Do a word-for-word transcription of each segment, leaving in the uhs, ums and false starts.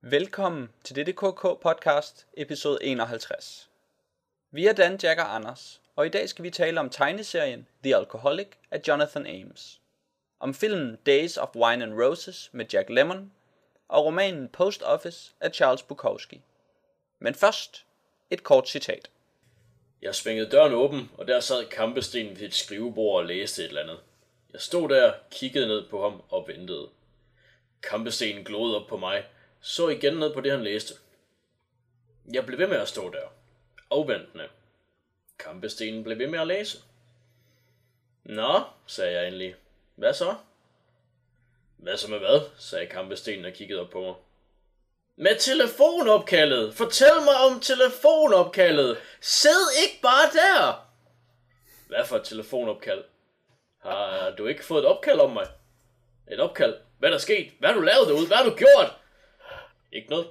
Velkommen til D D K K podcast episode enoghalvtreds. Vi er Dan, Jack og Anders, og i dag skal vi tale om tegneserien The Alcoholic af Jonathan Ames, om filmen Days of Wine and Roses med Jack Lemmon og romanen Post Office af Charles Bukowski. Men først et kort citat. Jeg svingede døren åben, og der sad Kampesten ved et skrivebord og læste et eller andet. Jeg stod der, kiggede ned på ham og ventede. Kampesten glodede op på mig, så igen ned på det, han læste. Jeg blev ved med at stå der, afventende. Kampestenen blev ved med at læse. Nå, sagde jeg endelig. Hvad så? Hvad så med hvad? Sagde Kampestenen og kiggede op på mig. Med telefonopkaldet! Fortæl mig om telefonopkaldet! Sid ikke bare der! Hvad for et telefonopkald? Har du ikke fået et opkald om mig? Et opkald? Hvad er der sket? Hvad har du lavet derude? Hvad har du gjort? Ikke noget.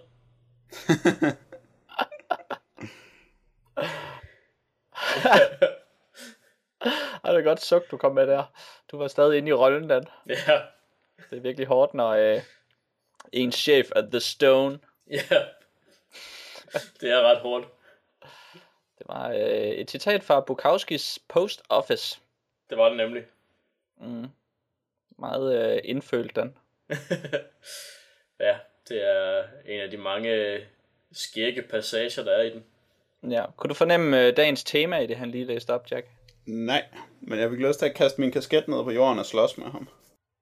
Det er godt sugt, du kom med der. Du var stadig inde i rollen, Dan. Ja. Det er virkelig hårdt, når øh, en chef er The Stone. Ja. Det er ret hårdt. Det var øh, et citat fra Bukowskis Post Office. Det var det nemlig. Mm. Meget øh, indfølt, Dan. Ja, det er en af de mange skægge passager, der er i den. Ja, kunne du fornemme øh, dagens tema i det, han lige læste op, Jack? Nej, men jeg vil lyst til at kaste min kasket ned på jorden og slås med ham.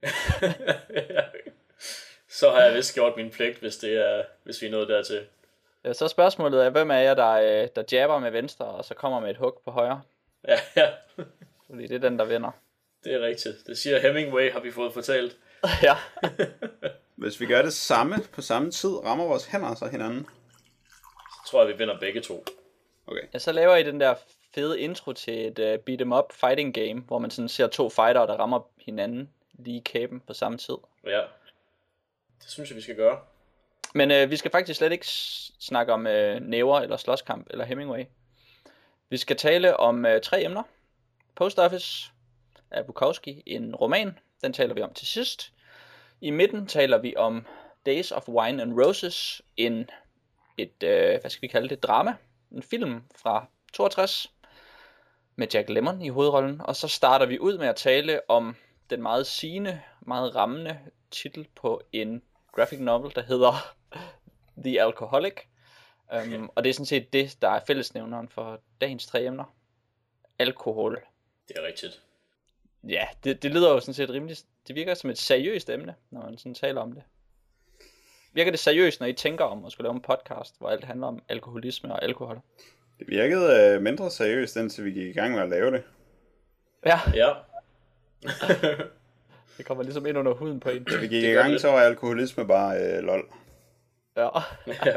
Så har jeg vist gjort min pligt, hvis, det er, hvis vi er nået dertil. Ja, så spørgsmålet er, hvem af jer, der, øh, der jabber med venstre, og så kommer med et hug på højre? Ja, ja. Fordi det er den, der vinder. Det er rigtigt. Det siger Hemingway, har vi fået fortalt. Ja. Hvis vi gør det samme på samme tid, rammer vores hænder så hinanden. Så tror jeg, vi vinder begge to. Okay. Ja, så laver I den der fede intro til et uh, beat 'em up fighting game, hvor man sådan ser to fightere, der rammer hinanden lige i kæben på samme tid. Ja, det synes jeg, vi skal gøre. Men uh, vi skal faktisk slet ikke s- snakke om uh, næver eller slåskamp eller Hemingway. Vi skal tale om uh, tre emner. Post Office af Bukowski, en roman. Den taler vi om til sidst. I midten taler vi om Days of Wine and Roses, en et uh, hvad skal vi kalde det, drama, en film fra toogtres med Jack Lemmon i hovedrollen, og så starter vi ud med at tale om den meget sigende, meget rammende titel på en graphic novel, der hedder The Alcoholic. Um, og det er sådan set det, der er fællesnævneren for dagens tre emner. Alkohol. Det er rigtigt. Ja, det, det lyder jo sådan set rimelig, det virker som et seriøst emne, når man sådan taler om det. Virker det seriøst, når I tænker om at skulle lave en podcast, hvor alt handler om alkoholisme og alkohol? Det virkede øh, mindre seriøst, indtil vi gik i gang med at lave det. Ja, Ja. det kommer ligesom ind under huden på en. Da vi gik Det i gør gang, det. så var alkoholisme bare øh, lol. Ja. Ja.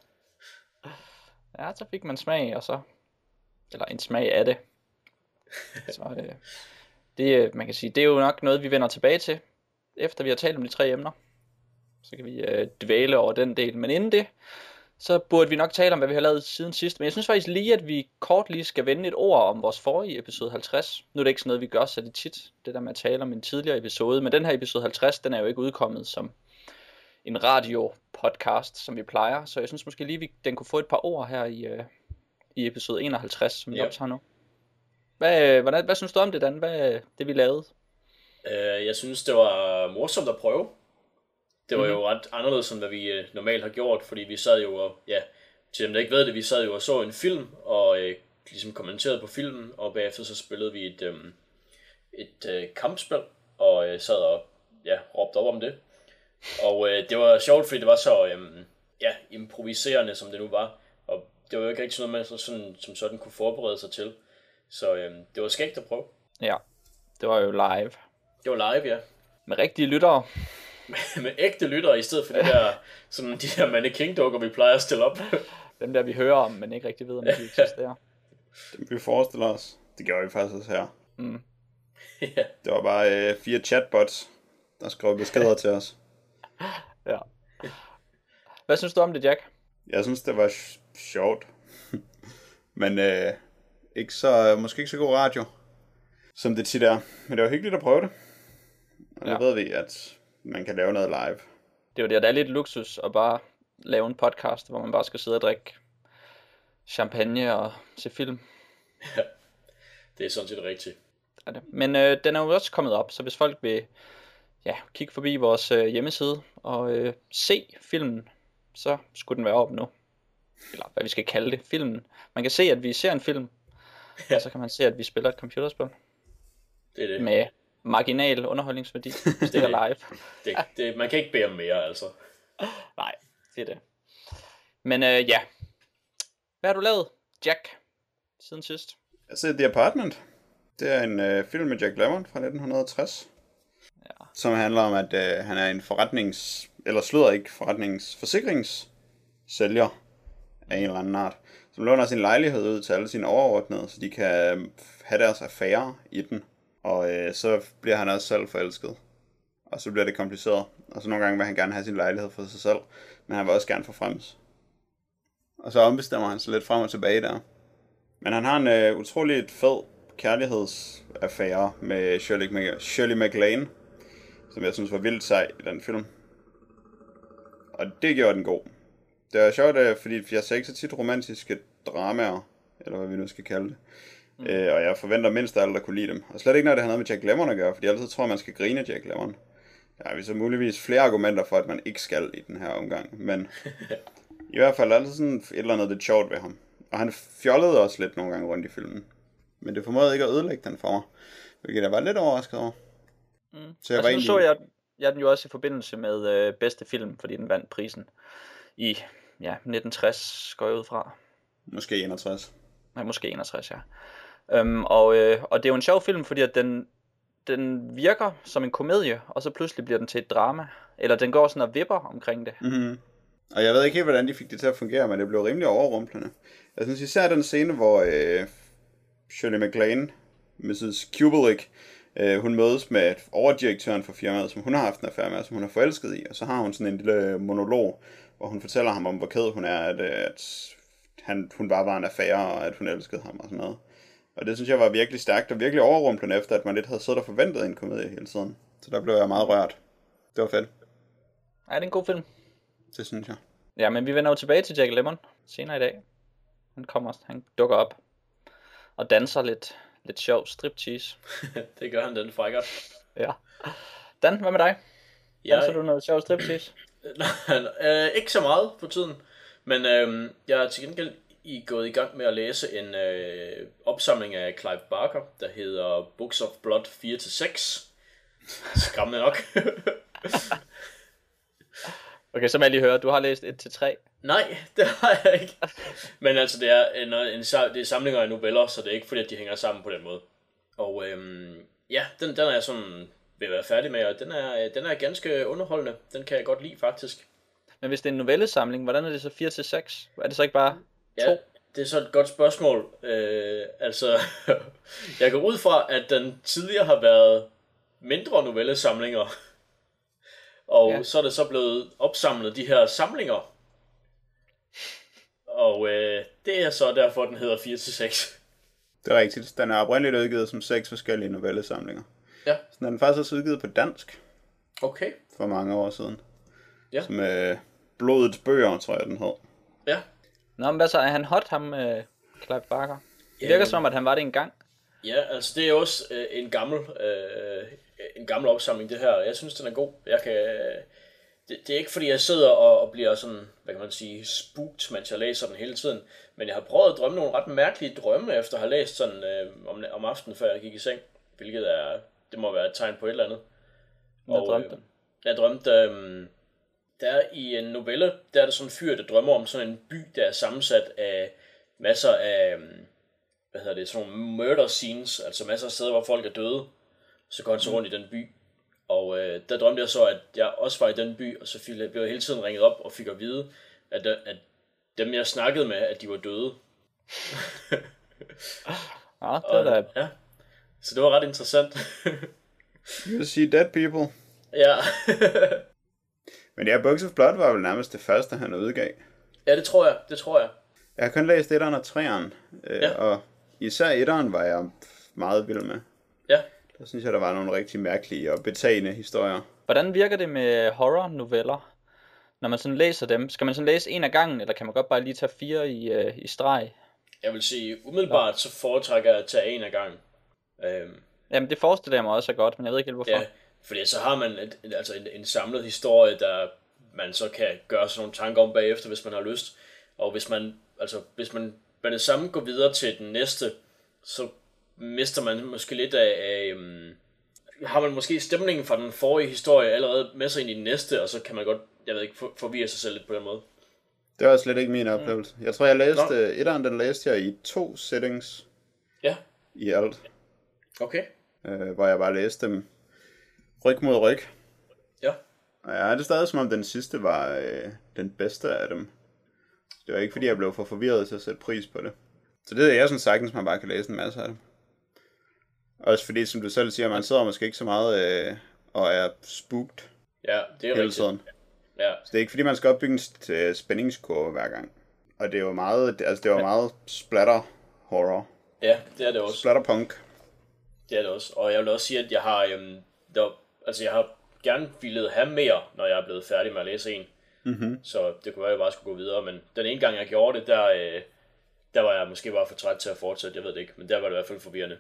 Ja, så fik man smag, og så... Eller en smag af det. Så øh, det, øh, man kan sige, det er jo nok noget, vi vender tilbage til, efter vi har talt om de tre emner. Så kan vi øh, dvæle over den del. Men inden det, så burde vi nok tale om, hvad vi har lavet siden sidst. Men jeg synes faktisk lige, at vi kort lige skal vende et ord om vores forrige episode halvtreds. Nu er det ikke sådan noget, vi gør så det tit, det der med at tale om en tidligere episode. Men den her episode halvtreds, den er jo ikke udkommet som en radio-podcast, som vi plejer. Så jeg synes måske lige, vi, den kunne få et par ord her i, øh, i episode enoghalvtreds, som vi Ja. optager nu. Hvad, hvordan, hvad synes du om det, Dan? Hvad er det, vi lavede? Uh, jeg synes, det var morsomt at prøve. Det var mm-hmm. jo ret anderledes, end hvad vi uh, normalt har gjort, fordi vi sad jo og, ja, til dem der ikke ved det, vi sad jo og så en film, og uh, ligesom kommenterede på filmen, og bagefter så spillede vi et, um, et uh, kampspil, og uh, sad og, ja, råbte op om det. Og uh, det var sjovt, fordi det var så, um, ja, improviserende, som det nu var, og det var jo ikke rigtig sådan noget, man sådan, som sådan kunne forberede sig til. Så um, det var skægt at prøve. Ja, det var jo live. Det var live, ja. Med rigtige lyttere. Med ægte lyttere, i stedet for de der, sådan de der mannequin-dukker, vi plejer at stille op. Dem der, vi hører om, men ikke rigtig ved, om de eksisterer. Det vi forestiller os. Det gjorde vi faktisk også her. Mm. Ja. Det var bare øh, fire chatbots, der skrev beskeder til os. Ja. Hvad synes du om det, Jack? Jeg synes, det var sj- sjovt. Men øh, ikke så, måske ikke så god radio, som det tit er. Men det var hyggeligt at prøve det. Og nu Ja. ved vi, at man kan lave noget live. Det er jo det, der er lidt luksus at bare lave en podcast, hvor man bare skal sidde og drikke champagne og se film. Ja, det er sådan set rigtigt. Er det. Men øh, den er jo også kommet op, så hvis folk vil ja, kigge forbi vores øh, hjemmeside og øh, se filmen, så skulle den være op nu. Eller hvad vi skal kalde det, filmen. Man kan se, at vi ser en film, ja. Og så kan man se, at vi spiller et computerspil. Det er det. Med marginal underholdningsværdi, hvis det er live. det, det, man kan ikke bede om mere, altså. Nej, det er det. Men øh, ja, hvad har du lavet, Jack, siden sidst? Jeg ser The Apartment. Det er en øh, film med Jack Lemmon fra nitten tres. Ja. Som handler om, at øh, han er en forretnings... Eller sludder ikke forretnings... Forsikringssælger af en eller anden art. Som låner sin lejlighed ud til alle sine overordnede, så de kan øh, have deres affære i den. Og øh, så bliver han også selv forelsket. Og så bliver det kompliceret. Og så nogle gange vil han gerne have sin lejlighed for sig selv. Men han vil også gerne forfremmes. Og så ombestemmer han sig lidt frem og tilbage der. Men han har en øh, utroligt fed kærlighedsaffære med Shirley, Mac- Shirley MacLaine, som jeg synes var vildt sej i den film. Og det gjorde den god. Det var sjovt, fordi jeg ser ikke så tit romantiske dramaer, eller hvad vi nu skal kalde det. Mm. Øh, og jeg forventer mindst af alle, der kunne lide dem. Og slet ikke, når det har noget med Jack Lemmon at gøre, fordi jeg altid tror, man skal grine af Jack Lemmon. Der er så muligvis flere argumenter for, at man ikke skal i den her omgang. Men i hvert fald er altid sådan et eller andet lidt sjovt ved ham. Og han fjollede også lidt nogle gange rundt i filmen. Men det formåede ikke at ødelægge den for mig. Hvilket jeg var lidt overrasket over. Mm. Så jeg altså, var nu så jeg, jeg den jo også i forbindelse med øh, bedste film, fordi den vandt prisen i ja, nitten tres, går jeg ud fra. Måske enogtres. Nej, måske enogtres, ja. Øhm, og, øh, og det er jo en sjov film, fordi at den, den virker som en komedie, og så pludselig bliver den til et drama. Eller den går sådan og vipper omkring det. Mm-hmm. Og jeg ved ikke helt, hvordan de fik det til at fungere, men det blev rimelig overrumplende. Jeg synes især den scene, hvor øh, Shirley MacLaine, missus Kubelik, øh, hun mødes med overdirektøren for firmaet, som hun har haft en affære med, som hun er forelsket i. Og så har hun sådan en lille monolog, hvor hun fortæller ham om, hvor ked hun er, at, at han, hun bare var en affære, og at hun elskede ham og sådan noget. Og det synes jeg var virkelig stærkt og virkelig overrumplende, efter at man lidt havde siddet og forventet en komedie hele tiden. Så der blev jeg meget rørt. Det var fedt. Ja, det er en god film. Det synes jeg. Ja, men vi vender jo tilbage til Jack Lemmon senere i dag. Han kommer, han dukker op og danser lidt, lidt sjov striptease. Det gør han, den frækker. Ja. Dan, hvad med dig? Jeg... Danser du noget sjov striptease? Nej, øh, ikke så meget på tiden. Men øh, jeg er til gengæld i gået i gang med at læse en øh, opsamling af Clive Barker, der hedder Books of Blood fire til seks. Skræmmende nok. Okay, så må jeg lige høre, du har læst et til tre. Nej, det har jeg ikke. Men altså, det er, en, en, det er samlinger af noveller, så det er ikke fordi, at de hænger sammen på den måde. Og øhm, ja, den, den er jeg sådan ved at være færdig med, og den er, den er ganske underholdende. Den kan jeg godt lide, faktisk. Men hvis det er en novellesamling, hvordan er det så fire til seks? Er det så ikke bare to? Ja, det er så et godt spørgsmål. Øh, altså, jeg går ud fra, at den tidligere har været mindre novellesamlinger. Og ja. Så er det så blevet opsamlet de her samlinger. Og øh, det er så derfor, den hedder fire til seks. Det er rigtigt. Den er oprindeligt udgivet som seks forskellige novellesamlinger. Ja. Så den er faktisk også udgivet på dansk. Okay. For mange år siden. Ja. Som øh, Blodets bøger, tror jeg, den hed. Ja. Nå, men hvad så? Er han hot, ham øh, Clive Barker? Det virker som om, at han var det engang. Ja, altså det er også øh, en gammel øh, en gammel opsamling, det her. Jeg synes, den er god. Jeg kan... Øh, det, det er ikke, fordi jeg sidder og, og bliver sådan, hvad kan man sige, spooked, mens jeg læser den hele tiden. Men jeg har prøvet at drømme nogle ret mærkelige drømme, efter at have læst sådan øh, om, om aftenen, før jeg gik i seng. Hvilket er... Det må være et tegn på et eller andet. Hvad drømte du? Øh, jeg drømte... Øh, der er i en novelle, der er der sådan en fyr, der drømmer om sådan en by, der er sammensat af masser af... Hvad hedder det? Sådan nogle murder scenes, altså masser af steder, hvor folk er døde. Så går han så rundt i den by. Og øh, der drømte jeg så, at jeg også var i den by, og så blev jeg hele tiden ringet op og fik at vide, at, at dem jeg snakkede med, at de var døde. Ja, det er da... Ja, så det var ret interessant. You see dead people. Ja. Men ja, Books of Blood var vel nærmest det første, han udgav. Ja, det tror jeg, det tror jeg. Jeg har kun læst etteren og treeren, øh, Ja. og især etteren var jeg meget vild med. Ja. Der synes jeg, der var nogle rigtig mærkelige og betagende historier. Hvordan virker det med horror-noveller, når man sådan læser dem, skal man sådan læse en af gangen, eller kan man godt bare lige tage fire i, øh, i streg? Jeg vil sige, umiddelbart så foretrækker jeg at tage en af gangen. Øhm, Jamen det forestiller jeg mig også er godt, men jeg ved ikke helt hvorfor. Ja, fordi så har man et, et, altså en, en samlet historie, der man så kan gøre sådan nogle tanker om bagefter, hvis man har lyst. Og hvis man, altså, hvis man med det samme går videre til den næste, så mister man måske lidt af, af um, har man måske stemningen fra den forrige historie allerede med sig ind i den næste, og så kan man godt, jeg ved ikke, for, forvirre sig selv lidt på den måde. Det var slet ikke min oplevelse. Jeg tror, jeg læste, et etteren, den læste jeg i to settings. Ja. I alt. Okay. Øh, hvor jeg bare læste dem ryg mod ryg. Ja. Og jeg har det stadig, som om den sidste var øh, den bedste af dem. Det var ikke, fordi jeg blev for forvirret til at sætte pris på det. Så det er jeg sådan sagtens, man bare kan læse en masse af dem. Også fordi, som du selv siger, man sidder måske ikke så meget øh, og er spooked Ja, det er hele rigtigt. tiden. Ja. Så det er ikke, fordi man skal opbygge en øh, spændingskurve hver gang. Og det er jo meget, altså det var meget splatter horror. Ja, det er det også. Splatterpunk. Det er det også. Og jeg vil også sige, at jeg har, øhm, der, altså jeg har gerne ville have mere, når jeg er blevet færdig med at læse en. Mm-hmm. Så det kunne være, at jeg bare skulle gå videre. Men den ene gang, jeg gjorde det, der, øh, der var jeg måske bare for træt til at fortsætte. Jeg ved det ikke, men der var det i hvert fald forvirrende.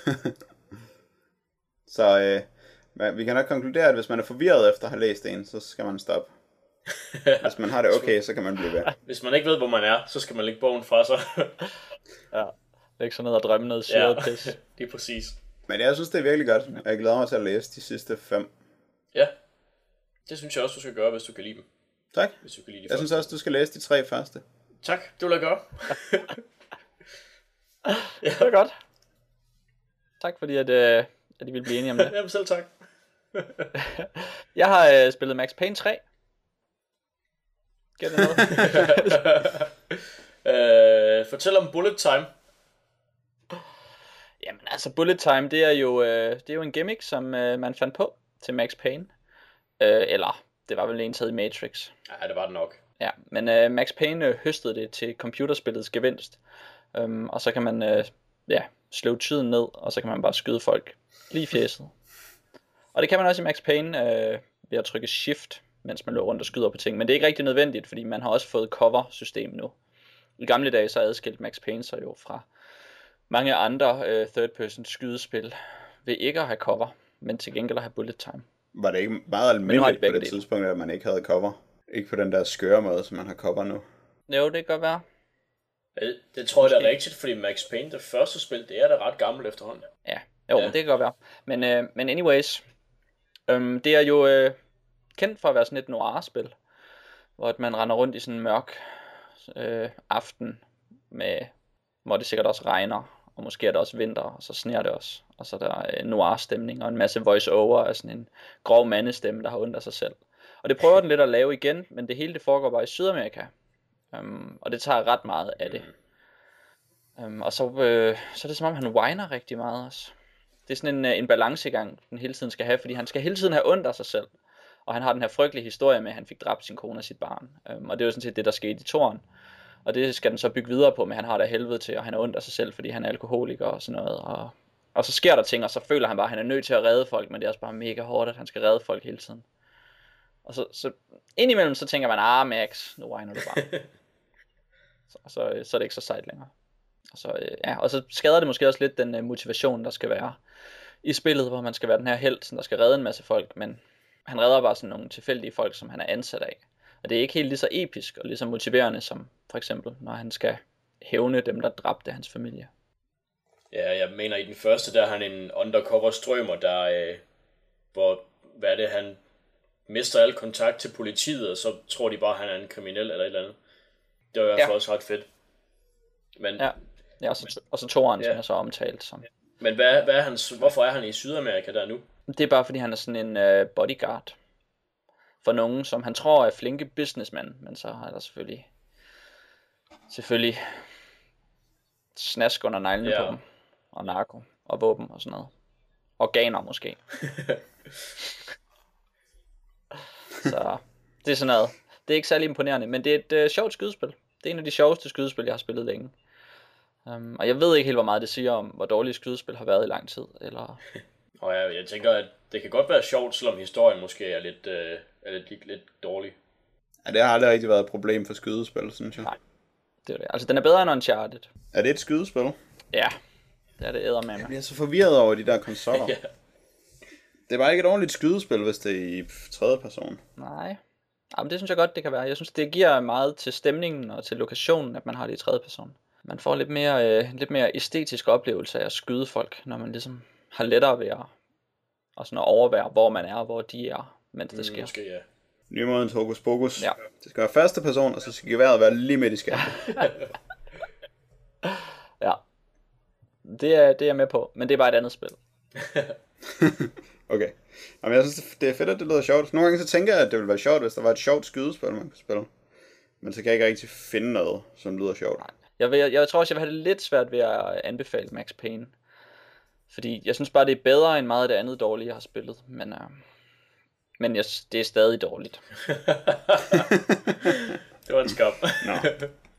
Så øh, vi kan nok konkludere, at hvis man er forvirret efter at have læst en, så skal man stoppe. Hvis man har det okay, så kan man blive ved. Hvis man ikke ved, hvor man er, så skal man lægge bogen fra sig. Ja, lægge sig ned og drømme noget syret Ja, pis. det er præcis. Men jeg synes, det er virkelig godt. Jeg glæder mig til at læse de sidste fem. Ja, det synes jeg også, du skal gøre, hvis du kan lide dem. Tak. Hvis du kan lide de Jeg første. synes også, du skal læse de tre første. Tak, det vil jeg gøre. Det er godt. Tak fordi, at, øh, at I vil blive enige om det. Jamen selv tak. Jeg har øh, spillet Max Payne tre. Gæt noget. øh, fortæl om Bullet Time. Jamen altså, Bullet Time, det er jo, øh, det er jo en gimmick, som øh, man fandt på til Max Payne. Øh, eller, det var vel en taget i Matrix. Ja, det var det nok. Ja, men øh, Max Payne øh, høstede det til computerspillets gevinst. Um, og så kan man øh, ja, slå tiden ned, og så kan man bare skyde folk lige i fjeset. Og det kan man også i Max Payne øh, ved at trykke shift, mens man løber rundt og skyder på ting. Men det er ikke rigtig nødvendigt, fordi man har også fået cover-system nu. I gamle dage så adskilte Max Payne sig jo fra mange andre øh, third-person skydespil ved ikke at have cover, men til gengæld at have bullet time. Var det ikke meget Men nu har de almindeligt på begge det dele. tidspunkt, at man ikke havde cover? Ikke på den der skøre måde, som man har cover nu. Jo, det kan godt være. Ja, det, det tror jeg da er rigtigt, fordi Max Payne, det første spil, det er da ret gammelt efterhånden. Ja, jo, Ja. det kan godt være. Men, øh, men anyways, øhm, det er jo øh, kendt for at være sådan et noir-spil, hvor at man render rundt i sådan en mørk øh, aften, med, hvor det sikkert også regner, og måske er det også vinter, og så sner det også. Og så er der øh, noir-stemning og en masse voice-over af sådan en grov mandestemme, der har ondt af sig selv. Og det prøver den lidt at lave igen, men det hele det foregår bare i Sydamerika. Um, og det tager ret meget af det. Um, og så, øh, så er det som om han whiner rigtig meget også. Det er sådan en, øh, en balancegang den hele tiden skal have, fordi han skal hele tiden have ondt af sig selv. Og han har den her frygtelige historie med at han fik dræbt sin kone og sit barn. um, Og det er jo sådan set det der skete i toren. Og det skal den så bygge videre på, men han har det helvede til, og han er ondt af sig selv, fordi han er alkoholiker og sådan noget. Og, og så sker der ting, og så føler han bare at han er nødt til at redde folk. Men det er også bare mega hårdt at han skal redde folk hele tiden. Og så, så indimellem så tænker man, ah Max, nu whiner du bare. Så, så, så er det ikke så sejt længere. Og så, øh, ja, og så skader det måske også lidt den øh, motivation, der skal være i spillet, hvor man skal være den her helt, der skal redde en masse folk, men han redder bare sådan nogle tilfældige folk, som han er ansat af. Og det er ikke helt lige så episk og lige så motiverende, som for eksempel, når han skal hævne dem, der dræbte hans familie. Ja, jeg mener i den første, der er han en undercover strømmer, der, øh, hvor, hvad er det, han mister al kontakt til politiet, og så tror de bare, at han er en kriminel eller et eller andet. Det var i hvert fald Ja. også ret fedt. Men, Ja, ja og, så, og så toren, Ja. som jeg så omtalt som. men hvad, hvad er hans, hvorfor er han i Sydamerika der nu? Det er bare fordi han er sådan en øh, bodyguard for nogen, som han tror er flinke businessmænd, men så er der selvfølgelig selvfølgelig snask under neglene Ja. på dem, og narko, og våben og sådan noget. Organer måske. Så det er sådan noget. Det er ikke særlig imponerende, men det er et øh, sjovt skydespil. Det er en af de sjoveste skydespil, jeg har spillet længe. Um, og jeg ved ikke helt, hvor meget det siger om, hvor dårlige skydespil har været i lang tid, eller... Og jeg, jeg tænker, at det kan godt være sjovt, selvom historien måske er lidt, øh, er lidt, lidt, lidt dårlig. Ja, det har aldrig rigtig været et problem for skydespil, synes jeg. Nej, det er det. Altså, den er bedre end Uncharted. Er det et skydespil? Ja, det er det æder med Jeg mig. bliver så forvirret over de der konsoller. Ja. Det er bare ikke et ordentligt skydespil, hvis det er i tredje person. Nej. Jamen, det synes jeg godt, det kan være. Jeg synes, det giver meget til stemningen og til lokationen, at man har det i tredje person. Man får lidt mere, øh, lidt mere æstetisk oplevelse af at skyde folk, når man ligesom har lettere ved at, og sådan at overvære, hvor man er og hvor de er, mens det sker. Måske, ja. Nye måden til Hokus Pokus. Ja. Det skal være første person, og så skal geværet være lige midt i skærmen. Ja. Det er, det er jeg med på, men det er bare et andet spil. Okay. Jamen, jeg synes, det er fedt, at det lyder sjovt. Nogle gange så tænker jeg, at det ville være sjovt, hvis der var et sjovt skydespil, man kunne spille. Men så kan jeg ikke rigtig finde noget, som lyder sjovt. Jeg, vil, jeg tror også, jeg vil have det lidt svært ved at anbefale Max Payne. Fordi jeg synes bare, det er bedre end meget af det andet dårlige, jeg har spillet. Men, uh, men jeg, det er stadig dårligt. Det var en skam. Nå.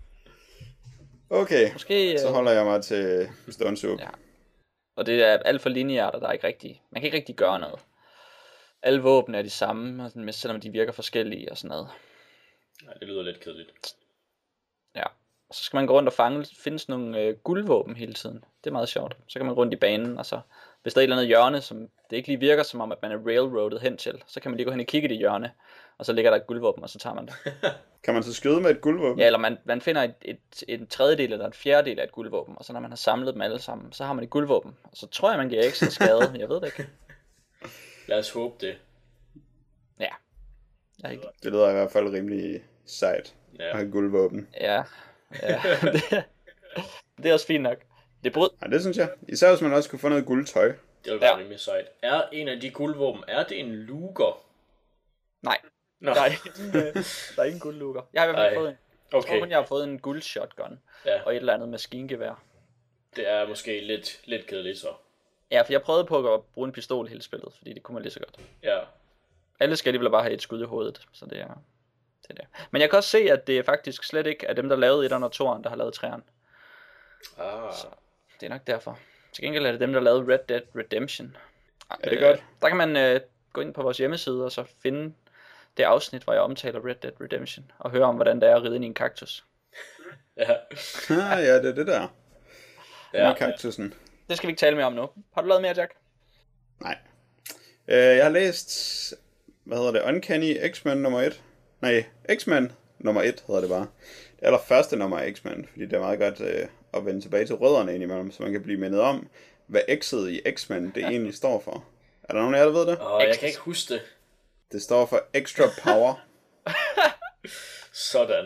Okay, Måske, så uh, holder jeg mig til Stone Soup. Ja. Og det er alt for lineært, og der er ikke rigtig, man kan ikke rigtig gøre noget. Alle våben er de samme, men selvom de virker forskellige og sådan noget. Nej, det lyder lidt kedeligt. Ja. Og så skal man gå rundt og fange, finde sådan nogle øh, guldvåben hele tiden. Det er meget sjovt. Så kan man gå rundt i banen, og så hvis der er et eller andet hjørne, som det ikke lige virker som om, at man er railroadet hen til, så kan man lige gå hen og kigge i det hjørne, og så ligger der et guldvåben, og så tager man det. Kan man så skyde med et guldvåben? Ja, eller man, man finder et, et, en tredjedel eller en fjerdedel af et guldvåben, og så når man har samlet dem alle sammen, så har man et guldvåben. Og så tror jeg, man giver ekstra skade. Jeg ved det ikke. Lad os håbe det. Ja. Jeg er ikke... Det lyder i hvert fald rimelig sejt Ja. at have guldvåben. Ja. Ja. det, det er også fint nok. Det brød... Ja, det synes jeg. Især hvis man også kunne få noget guldtøj. Det vil være Ja. rimelig sejt. Er en af de guldvåben, er det en luger? Nej. Nå, Der er, ingen, øh, der er ingen guldlukker. Jeg har i hvert fald Ej. fået en. Jeg tror okay. kun, jeg har fået en guldshotgun. Ja. Og et eller andet maskingevær. Det er måske lidt, lidt kedeligt så. Ja, for jeg prøvede på at bruge en pistol hele spillet, fordi det kunne man lige så godt. Ja. Alle skal alligevel bare have et skud i hovedet, så det er det. Er det. Men jeg kan også se, at det faktisk slet ikke er dem, der lavede etteren og toeren, der har lavet treeren. Ah. Det er nok derfor. Til gengæld er det dem, der lavede Red Dead Redemption. Er det godt? Der kan man øh, gå ind på vores hjemmeside og så finde det afsnit, hvor jeg omtaler Red Dead Redemption, og høre om, hvordan det er at ride ind i en kaktus. Ja. Ah, ja, det er det der. Ja. Med kaktusen. Det skal vi ikke tale mere om nu. Har du lavet mere, Jack? Nej. Øh, jeg har læst, hvad hedder det, Uncanny X-Men nummer et. Nej, X-Men nummer et hedder det bare. Det allerførste nummer af X-Men, fordi det er meget godt øh, at vende tilbage til rødderne indimellem, så man kan blive mindet om, hvad X'et i X-Men det egentlig står for. Er der nogen af jer, der ved det? Og jeg kan ikke huske det. Det står for Extra Power. Sådan.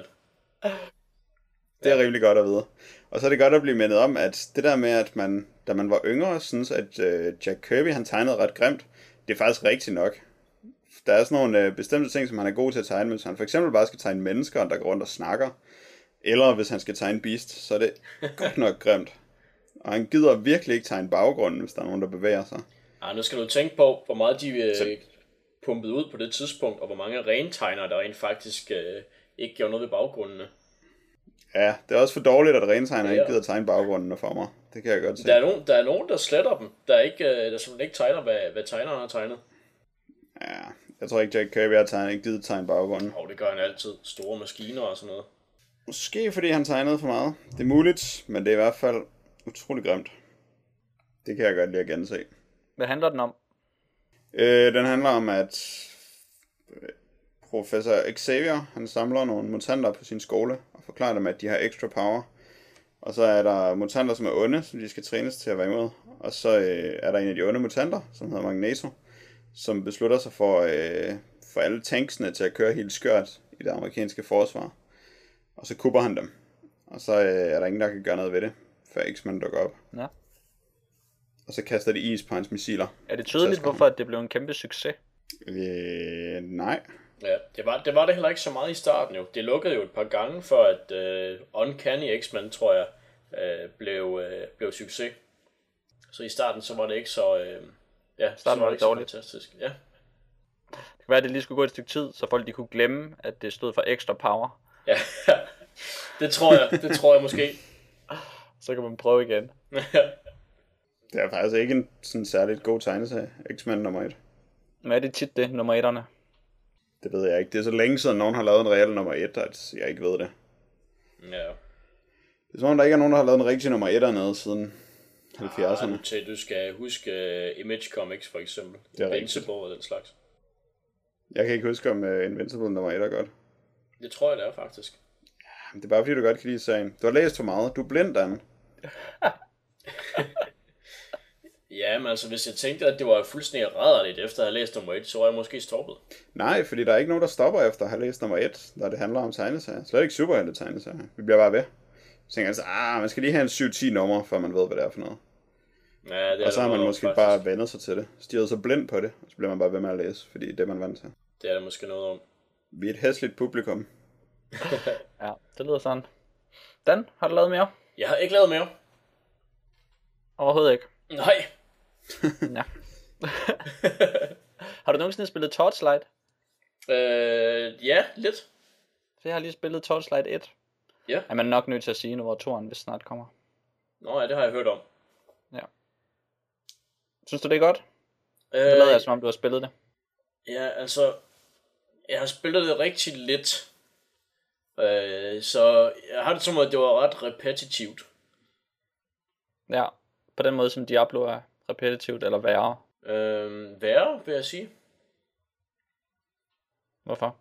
Det er rimelig godt at vide. Og så er det godt at blive mindet om, at det der med, at man, da man var yngre, synes at øh, Jack Kirby, han tegnede ret grimt, det er faktisk rigtigt nok. Der er sådan nogle øh, bestemte ting, som han er god til at tegne, hvis han for eksempel bare skal tegne mennesker, der går rundt og snakker. Eller hvis han skal tegne Beast, så er det godt nok grimt. Og han gider virkelig ikke tegne baggrunden, hvis der er nogen, der bevæger sig. Ah, nu skal du tænke på, hvor meget de øh, Så- pumpede ud på det tidspunkt, og hvor mange rentegnere, der rent faktisk øh, ikke gjorde noget ved baggrundene. Ja, det er også for dårligt, at rentegner Ja. ikke gider tegne baggrundene for mig. Det kan jeg godt se. Der er nogen, der, er nogen, der sletter dem, der, ikke, øh, der simpelthen ikke tegner, hvad, hvad tegneren har tegnet. Ja, jeg tror ikke, Jack Kirby har tegnet, ikke givet tegne baggrunden. Og det gør han altid. Store maskiner og sådan noget. Måske fordi han tegnede for meget. Det er muligt, men det er i hvert fald utrolig grimt. Det kan jeg godt lide at gense. Hvad handler den om? Øh, den handler om, at øh, professor Xavier, han samler nogle mutanter på sin skole, og forklarer dem, at de har extra power. Og så er der mutanter, som er onde, som de skal trænes til at være imod. Og så øh, er der en af de onde mutanter, som hedder Magneto, som beslutter sig for, øh, for alle tanksene til at køre helt skørt i det amerikanske forsvar. Og så kupper han dem. Og så øh, er der ingen, der kan gøre noget ved det, før X-Men dukker op. Ja. Og så kaster de is på hans missiler. Er det tydeligt, Så skal hvorfor det blev en kæmpe succes? Øh, nej. Ja, det var, det var det heller ikke så meget i starten jo. Det lukkede jo et par gange, for at øh, Uncanny X-Men, tror jeg, øh, blev, øh, blev succes. Så i starten, så var det ikke så... Øh, ja, så Starten var var det det ikke så dårligt. fantastisk. Ja. Det kan være, at det lige skulle gå et stykke tid, så folk de kunne glemme, at det stod for extra power. Ja, det tror jeg, det tror jeg måske. Så kan man prøve igen. Det er faktisk ikke en sådan særligt god tegneserie. X-Men nummer et. Men er det tit det, nummer etterne? Det ved jeg ikke. Det er så længe siden, nogen har lavet en reel nummer et, at jeg ikke ved det. Ja. Det er som om, der ikke er nogen, der har lavet en rigtig nummer et dernede siden halvfjerdserne. Ah, til, du skal huske uh, Image Comics for eksempel. Det er Invincible og den slags. Jeg kan ikke huske, om uh, Invincible nummer et er godt. Det tror jeg, det er faktisk. Det er bare fordi, du godt kan lide sagen. Du har læst for meget. Du er blind, Dan. Ja, men altså, hvis jeg tænkte, at det var fuldstændig rædderligt efter at have læst nummer et, så var jeg måske stoppet. Nej, fordi der er ikke nogen, der stopper efter at have læst nummer et, når det handler om tegneserier. Slet ikke superhelte tegneserier. Vi bliver bare ved. Så tænker jeg altså, ah, man skal lige have en syv ti nummer, før man ved, hvad det er for noget. Ja, det er og så har man noget, måske faktisk. bare vendet sig til det. Stirret sig blind på det, og så bliver man bare ved med at læse, fordi det er det, man er vant til. Det er der måske noget om. Vi er et hæsligt publikum. Ja, det lyder sådan. Dan, har du lavet mere? Jeg har ikke lavet mere. Overhovedet ikke. Nej. Ja. Har du nogensinde spillet Torchlight? Øh, ja, lidt. Så jeg har lige spillet Torchlight et. Ja. Er man nok nødt til at sige nu, hvor toeren hvis snart kommer. Nå ja, det har jeg hørt om. Ja. Synes du det er godt? Øh, Det lader jeg som om du har spillet det. Ja, altså, jeg har spillet det rigtig lidt. Øh, så jeg har det som, at det var ret repetitivt. Ja, på den måde som Diablo er repetitivt eller værre. Øh, værre, vil jeg sige. Hvorfor?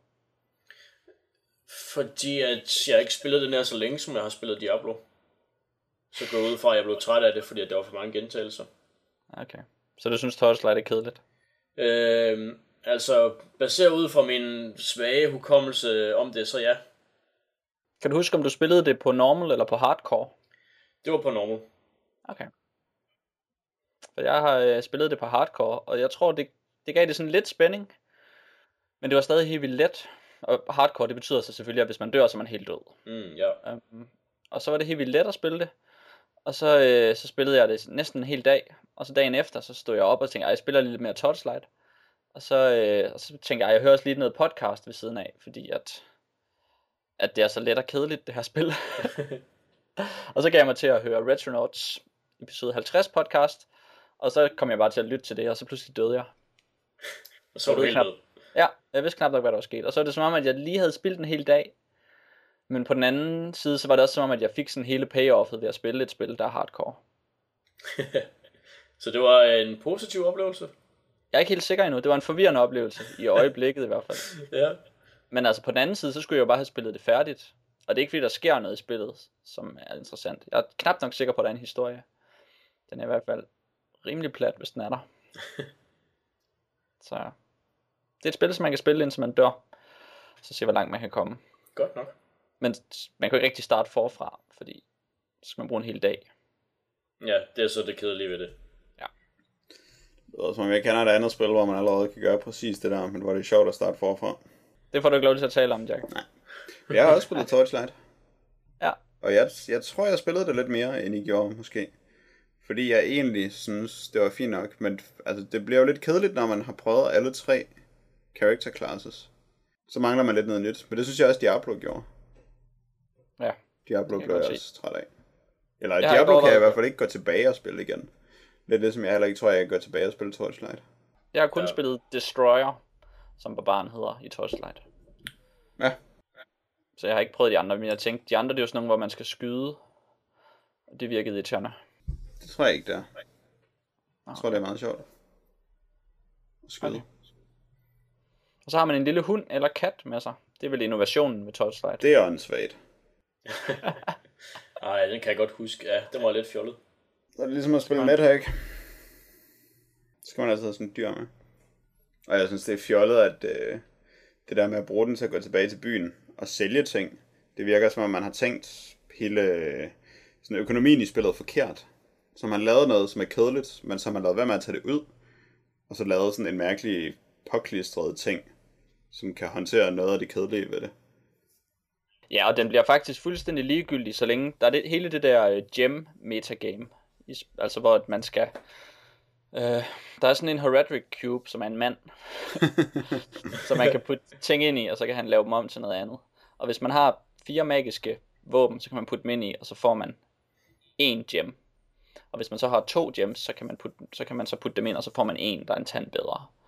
Fordi at jeg ikke spillede den her så længe, som jeg har spillet Diablo. Så går jeg ud fra, at jeg blev træt af det, fordi at der var for mange gentagelser. Okay. Så du synes Torchlight er kedeligt? Øh, altså, baseret ud fra min svage hukommelse om det, så ja. Kan du huske, om du spillede det på normal eller på hardcore? Det var på normal. Okay. For jeg har øh, spillet det på hardcore, og jeg tror, det, det gav det sådan lidt spænding. Men det var stadig helt vildt let. Og hardcore, det betyder så selvfølgelig, at hvis man dør, så er man helt død. Mm, ja. Um, og så var det helt vildt let at spille det. Og så, øh, så spillede jeg det næsten en hel dag. Og så dagen efter, så stod jeg op og tænkte, jeg spiller lidt mere Torchlight. Og så, øh, og så tænkte jeg, jeg hører også lige noget podcast ved siden af, fordi at, at det er så let og kedeligt, det her spil. Og så gav jeg mig til at høre Retronauts episode halvtreds podcast. Og så kom jeg bare til at lytte til det, og så pludselig døde jeg. Og så var du helt død. Ja, jeg vidste knap nok, hvad der var sket. Og så er det som om, at jeg lige havde spillet en hel dag. Men på den anden side, så var det også som om, at jeg fik sådan hele payoffet ved at spille et spil, der er hardcore. Så det var en positiv oplevelse? Jeg er ikke helt sikker endnu. Det var en forvirrende oplevelse, i øjeblikket i hvert fald. Ja. Men altså på den anden side, så skulle jeg jo bare have spillet det færdigt. Og det er ikke fordi, der sker noget i spillet, som er interessant. Jeg er knap nok sikker på, at der er en historie. Den er i hvert fald rimelig plat, hvis den er der. Så det er et spil, som man kan spille, indtil man dør. Så se, hvor langt man kan komme. Godt nok. Men man kan jo ikke rigtig starte forfra, fordi så skal man bruge en hel dag. Ja, det er så det kedelige ved det. Ja. Det er som om jeg kender et andet spil, hvor man allerede kan gøre præcis det der, men hvor det er sjovt at starte forfra. Det får du ikke lov til at tale om, Jack. Nej. Jeg har også spillet Torchlight. Ja. Og jeg, jeg tror, jeg spillede det lidt mere, end I gjorde, måske. Fordi jeg egentlig synes, det var fint nok. Men altså, det bliver jo lidt kedeligt, når man har prøvet alle tre character classes. Så mangler man lidt noget nyt. Men det synes jeg også, Diablo gjorde. Ja. Diablo blev jeg også træt af. Eller Jeg Diablo kan jeg i hvert fald ikke gå tilbage og spille igen. Lidt det, som jeg heller ikke tror, jeg kan gå tilbage og spille Torchlight. Jeg har kun Ja. spillet Destroyer, som barbaren hedder i Torchlight. Ja. Så jeg har ikke prøvet de andre, men jeg tænkte, de andre det er jo sådan nogle, hvor man skal skyde. Og det virkede irriterende. Det tror jeg ikke, det er. Jeg tror, det er meget sjovt. At skyde. Okay. Og så har man en lille hund eller kat med sig. Det er vel innovationen ved Torchlight. Det er åndssvagt. Ej, den kan jeg godt huske. Ja, den var lidt fjollet. Så er det ligesom at spille NetHack. Så skal man altså have sådan et dyr med. Og jeg synes, det er fjollet, at øh, det der med at bruge den til at gå tilbage til byen og sælge ting, det virker som om man har tænkt hele øh, sådan økonomien i spillet forkert. Så man har lavet noget, som er kedeligt, men så har man lavet være med at tage det ud, og så lavet sådan en mærkelig påklistret ting, som kan håndtere noget af det kedelige ved det. Ja, og den bliver faktisk fuldstændig ligegyldig, så længe der er det, hele det der uh, gem metagame, i, altså hvor man skal, uh, der er sådan en Heredric Cube, som er en mand, så man kan putte ting ind i, og så kan han lave dem om til noget andet. Og hvis man har fire magiske våben, så kan man putte dem ind i, og så får man en gem. Og hvis man så har to gems, så kan man, putte, så kan man så putte dem ind, og så får man en, der er en tand bedre.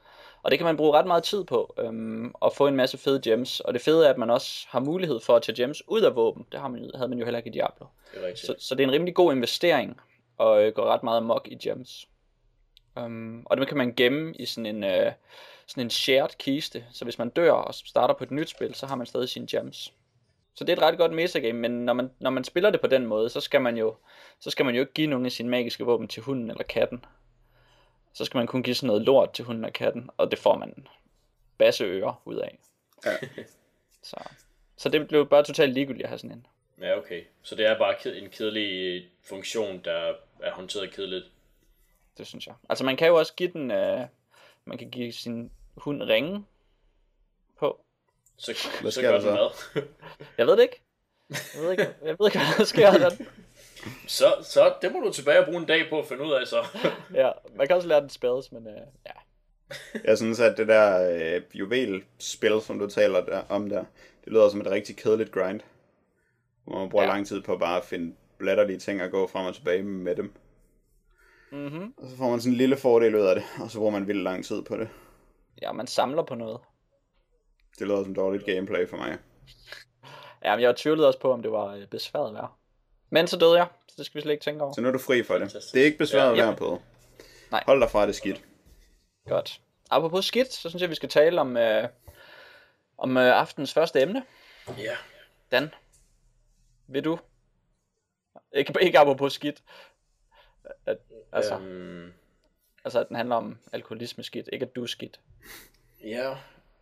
Og det kan man bruge ret meget tid på, øhm, og få en masse fede gems. Og det fede er, at man også har mulighed for at tage gems ud af våben. Det har man, havde man jo heller ikke i Diablo. Det er rigtigt. Så, så det er en rimelig god investering, og øh, går ret meget amok i gems. Um, og det kan man gemme i sådan en, øh, sådan en shared kiste. Så hvis man dør og starter på et nyt spil, så har man stadig sine gems. Så det er et ret godt metagame, men når man, når man spiller det på den måde, så skal man jo, så skal man jo ikke give nogle af sine magiske våben til hunden eller katten. Så skal man kun give sådan noget lort til hunden og katten, og det får man basse ører ud af. Ja. Så, så det blev bare totalt ligegyldigt at have sådan en. Ja, okay. Så det er bare en kedelig funktion, der er håndteret kedeligt. Det synes jeg. Altså man kan jo også give den, øh, man kan give sin hund ringe på. Så, Hvad så sker gør der den så? hvad? Jeg ved det ikke. Jeg ved ikke, jeg ved ikke hvad der sker der. Så, så det må du tilbage og bruge en dag på at finde ud af så. Ja, man kan også lære den spades, men øh, ja. Jeg synes, at det der øh, juvelspil, som du taler der, om der, det lyder som et rigtig kedeligt grind. Hvor man bruger ja. lang tid på bare at finde blatterlige ting og gå frem og tilbage med dem. Mm-hmm. Og så får man sådan en lille fordel ud af det, og så bruger man vildt lang tid på det. Ja, man samler på noget. Det lyder som dårligt gameplay for mig. Ja, men jeg tvivlede også på, om det var øh, besværet værd. Men så døde jeg, så det skal vi slet ikke tænke over. Så nu er du fri for det. Det er ikke besværet ja. værd på. Nej. Hold dig fra det skidt. Godt. Apropos skidt, så synes jeg, vi skal tale om, øh, om øh, aftens første emne. Ja. Dan, vil du? Ikke, ikke apropos skidt. At, altså, Øhm, altså, at den handler om alkoholisme skidt, ikke at du er skidt. ja.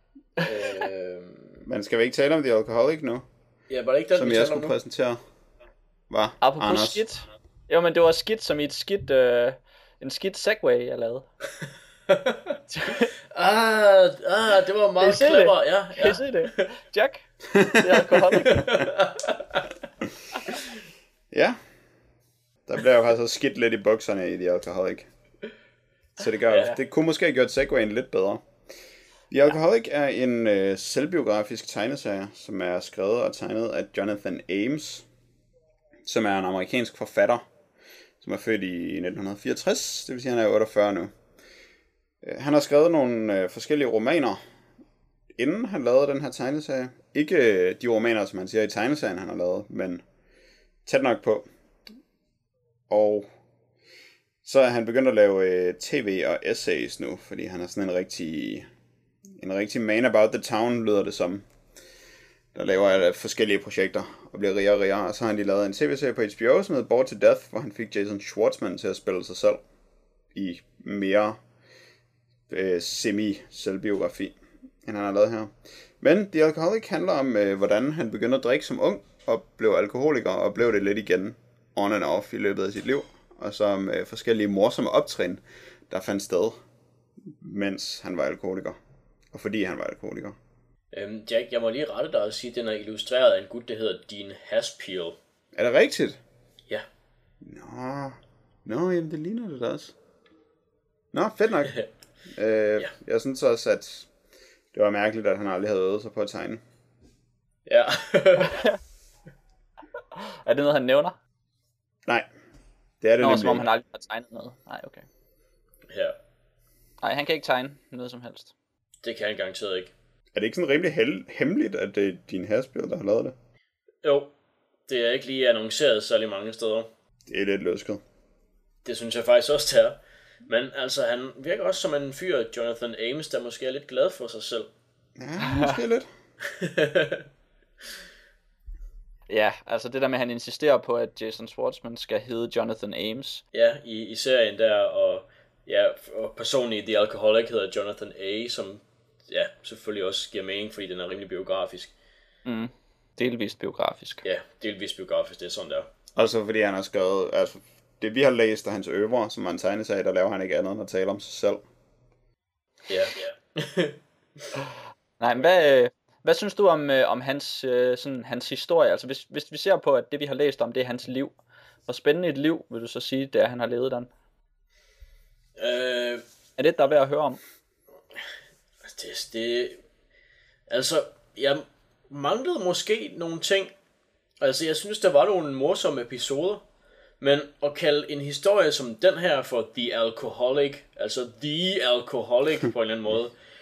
øhm, Men skal vi ikke tale om The Alcoholic nu? ja, var det ikke den, Som vi jeg talte om skulle nu? præsentere. Hvad? Apropos Anders? skidt. Jo, men det var skidt som i et skidt, øh, en skidt segway, jeg lavede. ah, ah, det var meget clever. Ja, Kan I ja. se det? Jack, det er alkoholik. Ja. Der bliver jo faktisk skidt lidt i bukserne i The Alcoholic. Så det, gør, Ja. det kunne måske have gjort segwayen lidt bedre. The Alcoholic er en øh, selvbiografisk tegneserie, som er skrevet og tegnet af Jonathan Ames, som er en amerikansk forfatter, som er født i nitten fireogtres, det vil sige, han er otteogfyrre nu. Han har skrevet nogle øh, forskellige romaner, inden han lavede den her tegneserie. Ikke øh, de romaner, som han siger i tegneserien, han har lavet, men tæt nok på. Og så er han begyndt at lave øh, tv og essays nu, fordi han er sådan en rigtig, en rigtig man about the town, lyder det som. Der laver øh, forskellige projekter og bliver rigere og rigere. Og så har han lige lavet en tv-serie på H B O, som hedder Bored to Death, hvor han fik Jason Schwartzman til at spille sig selv i mere øh, semi-selvbiografi, end han har lavet her. Men The Alcoholic handler om, øh, hvordan han begyndte at drikke som ung, og blev alkoholiker, og blev det lidt igen on and off i løbet af sit liv. Og så om øh, forskellige morsomme optrin, der fandt sted, mens han var alkoholiker. Og fordi han var alkoholiker. Øhm, Jack, jeg må lige rette dig og sige, at den er illustreret af en gut, der hedder Dean Haspiel. Er det rigtigt? Ja. Nå, Nå jamen det ligner det da også. Nå, fedt nok. øh, Ja. Jeg synes også, at det var mærkeligt, at han aldrig havde øvet sig på at tegne. Ja. Er det noget, han nævner? Nej, det er det Nå, nemlig som om ikke. han aldrig har tegnet noget. Nej, okay. ja. Nej, han kan ikke tegne noget som helst. Det kan han garanteret ikke. Er det ikke sådan rimelig hel- hemmeligt, at det er din Haspel, der har lavet det? Jo. Det er ikke lige annonceret særlig mange steder. Det er lidt løsket. Det synes jeg faktisk også, det er. Men altså, han virker også som en fyr, Jonathan Ames, der måske er lidt glad for sig selv. Ja, måske lidt. Ja, altså det der med, at han insisterer på, at Jason Schwartzman skal hedde Jonathan Ames. Ja, i, i serien der, og, ja, og personen i The Alcoholic hedder Jonathan A., som ja, selvfølgelig også giver mening, fordi den er rimelig biografisk. Mm. Delvist biografisk. Ja, delvis biografisk, det er sådan der. Også fordi han har skrevet, altså det vi har læst af hans øvre, som er en tegneserie, der laver han ikke andet end at tale om sig selv. Ja, ja. Nej, men hvad, øh, hvad synes du om, øh, om hans, øh, sådan, hans historie? Altså hvis, hvis vi ser på, at det vi har læst om, det er hans liv. Hvor spændende et liv, vil du så sige, det er, han har levet den? Øh, Er det, der er værd at høre om? det, det, altså, jeg manglede måske nogle ting. Altså, jeg synes, der var nogle morsomme episoder. Men at kalde en historie som den her for The Alcoholic, altså The Alcoholic på en eller anden måde,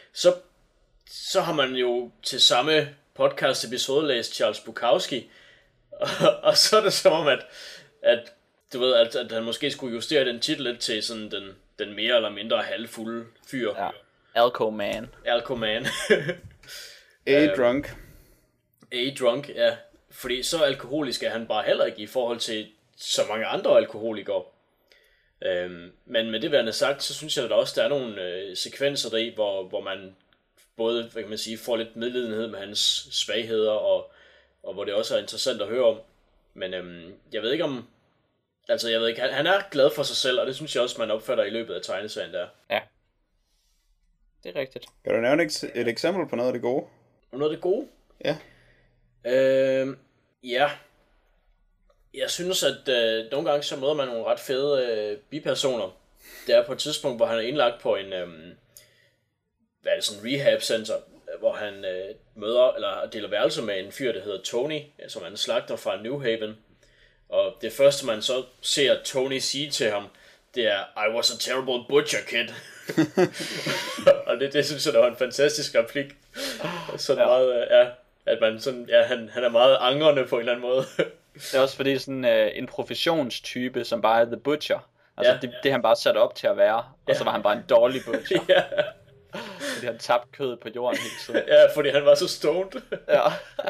så, så har man jo til samme podcast episode læst Charles Bukowski, og, og så er det som om, at, at du ved, at, at han måske skulle justere den titel lidt til sådan den, den mere eller mindre halvfulde fyr. Ja. Alco Man. Alco Man. A-drunk. A-drunk, ja. Fordi så alkoholisk er han bare heller ikke i forhold til så mange andre alkoholikere. Øhm, men med det værende sagt, så synes jeg at der også, der er nogle øh, sekvenser deri, hvor, hvor man både, hvad kan man sige, får lidt medlidenhed med hans svagheder, og, og hvor det også er interessant at høre om. Men øhm, jeg ved ikke om, altså jeg ved ikke, han, han er glad for sig selv, og det synes jeg også, man opfatter i løbet af tegneserien der. Ja, det er rigtigt. Kan du nævne et, et eksempel på noget af det gode? Noget af det gode? Ja. Øhm, ja. Jeg synes, at øh, nogle gange så møder man nogle ret fede øh, bipersoner. Det er på et tidspunkt, hvor han er indlagt på en, øh, hvad er det, sådan rehab center, hvor han øh, møder, eller deler værelse med en fyr, der hedder Tony, som er en slagter fra New Haven. Og det første, man så ser Tony sige til ham, det er, I was a terrible butcher, kid. Og det, det synes jeg, der var en fantastisk replik. Sådan ja. meget, ja, at man sådan, ja, han, han er meget angrende på en eller anden måde. Det er også fordi sådan uh, en professionstype, som bare er The Butcher. Altså ja. det, det er han bare sat op til at være, og ja. Så var han bare en dårlig butcher. Ja. Fordi han tabte kød på jorden hele tiden. Ja, fordi han var så stoned. Ja.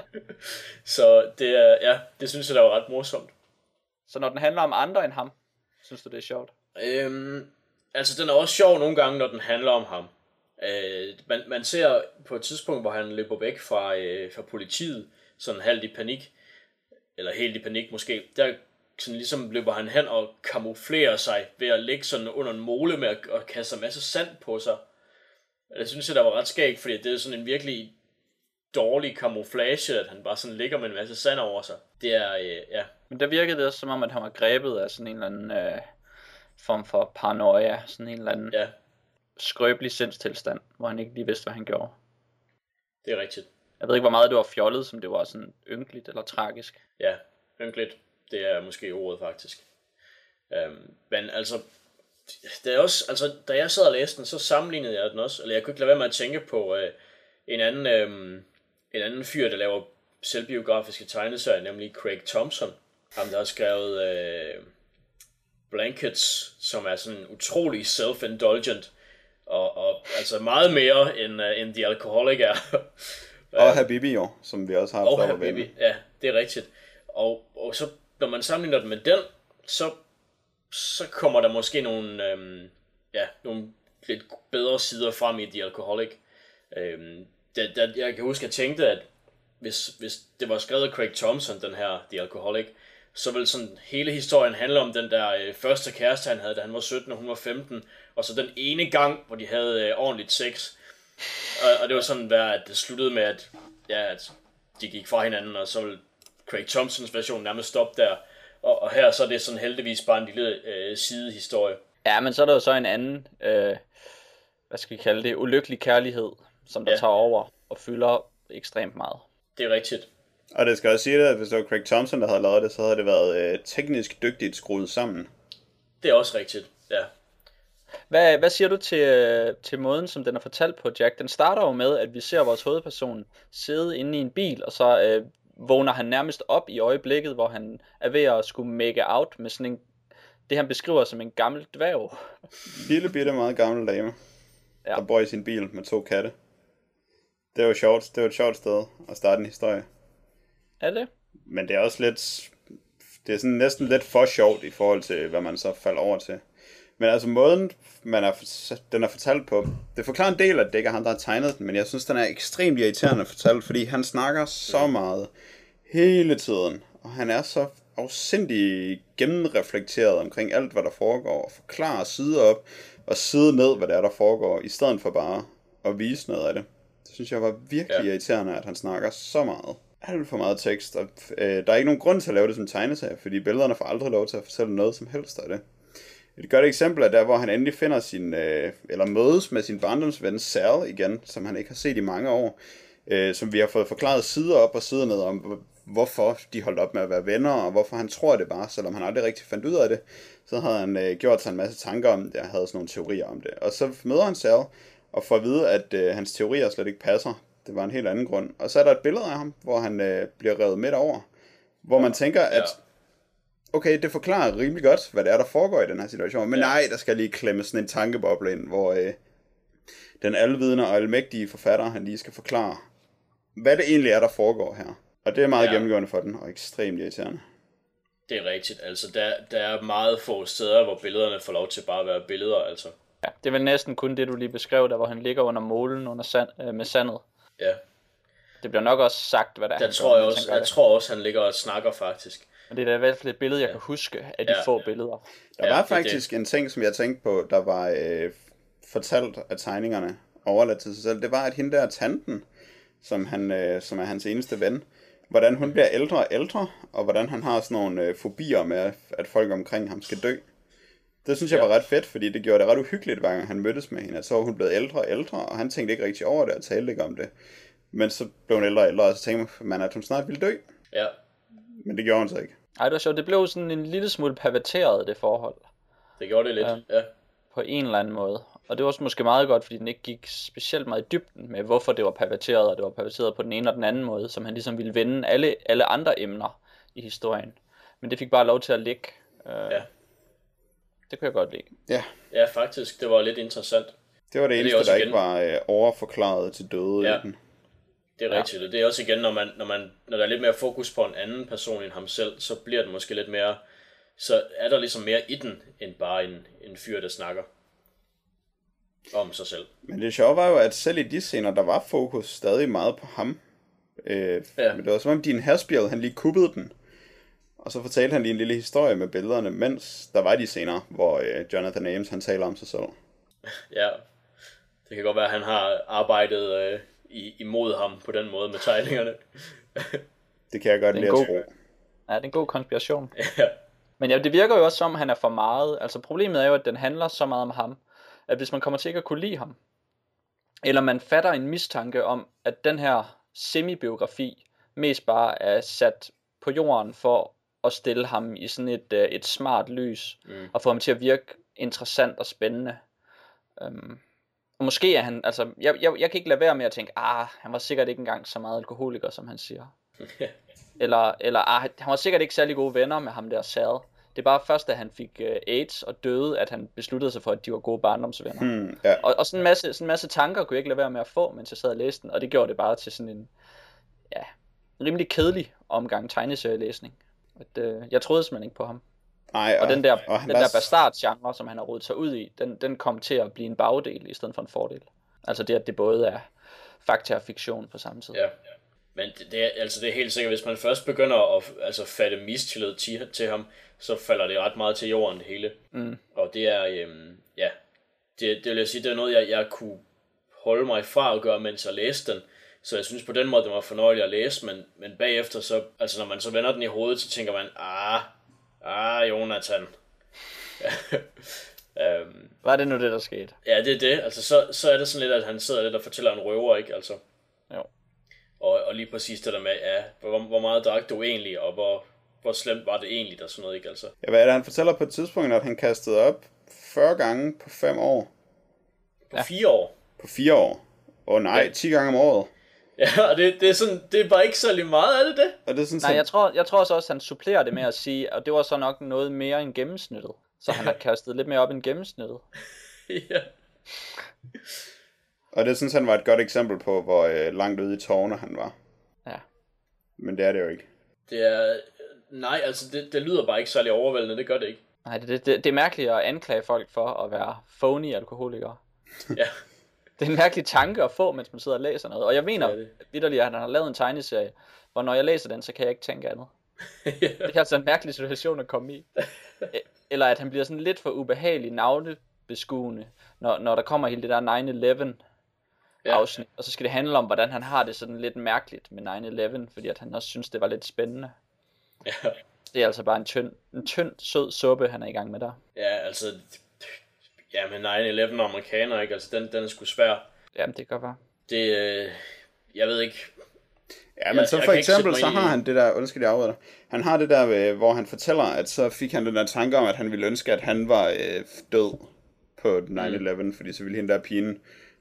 Så det er, ja, det synes jeg, der var ret morsomt. Så når den handler om andre end ham, synes du det er sjovt? Øhm, altså den er også sjov nogle gange, når den handler om ham. Øh, man, man ser på et tidspunkt, hvor han løber væk fra, øh, fra politiet, sådan halvt i panik, eller helt i panik måske, der sådan ligesom løber han hen og kamuflerer sig ved at ligge sådan under en mole med at, at kaste en masse sand på sig. Det synes jeg, der var ret skægt, fordi det er sådan en virkelig dårlig camouflage, at han bare sådan ligger med en masse sand over sig. Det er, øh, ja. Men der virkede det også som om, at han var grebet af sådan en eller anden øh, form for paranoia, sådan en eller anden ja. skrøbelig sindstilstand, hvor han ikke lige vidste, hvad han gjorde. Det er rigtigt. Jeg ved ikke, hvor meget det var fjollet, som det var sådan ynkeligt eller tragisk. Ja, ynkeligt. Det er måske ordet faktisk. Øhm, men altså, det er også, altså, da jeg sad og læste den, så sammenlignede jeg den også, eller jeg kunne ikke lade være med at tænke på øh, en anden, øh, en anden fyr, der laver selvbiografiske tegneserier, nemlig Craig Thompson. Ham, der har skrevet øh, Blankets, som er sådan utrolig self-indulgent, og, og altså meget mere end, uh, end The Alcoholic er. Og Habibi jo, som vi også har haft op at vende. Ja, det er rigtigt. Og, og så, når man sammenligner den med den, så, så kommer der måske nogle, øhm, ja, nogle lidt bedre sider frem i The Alcoholic. Øhm, det, det, jeg kan huske, at jeg tænkte, at hvis, hvis det var skrevet af Craig Thompson, den her The Alcoholic, så ville sådan hele historien handle om den der øh, første kæreste, han havde, da han var sytten og hun var femten, og så den ene gang, hvor de havde øh, ordentligt sex. Og, og det var sådan, at det sluttede med, at, ja, at de gik fra hinanden, og så ville Craig Thompsons version nærmest stoppe der. Og, og her så er det sådan heldigvis bare en lille øh, sidehistorie. Ja, men så er der jo så en anden, øh, hvad skal vi kalde det, ulykkelig kærlighed, som der ja. tager over og fylder ekstremt meget. Det er rigtigt. Og det skal også sige, at hvis det var Craig Thompson, der havde lavet det, så havde det været øh, teknisk dygtigt skruet sammen. Det er også rigtigt, ja. Hvad, hvad siger du til, til måden, som den er fortalt på, Jack? Den starter jo med, at vi ser vores hovedperson sidde inde i en bil, og så øh, vågner han nærmest op i øjeblikket, hvor han er ved at skulle make out med sådan en, det han beskriver som en gammel dværg. Lille bitte meget gammel dame, ja. Der bor i sin bil med to katte. Det er jo sjovt, det er jo et sjovt sted at starte en historie. Er det? Men det er også lidt, det er sådan næsten lidt for sjovt i forhold til, hvad man så falder over til. Men altså måden, man er, den er fortalt på, det forklarer en del, at det ikke er han, der har tegnet den, men jeg synes, den er ekstremt irriterende fortalt, fordi han snakker så meget hele tiden, og han er så afsindig gennemreflekteret omkring alt, hvad der foregår, og forklarer side op og side ned, hvad der er, der foregår, i stedet for bare at vise noget af det. Det synes jeg var virkelig ja. irriterende, at han snakker så meget. Alt for meget tekst, og øh, der er ikke nogen grund til at lave det som tegneserie, fordi billederne får aldrig lov til at fortælle noget som helst af det. Et godt eksempel er der, hvor han endelig finder sin, øh, eller mødes med sin barndomsven Sal igen, som han ikke har set i mange år, øh, som vi har fået forklaret sider op og sider ned om, hvorfor de holdt op med at være venner, og hvorfor han tror det var, selvom han aldrig rigtig fandt ud af det. Så havde han øh, gjort sig en masse tanker om det, og havde sådan nogle teorier om det. Og så møder han Sal, og får at vide, at øh, hans teorier slet ikke passer. Det var en helt anden grund. Og så er der et billede af ham, hvor han øh, bliver revet midt over, hvor man tænker, at okay, det forklarer rimelig godt, hvad det er, der foregår i den her situation. Men ja. nej, der skal lige klemme sådan en tankeboble ind, hvor øh, den alvidende og almægtige forfatter, han lige skal forklare, hvad det egentlig er, der foregår her. Og det er meget ja. gennemgående for den, og ekstremt irriterende. Det er rigtigt. Altså, der, der er meget få steder, hvor billederne får lov til bare at være billeder, altså. Ja, det er vel næsten kun det, du lige beskrev, der hvor han ligger under målen under sand, øh, med sandet. Ja. Det bliver nok også sagt, hvad der er. Der tror jeg, også, jeg tror også, han ligger og snakker faktisk. Og det er da i hvert fald et billede, jeg ja. kan huske af de ja. få billeder. Der ja, var det, faktisk det. en ting, som jeg tænkte på, der var øh, fortalt af tegningerne, overladt til sig selv. Det var, at hende der tanten, som, han, øh, som er hans eneste ven, hvordan hun bliver ældre og ældre, og hvordan han har sådan nogle øh, fobier med, at folk omkring ham skal dø. Det synes jeg ja. var ret fedt, fordi det gjorde det ret uhyggeligt, hver gang han mødtes med hende. At så var hun blevet ældre og ældre, og han tænkte ikke rigtig over det, og talte ikke om det. Men så blev hun ældre og ældre, og så tænkte man, at hun snart ville dø. Ja. Men det gjorde hun så ikke. Ej, det var sjovt. Det blev sådan en lille smule perverteret, det forhold. Det gjorde det lidt, ja. ja. På en eller anden måde. Og det var også måske meget godt, fordi den ikke gik specielt meget i dybden med, hvorfor det var perverteret, og det var perverteret på den ene og den anden måde, som han ligesom ville vende alle, alle andre emner i historien. Men det fik bare lov til at ligge. Øh, ja. Det kunne jeg godt lide. Ja. Ja, faktisk. Det var lidt interessant. Det var det eneste, det der igen... ikke var øh, overforklaret til døde ja. i den. Det er rigtigt. Ja. Det er også igen, når, man, når, man, når der er lidt mere fokus på en anden person end ham selv, så bliver det måske lidt mere, så er der ligesom mere i den, end bare en, en fyr, der snakker om sig selv. Men det sjove var jo, at selv i de scener, der var fokus stadig meget på ham. Øh, ja. Men det var som om din Haspel, han lige kuppede den. Og så fortalte han lige en lille historie med billederne, mens der var de scener, hvor øh, Jonathan Ames, han taler om sig selv. Ja, det kan godt være, at han har arbejdet øh, imod ham på den måde med tegningerne. Det kan jeg godt lide at tro. Ja, det er en god konspiration. Ja. Men ja, det virker jo også som, han er for meget. Altså problemet er jo, at den handler så meget om ham, at hvis man kommer til ikke at kunne lide ham, eller man fatter en mistanke om, at den her semi-biografi mest bare er sat på jorden for at stille ham i sådan et, et smart lys, mm. og få ham til at virke interessant og spændende. Um, og måske er han, altså, jeg, jeg, jeg kan ikke lade være med at tænke, ah, han var sikkert ikke engang så meget alkoholiker, som han siger. eller, eller ah, han var sikkert ikke særlig gode venner med ham der Sal. Det er bare først, da han fik uh, AIDS og døde, at han besluttede sig for, at de var gode barndomsvenner. Hmm, ja. og, og sådan en masse, sådan en masse tanker kunne jeg ikke lade være med at få, mens jeg sad og læste den, og det gjorde det bare til sådan en, ja, rimelig kedelig omgang tegneserielæsning. At, uh, jeg troede simpelthen ikke på ham. Ej, og, og den der, og den der bastard-genre, som han har rodet sig ud i, den, den kom til at blive en bagdel i stedet for en fordel. Altså det, at det både er fakta og fiktion på samme tid. Ja, men det, det, er, altså det er helt sikkert, hvis man først begynder at altså, fatte mistillid til, til ham, så falder det ret meget til jorden det hele. Mm. Og det er, øhm, ja, det, det vil jeg sige, det er noget, jeg, jeg kunne holde mig fra at gøre, mens jeg læste den. Så jeg synes på den måde, det var fornøjeligt at læse, men, men bagefter, så, altså når man så vender den i hovedet, så tænker man, ah, ah, Jonathan. um, Var det nu det, der skete? Ja, det er det. Altså, så, så er det sådan lidt, at han sidder lidt og fortæller en røver, ikke? Altså. Jo. Og, og lige præcis det der med, ja, hvor, hvor meget drak du egentlig, og hvor, hvor slemt var det egentlig, og sådan noget, ikke? Altså. Ja, hvad er det, han fortæller på et tidspunkt, at han kastede op fyrre gange på fem år? På ja. fire år? På fire år? Åh oh, nej, ja. ti gange om året. Ja, og det, det, er sådan, det er bare ikke særlig meget, er det det? Og det er sådan, Nej, jeg tror, jeg tror så også, han supplerer det med at sige, og det var så nok noget mere end gennemsnittet. Så han har kastet lidt mere op end gennemsnittet. Ja. Og det synes han var et godt eksempel på, hvor øh, langt ude i tårne han var. Ja. Men det er det jo ikke. Det er... Nej, altså det, det lyder bare ikke særlig overvældende, det gør det ikke. Nej, det, det, det er mærkeligt at anklage folk for at være phony alkoholikere. Ja. Det er en mærkelig tanke at få, mens man sidder og læser noget. Og jeg mener vitterligt, at han har lavet en tegneserie, hvor når jeg læser den, så kan jeg ikke tænke andet. Ja. Det er altså en mærkelig situation at komme i. Eller at han bliver sådan lidt for ubehagelig navnebeskuende, når, når der kommer hele det der nine eleven afsnit. Ja. Og så skal det handle om, hvordan han har det sådan lidt mærkeligt med nine eleven, fordi at han også synes, det var lidt spændende. Ja. Det er altså bare en tynd, en tynd sød suppe, han er i gang med der. Ja, altså... Ja, men nine eleven amerikaner, ikke? Altså, den, den er sgu svær. Jamen, det kan være. Det, øh, jeg ved ikke... Ja, men jeg, så for eksempel, så har han det der, undskyld, jeg afbryder. Han har det der, hvor han fortæller, at så fik han den der tanke om, at han ville ønske, at han var øh, død på nine eleven, mm. fordi så ville hende der pigen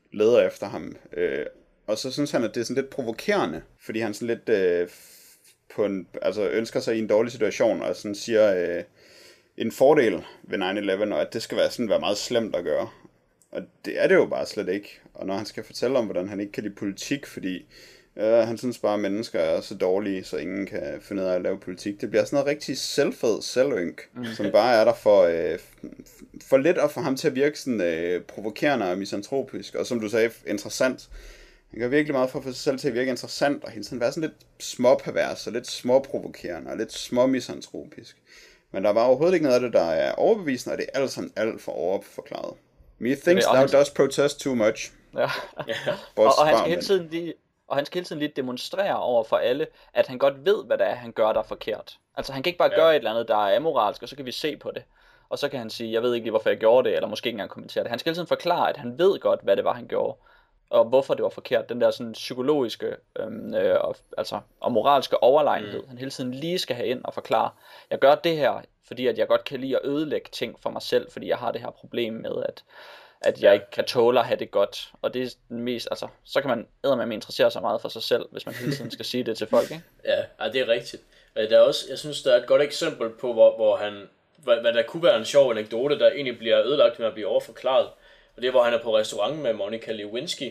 leder efter ham. Øh, og så synes han, at det er sådan lidt provokerende, fordi han sådan lidt øh, på en, altså ønsker sig i en dårlig situation, og sådan siger øh, en fordel ved nine eleven, og at det skal være sådan være meget slemt at gøre. Og det er det jo bare slet ikke. Og når han skal fortælle om, hvordan han ikke kan lide politik, fordi øh, han synes bare, at mennesker er så dårlige, så ingen kan finde ud af at lave politik. Det bliver sådan noget rigtig selvfed selvynk, mm. som bare er der for, øh, for lidt at få ham til at virke sådan øh, provokerende og misantropisk. Og som du sagde, interessant. Han gør virkelig meget for at få sig selv til at virke interessant, og hele tiden være sådan lidt småpervers, og lidt småprovokerende, og lidt småmisantropisk. Men der var overhovedet ikke noget af det, der er overbevisende, og det er alt sammen alt for overforklaret. Methinks thou han... does protest too much. Ja. og, og, han skal hele tiden lige, og han skal hele tiden lige demonstrere over for alle, at han godt ved, hvad det er, han gør, der er forkert. Altså han kan ikke bare ja. gøre et eller andet, der er amoralsk, og så kan vi se på det. Og så kan han sige, jeg ved ikke lige, hvorfor jeg gjorde det, eller måske ikke engang kommentere det. Han skal hele tiden forklare, at han ved godt, hvad det var, han gjorde, og hvorfor det var forkert. Den der sådan psykologiske, øhm, øh, og, altså, og moralske overlegenhed, mm. han hele tiden lige skal have ind og forklare, jeg gør det her, fordi at jeg godt kan lide at ødelægge ting for mig selv, fordi jeg har det her problem med, at, at jeg ikke kan tåle at have det godt. Og det er den mest, altså, så kan man eddermame interessere sig meget for sig selv, hvis man hele tiden skal sige det til folk, ikke? Ja, det er rigtigt. Der er også, jeg synes, der er et godt eksempel på, hvor, hvor han, hvad, hvad der kunne være en sjov anekdote, der egentlig bliver ødelagt med at blive overforklaret. Og det er, hvor han er på restaurant med Monica Lewinsky,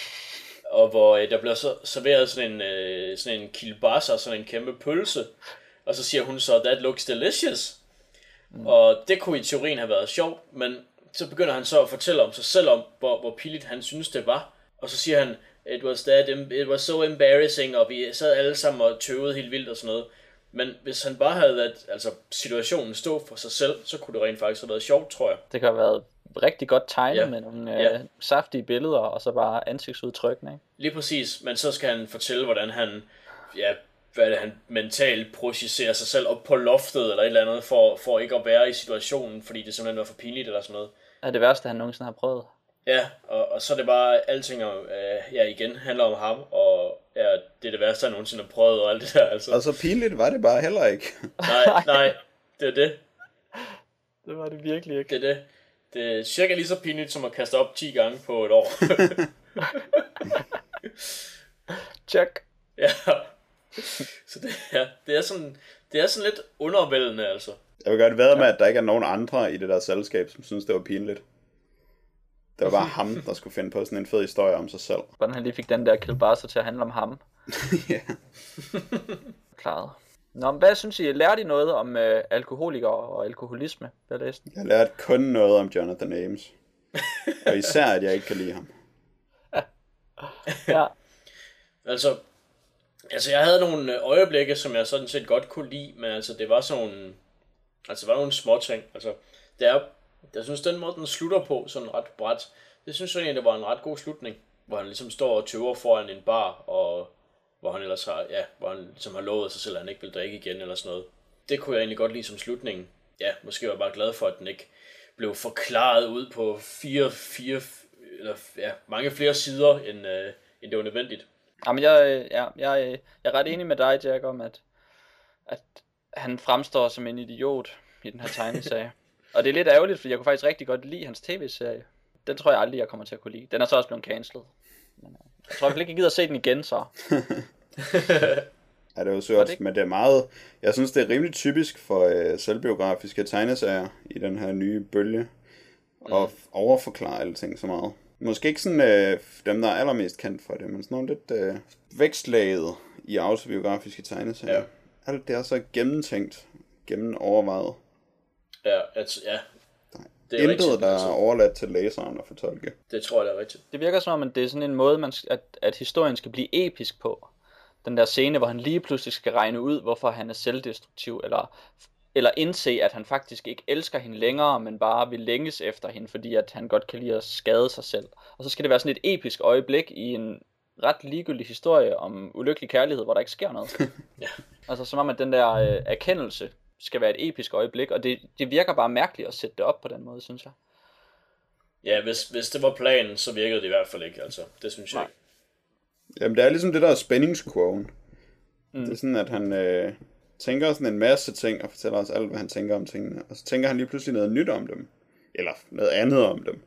og hvor øh, der bliver så serveret sådan en, øh, sådan en kielbasa, sådan en kæmpe pølse, og så siger hun så, that looks delicious. Mm. Og det kunne i teorien have været sjovt, men så begynder han så at fortælle om sig selv om, hvor, hvor pilligt han synes det var, og så siger han, it was, that, it was so embarrassing, og vi sad alle sammen og tøvede helt vildt og sådan noget. Men hvis han bare havde ladet altså, situationen stå for sig selv, så kunne det rent faktisk have været sjovt, tror jeg. Det kan have været rigtig godt tegnet ja. med nogle ja. øh, saftige billeder, og så bare ansigtsudtrykkene, ikke? Lige præcis, men så skal han fortælle, hvordan han, ja, hvad det, han mentalt projicerer sig selv op på loftet, eller et eller andet, for, for ikke at være i situationen, fordi det simpelthen var for pinligt, eller sådan noget. Er det værste, han nogensinde har prøvet. Ja, og, og så er det bare, alting om, øh, ja, igen, handler om ham, og ja, det er det værste, han nogensinde har prøvet, og alt det der, altså. Og så pinligt var det bare heller ikke. nej, nej, det er det. Det var det virkelig ikke. Det er det. Det er cirka lige så pinligt, som at kaste op ti gange på et år. Check. Ja. Så det er, det er sådan, det er sådan lidt undervældende, altså. Jeg vil godt vædde med, at der ikke er nogen andre i det der selskab, som synes, det var pinligt. Det var bare ham, der skulle finde på sådan en fed historie om sig selv. Hvordan han lige fik den der kielbasa til at handle om ham. Ja. Klaret. Nå, men hvad synes I? Lærte I noget om øh, alkoholikere og alkoholisme? Jeg læste. Jeg lærte kun noget om Jonathan Ames. Og især, at jeg ikke kan lide ham. Ja. altså, altså, jeg havde nogle øjeblikke, som jeg sådan set godt kunne lide, men altså, det var sådan nogle, altså, det var nogle små ting. Altså, det er, jeg synes, den måde, den slutter på, sådan ret bræt, det synes jeg egentlig, det var en ret god slutning, hvor han ligesom står og tøver foran en bar, og hvor han ellers har, ja, hvor han ligesom har lovet sig selv, at han ikke vil drikke igen, eller sådan noget. Det kunne jeg egentlig godt lide som slutningen. Ja, måske var jeg bare glad for, at den ikke blev forklaret ud på fire, fire, eller ja, mange flere sider, end, øh, end det var nødvendigt. Jamen, jeg, ja, jeg, jeg er ret enig med dig, Jack, om, at, at han fremstår som en idiot i den her tegneserie. Og det er lidt ærgerligt, fordi jeg kunne faktisk rigtig godt lide hans tv-serie. Den tror jeg aldrig, jeg kommer til at kunne lide. Den er så også blevet cancelled. Men, jeg tror ikke, jeg gider at se den igen, så. Ja, det er jo sødt, men det er meget... Jeg synes, det er rimelig typisk for øh, selvbiografiske tegneserier i den her nye bølge. Mm. Og overforklare alting så meget. Måske ikke sådan øh, dem, der er allermest kendt for det, men sådan nogle lidt øh, vækstlaget i autobiografiske tegneserier. Ja. Alt det er så gennemtænkt, gennemovervejet. Ja, altså, ja. Det er intet, der er overladt til læseren at fortolke. Det tror jeg, det er rigtigt. Det virker som om, at det er sådan en måde, man, at, at historien skal blive episk på. Den der scene, hvor han lige pludselig skal regne ud, hvorfor han er selvdestruktiv, eller, eller indse, at han faktisk ikke elsker hende længere, men bare vil længes efter hende, fordi at han godt kan lide at skade sig selv. Og så skal det være sådan et episk øjeblik i en ret ligegyldig historie om ulykkelig kærlighed, hvor der ikke sker noget. Ja. Altså som om, at den der øh, erkendelse skal være et episk øjeblik, og det, det virker bare mærkeligt at sætte det op på den måde, synes jeg. Ja, hvis, hvis det var planen, så virkede det i hvert fald ikke, altså. Det synes jeg Nej. ikke. Jamen, det er ligesom det der spændingskurven. Mm. Det er sådan, at han øh, tænker sådan en masse ting, og fortæller os alt, hvad han tænker om tingene. Og så tænker han lige pludselig noget nyt om dem. Eller noget andet om dem.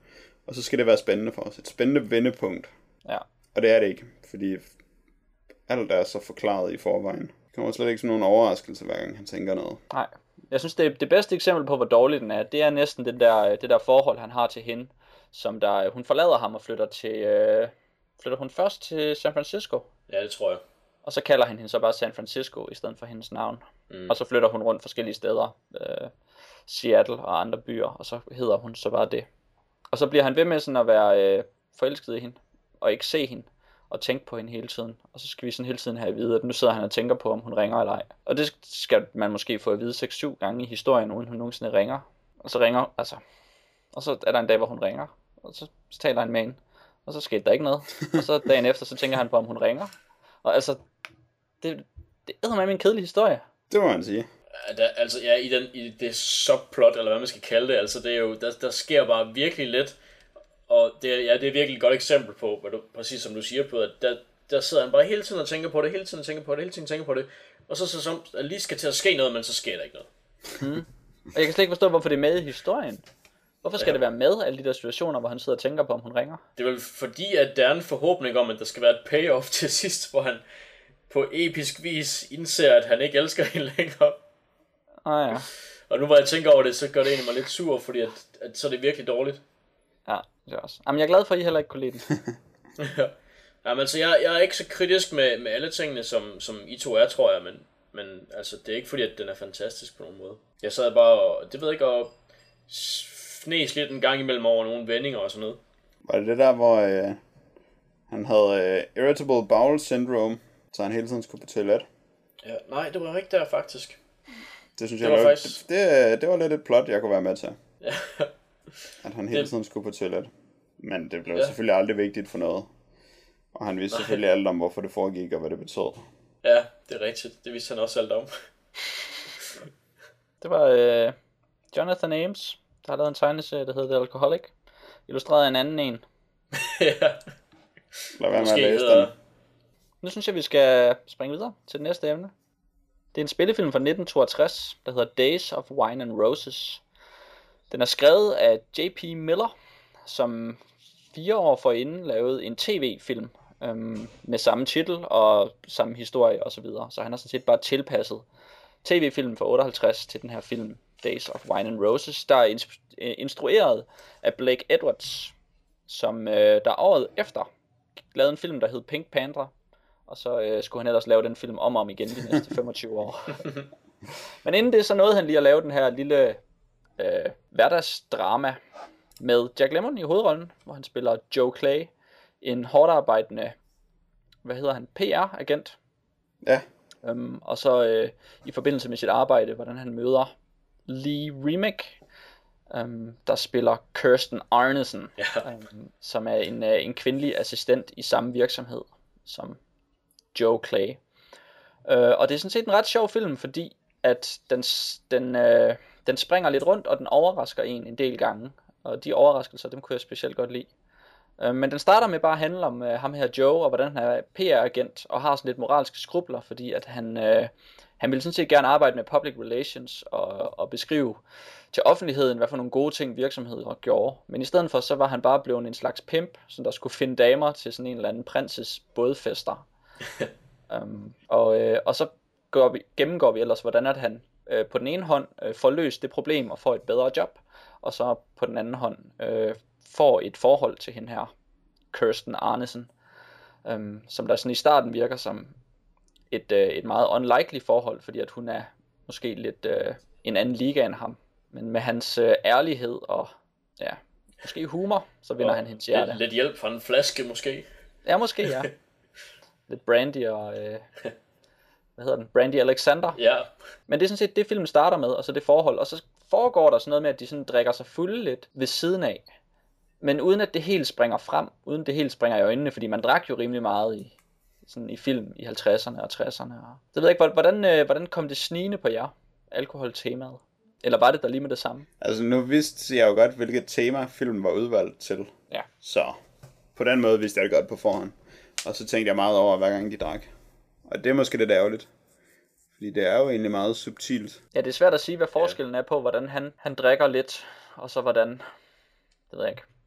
Og så skal det være spændende for os. Et spændende vendepunkt. Ja. Og det er det ikke, fordi alt er så forklaret i forvejen. Det kommer slet ikke sådan nogen overraskelse, hver gang han tænker noget. Nej. Jeg synes, det, det bedste eksempel på, hvor dårlig den er, det er næsten det der, det der forhold, han har til hende. Som der, hun forlader ham og flytter til... Øh, flytter hun først til San Francisco? Ja, det tror jeg. Og så kalder han hende så bare San Francisco i stedet for hendes navn. Mm. Og så flytter hun rundt forskellige steder. Øh, Seattle og andre byer. Og så hedder hun så bare det. Og så bliver han ved med sådan at være øh, forelsket i hende. Og ikke se hende. Og tænke på hende hele tiden. Og så skal vi sådan hele tiden have at vide, at nu sidder han og tænker på, om hun ringer eller ej. Og det skal man måske få at vide seks syv gange i historien, uden hun nogensinde ringer. Og så ringer, altså... Og så er der en dag, hvor hun ringer. Og så, så taler han med hende. Og så skete der ikke noget. Og så dagen efter, så tænker han på, om hun ringer. Og altså... Det, det æder med min kedelige historie. Det må man sige. Ja, der, altså ja, i, den, i det subplot, eller hvad man skal kalde det, altså det er jo, der, der sker bare virkelig lidt, og det er, ja, det er virkelig et godt eksempel på, hvad du, præcis som du siger på, at der, der sidder han bare hele tiden og tænker på det, hele tiden og tænker på det, hele tiden og tænker på det, og så, så, så så lige skal til at ske noget, men så sker der ikke noget. Hmm. Og jeg kan slet ikke forstå, hvorfor det er med i historien. Hvorfor skal ja. det være med, alle de der situationer, hvor han sidder og tænker på, om hun ringer? Det er vel fordi, at der er en forhåbning om, at der skal være et payoff til sidst, hvor han på episk vis indser, at han ikke elsker hende længere. Ah, ja. Og nu hvor jeg tænker over det, så gør det egentlig mig lidt sur, fordi at, at så er det virkelig dårligt. Ja, det er også. Jamen, jeg er glad for, at I heller ikke kunne lide den. Ja. Jamen, altså, jeg, jeg er ikke så kritisk med, med alle tingene, som, som I to er, tror jeg, men, men altså, det er ikke fordi, at den er fantastisk på nogen måde. Jeg sad bare og, det ved jeg ikke, og fnæs lidt en gang imellem over nogle vendinger og sådan noget. Var det det der, hvor øh, han havde øh, irritable bowel syndrome, så han hele tiden skulle på toilet? Ja, nej, det var ikke der faktisk. Det synes det jeg var, var, faktisk... det, det, det var lidt et plot, jeg kunne være med til. Ja. At han hele det... tiden skulle på toilet. Men det blev ja. selvfølgelig aldrig vigtigt for noget. Og han vidste Nej. selvfølgelig alt om, hvorfor det foregik og hvad det betød. Ja, det er rigtigt. Det vidste han også alt om. Det var øh, Jonathan Ames, der har lavet en tegneserie, der hedder The Alcoholic. Illustreret af en anden en. Ja. Lad være med at læse hedder... den. Nu synes jeg, vi skal springe videre til det næste emne. Det er en spillefilm fra nitten toogtres, der hedder Days of Wine and Roses. Den er skrevet af J P Miller, som fire år forinden lavede en tv-film øhm, med samme titel og samme historie osv. Så, så han har sådan set bare tilpasset tv-filmen fra otteoghalvtreds til den her film Days of Wine and Roses, der er instrueret af Blake Edwards, som øh, der året efter lavede en film, der hed Pink Panther. Og så øh, skulle han ellers lave den film om og om igen de næste femogtyve år. Men inden det, så nåede han lige at lave den her lille øh, hverdagsdrama med Jack Lemmon i hovedrollen, hvor han spiller Joe Clay, en hårdt arbejdende, hvad hedder han, P R-agent. Ja. Øhm, og så øh, i forbindelse med sit arbejde, hvordan han møder Lee Remick, øhm, der spiller Kirsten Arnesen, ja. øhm, som er en, øh, en kvindelig assistent i samme virksomhed som Joe Clay. Øh, og det er sådan set en ret sjov film, fordi at den, den, øh, den springer lidt rundt, og den overrasker en en del gange. Og de overraskelser, dem kunne jeg specielt godt lide. Øh, men den starter med bare at handle om øh, ham her Joe, og hvordan han er P R-agent, og har sådan lidt moralske skrubler, fordi at han, øh, han vil sådan set gerne arbejde med public relations, og, og beskrive til offentligheden, hvad for nogle gode ting virksomheder gjorde. Men i stedet for, så var han bare blevet en slags pimp, som der skulle finde damer til sådan en eller anden prinses bådfester. um, og, øh, og så går vi, gennemgår vi ellers, hvordan at han øh, på den ene hånd øh, får løst det problem og får et bedre job, og så på den anden hånd øh, får et forhold til hende her, Kirsten Arnesen, um, som der sådan i starten virker som et, øh, et meget unlikely forhold, fordi at hun er måske lidt øh, en anden liga end ham. Men med hans øh, ærlighed og ja, måske humor, så vinder og han hendes hjerte. Lidt, lidt hjælp fra en flaske måske. Ja, måske ja. Lidt brandy og øh, hvad hedder den? Brandy Alexander. Ja. Men det er sådan set det filmen starter med, og så det forhold. Og så foregår der sådan noget med, at de sådan drikker sig fulde lidt ved siden af. Men uden at det helt springer frem, uden det helt springer i øjnene, fordi man drak jo rimelig meget i, sådan i film i halvtredserne og tresserne. Og det ved jeg ikke, hvordan, øh, hvordan kom det snigende på jer, alkoholtemaet? Eller var det der lige med det samme? Altså nu vidste jeg jo godt, hvilket tema filmen var udvalgt til. Ja. Så på den måde vidste jeg det godt på forhånd. Og så tænkte jeg meget over, hver gang de drak. Og det er måske lidt ærgerligt. Fordi det er jo egentlig meget subtilt. Ja, det er svært at sige, hvad forskellen er på, hvordan han, han drikker lidt, og så hvordan, det ved jeg ikke,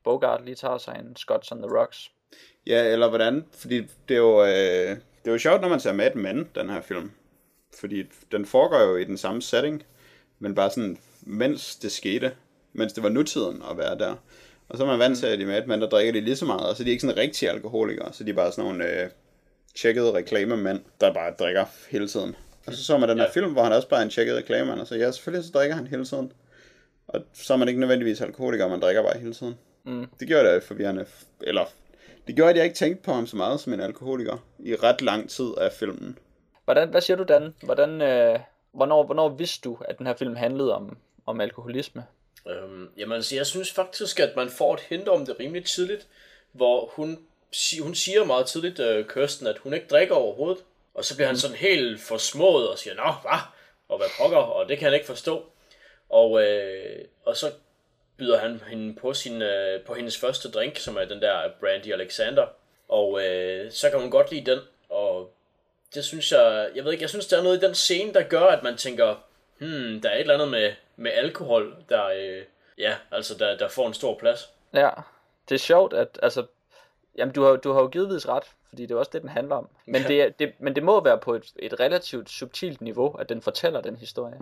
Bogart lige tager sig en Scots on the Rocks. Ja, eller hvordan, fordi det er jo, øh, det er jo sjovt, når man ser Mad Men, den her film. Fordi den foregår jo i den samme setting, men bare sådan, mens det skete, mens det var nutiden at være der. Og så er man vant til, at i Mad Men, der drikker de lige så meget, og så er de ikke sådan rigtige alkoholikere, så de er bare sådan nogle øh, tjekkede reklamemænd, der bare drikker hele tiden. Og så så man den her ja. film, hvor han også bare er en tjekket reklamemand, og så ja, selvfølgelig så drikker han hele tiden. Og så er man ikke nødvendigvis alkoholiker, man drikker bare hele tiden. Mm. Det gjorde det forvirrende, eller det gjorde, at jeg ikke tænkte på ham så meget som en alkoholiker i ret lang tid af filmen. Hvordan, hvad siger du, Dan? Hvordan, øh, hvornår, hvornår vidste du, at den her film handlede om, om alkoholisme? Øhm, jamen altså, jeg synes faktisk, at man får et hint om det rimelig tidligt, hvor hun, hun siger meget tidligt, øh, Kirsten, at hun ikke drikker overhovedet. Og så bliver han sådan helt forsmået og siger, nå, hvad? Og hvad pokker? Og det kan han ikke forstå. Og, øh, og så byder han hende på, sin, øh, på hendes første drink, som er den der Brandy Alexander. Og øh, så kan hun godt lide den. Og det synes jeg, jeg ved ikke, jeg synes, der er noget i den scene, der gør, at man tænker, hmm, der er et eller andet med, med alkohol, der, øh, ja, altså, der, der får en stor plads. Ja, det er sjovt, at, altså, jamen, du har, du har jo givetvis ret, fordi det er også det, den handler om. Men, ja. det, det, men det må være på et, et relativt subtilt niveau, at den fortæller den historie.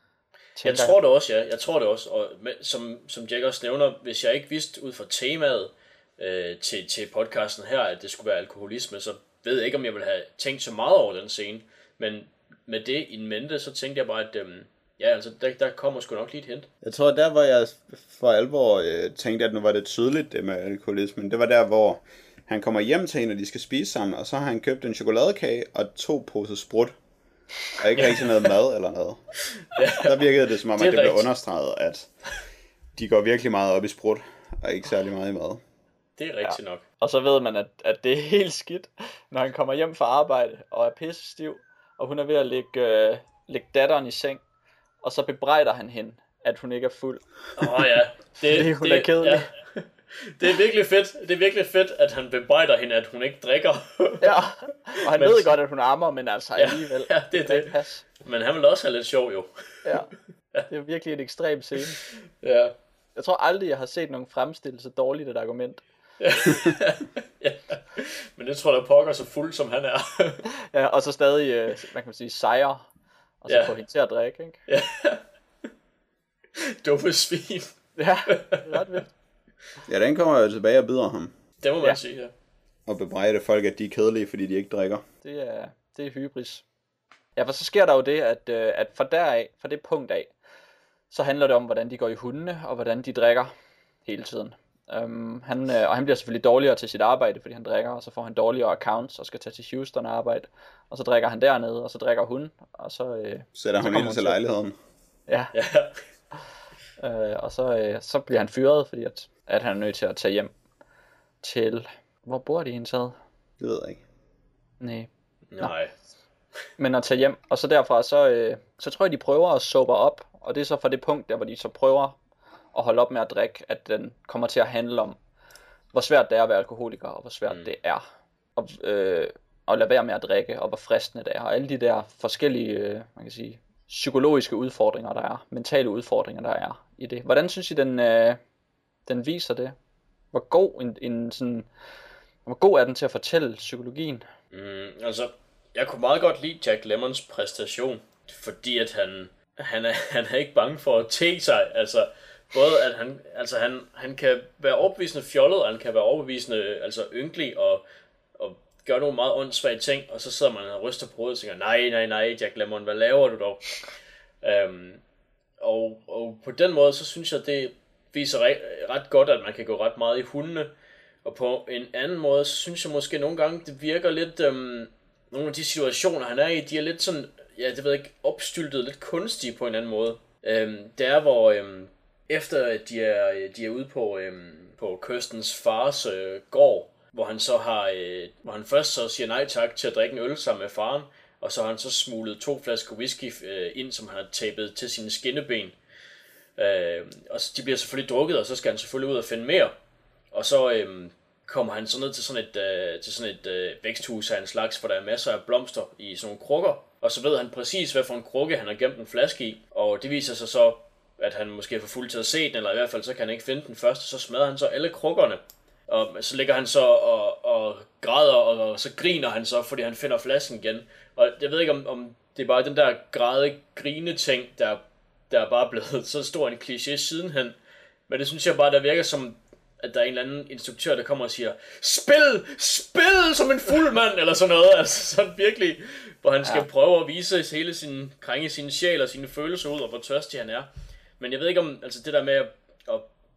Jeg tror det også, ja. Jeg tror det også. Og med, som, som Jack også nævner, hvis jeg ikke vidste ud fra temaet øh, til, til podcasten her, at det skulle være alkoholisme, så ved jeg ikke, om jeg ville have tænkt så meget over den scene. Men med det i mente, så tænkte jeg bare, at øh, ja, altså, der, der kommer sgu nok lige et hint. Jeg tror, der hvor jeg for alvor øh, tænkte, at nu var det tydeligt det med alkoholismen, det var der, hvor han kommer hjem til hende, og de skal spise sammen, og så har han købt en chokoladekage og to poser sprut. Og ikke rigtig noget mad eller noget. Ja, der virkede det som om, det at det blev understreget, at de går virkelig meget op i sprut, og ikke særlig meget i mad. Det er rigtigt ja. nok. Og så ved man, at, at det er helt skidt, når han kommer hjem fra arbejde og er pisse stiv, og hun er ved at lægge, øh, lægge datteren i seng, og så bebrejder han hende, at hun ikke er fuld. Åh oh, ja. Det, Fordi hun det, er kedelig. Ja. Det er virkelig fedt. Det er virkelig fedt, at han bebrejder hende, at hun ikke drikker. Ja, og han men... ved godt, at hun ammer, men altså ja, alligevel. Ja, det er det. Pas. Men han vil også have lidt sjov, jo. Ja, det er virkelig et ekstremt scene. Ja. Jeg tror aldrig, jeg har set nogen fremstille så dårligt et argument. Ja. Men det tror jeg, pokker så fuld, som han er. Ja, og så stadig, hvad kan man sige, sejre. Og så ja. Få hende til at drikke, ikke? Ja. Dumme svin. Ja, ret vildt. Ja, den kommer jo tilbage og bider ham. Det må man ja. sige, ja. Og bebrejde folk, at de er kedelige, fordi de ikke drikker. Det er, det er hybris. Ja, for så sker der jo det, at, at fra deraf, fra det punkt af, så handler det om, hvordan de går i hundene, og hvordan de drikker hele tiden. Um, han, og han bliver selvfølgelig dårligere til sit arbejde, fordi han drikker, og så får han dårligere accounts, og skal tage til Houston og arbejde. Og så drikker han dernede, og så drikker hun, og så... Øh, Sætter hun ind til lejligheden. Ja. ja. øh, og så, øh, så bliver han fyret, fordi at, at han er nødt til at tage hjem til... Hvor bor de egentlig taget? Det ved jeg ikke. Nej. Nej. Men at tage hjem, og så derfra, så, øh, så tror jeg, de prøver at sober op, og det er så fra det punkt, der hvor de så prøver at holde op med at drikke, at den kommer til at handle om, hvor svært det er at være alkoholiker, og hvor svært mm. det er at, øh, at lade være med at drikke, og hvor fristende det er, og alle de der forskellige, øh, man kan sige, psykologiske udfordringer, der er, mentale udfordringer, der er i det. Hvordan synes I, den, øh, den viser det? Hvor god, en, en sådan, hvor god er den til at fortælle psykologien? Mm, altså, jeg kunne meget godt lide Jack Lemmons præstation, fordi at han, han, er, han er ikke bange for at te sig, altså både at han, altså han, han kan være overbevisende fjollet, og han kan være overbevisende altså ynkelig, og, og gøre nogle meget åndssvage ting, og så sidder man og ryster på hovedet og tænker, nej, nej, nej, Jack Lemmon, hvad laver du dog? Um, og, og på den måde, så synes jeg, det viser ret, ret godt, at man kan gå ret meget i hundene, og på en anden måde, så synes jeg måske nogle gange, det virker lidt, um, nogle af de situationer, han er i, de er lidt sådan, ja, det ved jeg ikke, opstyltet, lidt kunstige på en anden måde. Um, det er, hvor um, efter at de er, de er ude på, um, på Kirstens fars uh, gård, hvor han så har, uh, hvor han først så siger nej tak til at drikke en øl sammen med faren, og så har han så smuglet to flasker whisky uh, ind, som han har tapet til sine skinneben. Uh, og så, de bliver selvfølgelig drukket, og så skal han selvfølgelig ud og finde mere. Og så um, kommer han så ned til sådan et, uh, til sådan et uh, væksthus af en slags, hvor der er masser af blomster i sådan nogle krukker. Og så ved han præcis, hvad for en krukke han har gemt en flaske i. Og det viser sig så at han måske er for fuld til at se den, eller i hvert fald så kan han ikke finde den første, så smadrer han så alle krukkerne. Og så ligger han så og, og græder, og så griner han så, fordi han finder flasken igen. Og jeg ved ikke, om, om det er bare den der græde grine ting, der, der er bare blevet så stor en kliché sidenhen. Men det synes jeg bare, der virker som, at der er en eller anden instruktør, der kommer og siger, spil, spil som en fuld mand, eller sådan noget. Altså sådan virkelig, hvor han skal ja. prøve at vise hele sin, krænge sin sjæl og sine følelser ud, og hvor tørstig han er. Men jeg ved ikke om, altså det der med at, at,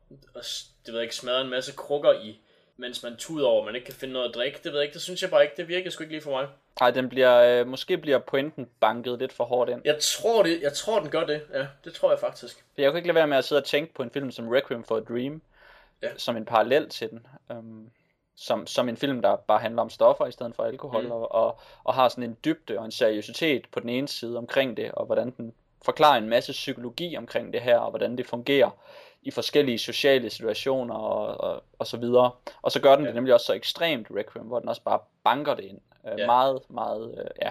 at det ved jeg ikke, smadre en masse krukker i, mens man tuder over, man ikke kan finde noget at drikke, det ved jeg ikke, det synes jeg bare ikke, det virker sgu ikke lige for mig. Nej, den bliver, øh, måske bliver pointen banket lidt for hårdt ind. Jeg tror det, jeg tror den gør det, ja, det tror jeg faktisk. Jeg kan ikke lade være med at sidde og tænke på en film som Requiem for a Dream, ja. som en parallel til den. Um, som, som en film, der bare handler om stoffer i stedet for alkohol, mm. og, og, og har sådan en dybde og en seriøsitet på den ene side omkring det, og hvordan den forklarer en masse psykologi omkring det her, og hvordan det fungerer i forskellige sociale situationer og, og, og så videre. Og så gør den ja. det nemlig også så ekstremt, Requiem, hvor den også bare banker det ind. Øh, ja. Meget, meget, øh, ja,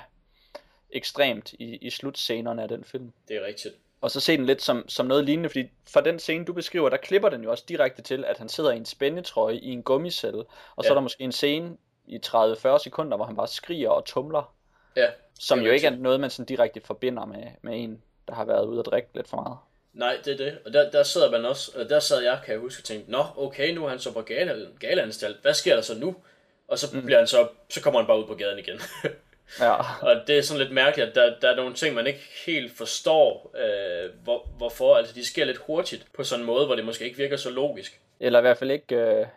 ekstremt i, i slutscenerne af den film. Det er rigtigt. Og så se den lidt som, som noget lignende, fordi for den scene, du beskriver, der klipper den jo også direkte til, at han sidder i en spændetrøje i en gummicelle, og så ja. er der måske en scene i tredive til fyrre sekunder, hvor han bare skriger og tumler. Ja. Som jo ikke er noget, man sådan direkte forbinder med, med en, der har været ude at drikke lidt for meget. Nej, det er det. Og der, der sidder man også, der sad jeg, kan jeg huske, og tænkte, nå, okay, nu er han så på galeanstalt. Hvad sker der så nu? Og så bliver han så, så kommer han bare ud på gaden igen. Ja. Og det er sådan lidt mærkeligt, at der, der er nogle ting, man ikke helt forstår, øh, hvor, hvorfor. Altså, de sker lidt hurtigt på sådan en måde, hvor det måske ikke virker så logisk. Eller i hvert fald ikke øh,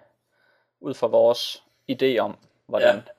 ud fra vores idé om, hvordan ja.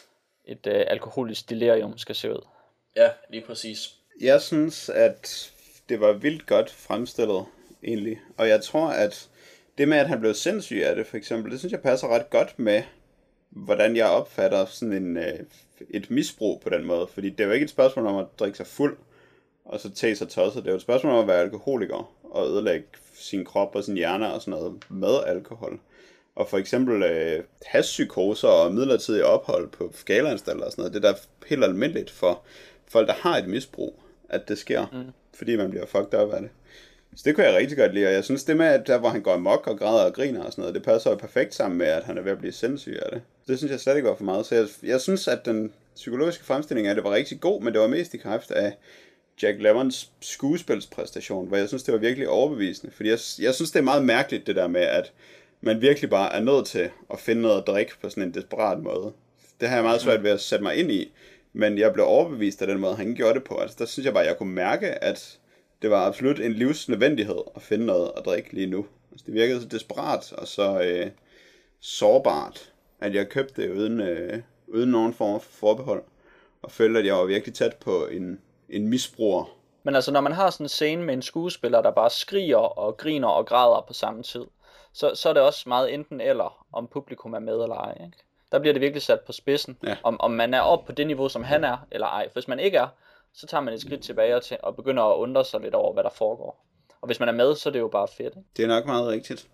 et øh, alkoholisk delirium skal se ud. Ja, lige præcis. Jeg synes, at det var vildt godt fremstillet, egentlig. Og jeg tror, at det med, at han blev sindssyg af det, for eksempel, det synes jeg passer ret godt med, hvordan jeg opfatter sådan en, øh, et misbrug på den måde. Fordi det er jo ikke et spørgsmål om at drikke sig fuld, og så tage sig tosset. Det er jo et spørgsmål om at være alkoholiker, og ødelægge sin krop og sin hjerne og sådan noget med alkohol. Og for eksempel øh, hashpsykoser og midlertidige ophold på galeanstalter og sådan noget, det er da helt almindeligt for folk, der har et misbrug, at det sker, mm. fordi man bliver fucked up af det. Så det kunne jeg rigtig godt lide, og jeg synes det med, at der hvor han går amok og græder og griner og sådan noget, det passer jo perfekt sammen med, at han er ved at blive sindssyg af det. Det synes jeg slet ikke var for meget, så jeg, jeg synes, at den psykologiske fremstilling af det var rigtig god, men det var mest i kraft af Jack Lemmons skuespilspræstation, hvor jeg synes, det var virkelig overbevisende, fordi jeg, jeg synes, det er meget mærkeligt det der med, at man virkelig bare er nødt til at finde noget at drikke på sådan en desperat måde. Det har jeg meget svært ved at sætte mig ind i, men jeg blev overbevist af den måde, han gjorde det på. Altså, der synes jeg bare, at jeg kunne mærke, at det var absolut en livsnødvendighed at finde noget at drikke lige nu. Altså, det virkede så desperat og så øh, sårbart, at jeg købte det uden, øh, uden nogen form for forbehold, og følte, at jeg var virkelig tæt på en, en misbruger. Men altså, når man har sådan en scene med en skuespiller, der bare skriger og griner og græder på samme tid, så, så er det også meget enten eller, om publikum er med eller ej, ikke? Der bliver det virkelig sat på spidsen, ja. om, om man er oppe på det niveau, som han er, eller ej. For hvis man ikke er, så tager man et skridt tilbage og, til, og begynder at undre sig lidt over, hvad der foregår. Og hvis man er med, så er det jo bare fedt, ikke? Det er nok meget rigtigt.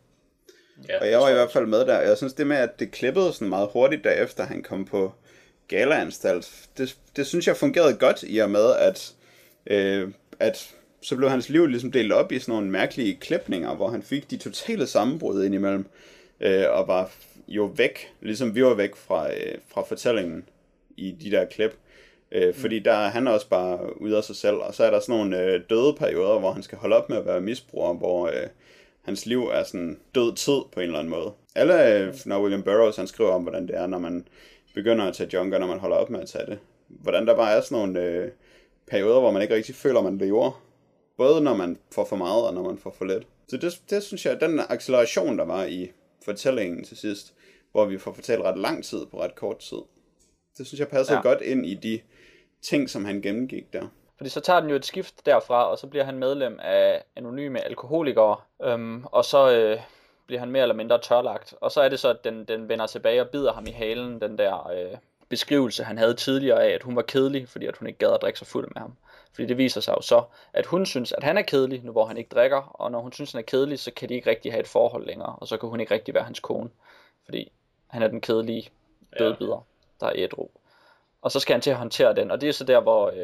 Ja, og jeg var i hvert fald med der. Jeg synes det med, at det klippede sådan meget hurtigt derefter, han kom på galaanstalt, det, det synes jeg fungerede godt i og med, at, øh, at så blev hans liv ligesom delt op i sådan nogle mærkelige klipninger, hvor han fik de totale sammenbrud indimellem, øh, og var jo væk, ligesom vi var væk fra, øh, fra fortællingen i de der klip. Øh, fordi der er han også bare ude af sig selv, og så er der sådan nogle øh, døde perioder, hvor han skal holde op med at være misbruger, hvor øh, hans liv er sådan død tid på en eller anden måde. Alle, øh, når William Burroughs han skriver om, hvordan det er, når man begynder at tage junker, når man holder op med at tage det. Hvordan der bare er sådan nogle øh, perioder, hvor man ikke rigtig føler, man lever. Både når man får for meget, og når man får for lidt. Så det, det synes jeg, den acceleration, der var i fortællingen til sidst, hvor vi får fortalt ret lang tid på ret kort tid, det synes jeg passer ja. godt ind i de ting, som han gennemgik der. Fordi så tager den jo et skift derfra, og så bliver han medlem af anonyme alkoholikere, øhm, og så øh, bliver han mere eller mindre tørlagt. Og så er det så, at den, den vender tilbage og bider ham i halen, den der øh, beskrivelse, han havde tidligere af, at hun var kedelig, fordi at hun ikke gad at drikke sig fuld med ham. Fordi det viser sig jo så, at hun synes, at han er kedelig, nu hvor han ikke drikker, og når hun synes, han er kedelig, så kan de ikke rigtig have et forhold længere, og så kan hun ikke rigtig være hans kone, fordi han er den kedelige dødbider, der er ædru. Og så skal han til at håndtere den, og det er så der, hvor, øh,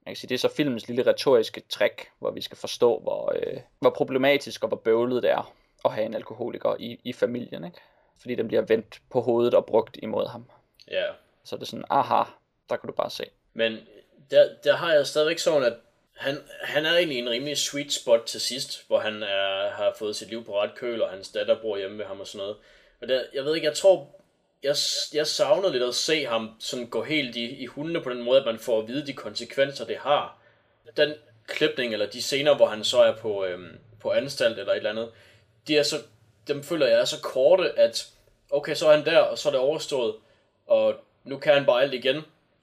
kan sige, det er så filmens lille retoriske trick, hvor vi skal forstå, hvor, øh, hvor problematisk og hvor bøvlet det er at have en alkoholiker i, i familien, ikke? Fordi den bliver vendt på hovedet og brugt imod ham. Ja. Så det er sådan, aha, der kan du bare se. Men der, der har jeg stadigvæk sådan, at han, han er egentlig en rimelig sweet spot til sidst, hvor han er, har fået sit liv på ret køl, og hans datter bor hjemme ved ham og sådan noget. Og der, jeg ved ikke, jeg tror, jeg, jeg savnede lidt at se ham sådan gå helt i, i hundene på den måde, at man får at vide de konsekvenser, det har. Den klipning, eller de scener, hvor han så er på, øhm, på anstalt eller et eller andet, de er så, dem føler jeg er så korte, at okay, så er han der, og så er det overstået, og nu kan han bare alt igen,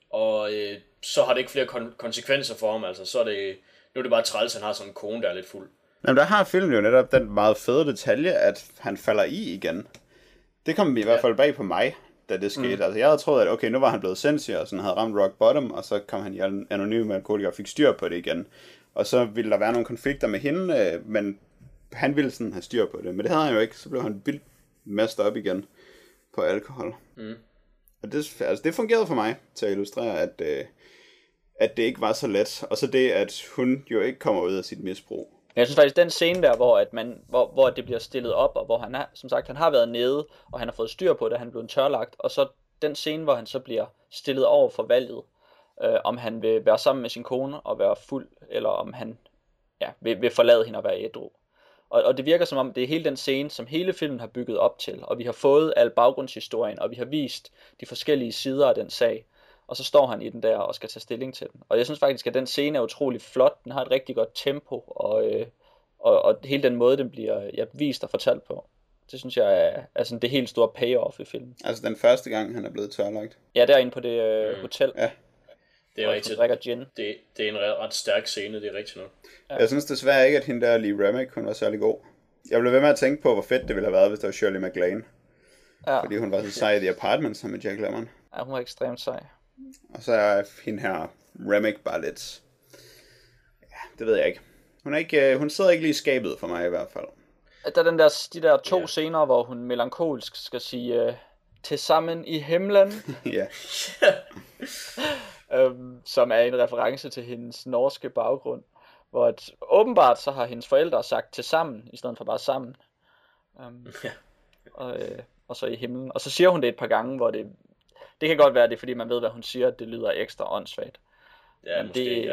og øh, så har det ikke flere kon- konsekvenser for ham, altså så er det, nu er det bare træls, han har sådan en kone, der er lidt fuld. Jamen, der har filmen jo netop den meget fede detalje, at han falder i igen. Det kom i hvert fald bag på mig, da det skete. Mm. Altså, jeg havde troet, at okay, nu var han blevet sindssyg, og sådan havde ramt rock bottom, og så kom han i anonym alkoholiker og fik styr på det igen. Og så ville der være nogle konflikter med hende, men han ville sådan have styr på det. Men det havde han jo ikke, så blev han vildt messed op igen på alkohol. Mm. Og det, altså, det fungerede for mig til at illustrere, at, øh, at det ikke var så let. Og så det, at hun jo ikke kommer ud af sit misbrug. Jeg synes faktisk, den scene der, hvor, at man, hvor, hvor det bliver stillet op, og hvor han er, som sagt, han har været nede, og han har fået styr på det, han er blevet tørlagt, og så den scene, hvor han så bliver stillet over for valget, øh, om han vil være sammen med sin kone og være fuld, eller om han ja, vil, vil forlade hende og være ædru. Og, og det virker som om, det er hele den scene, som hele filmen har bygget op til, og vi har fået al baggrundshistorien, og vi har vist de forskellige sider af den sag. Og så står han i den der og skal tage stilling til den. Og jeg synes faktisk, at den scene er utrolig flot. Den har et rigtig godt tempo, og, øh, og, og hele den måde, den bliver ja, vist og fortalt på. Det synes jeg er, er sådan det helt store payoff i filmen. Altså den første gang, han er blevet tørlagt? Ja, derinde på det øh, mm. hotel. Ja. Det er rigtigt. drikker gin. Det, det er en ret, ret stærk scene, det er rigtigt nu. Ja. Jeg synes desværre ikke, at hende der Lee Remick, hun var særlig god. Jeg blev ved med at tænke på, hvor fedt det ville have været, hvis det var Shirley MacLaine. Ja. Fordi hun var så sej i The Apartment sammen med Jack Lemmon. Ja, hun var ekstremt sej. Og så er hende her Remick bare lidt... Ja, det ved jeg ikke. Hun, er ikke, hun sidder ikke lige i skabet for mig i hvert fald. Der er den der, de der to ja. scener, hvor hun melankolsk skal sige uh, til sammen i himlen. Ja. um, som er en reference til hendes norske baggrund. Hvor et, åbenbart så har hendes forældre sagt til sammen, i stedet for bare sammen. Um, ja. og, øh, og så i himlen. Og så siger hun det et par gange, hvor det... Det kan godt være, det er, fordi man ved, hvad hun siger, at det lyder ekstra åndssvagt. Ja, men måske, det, ja.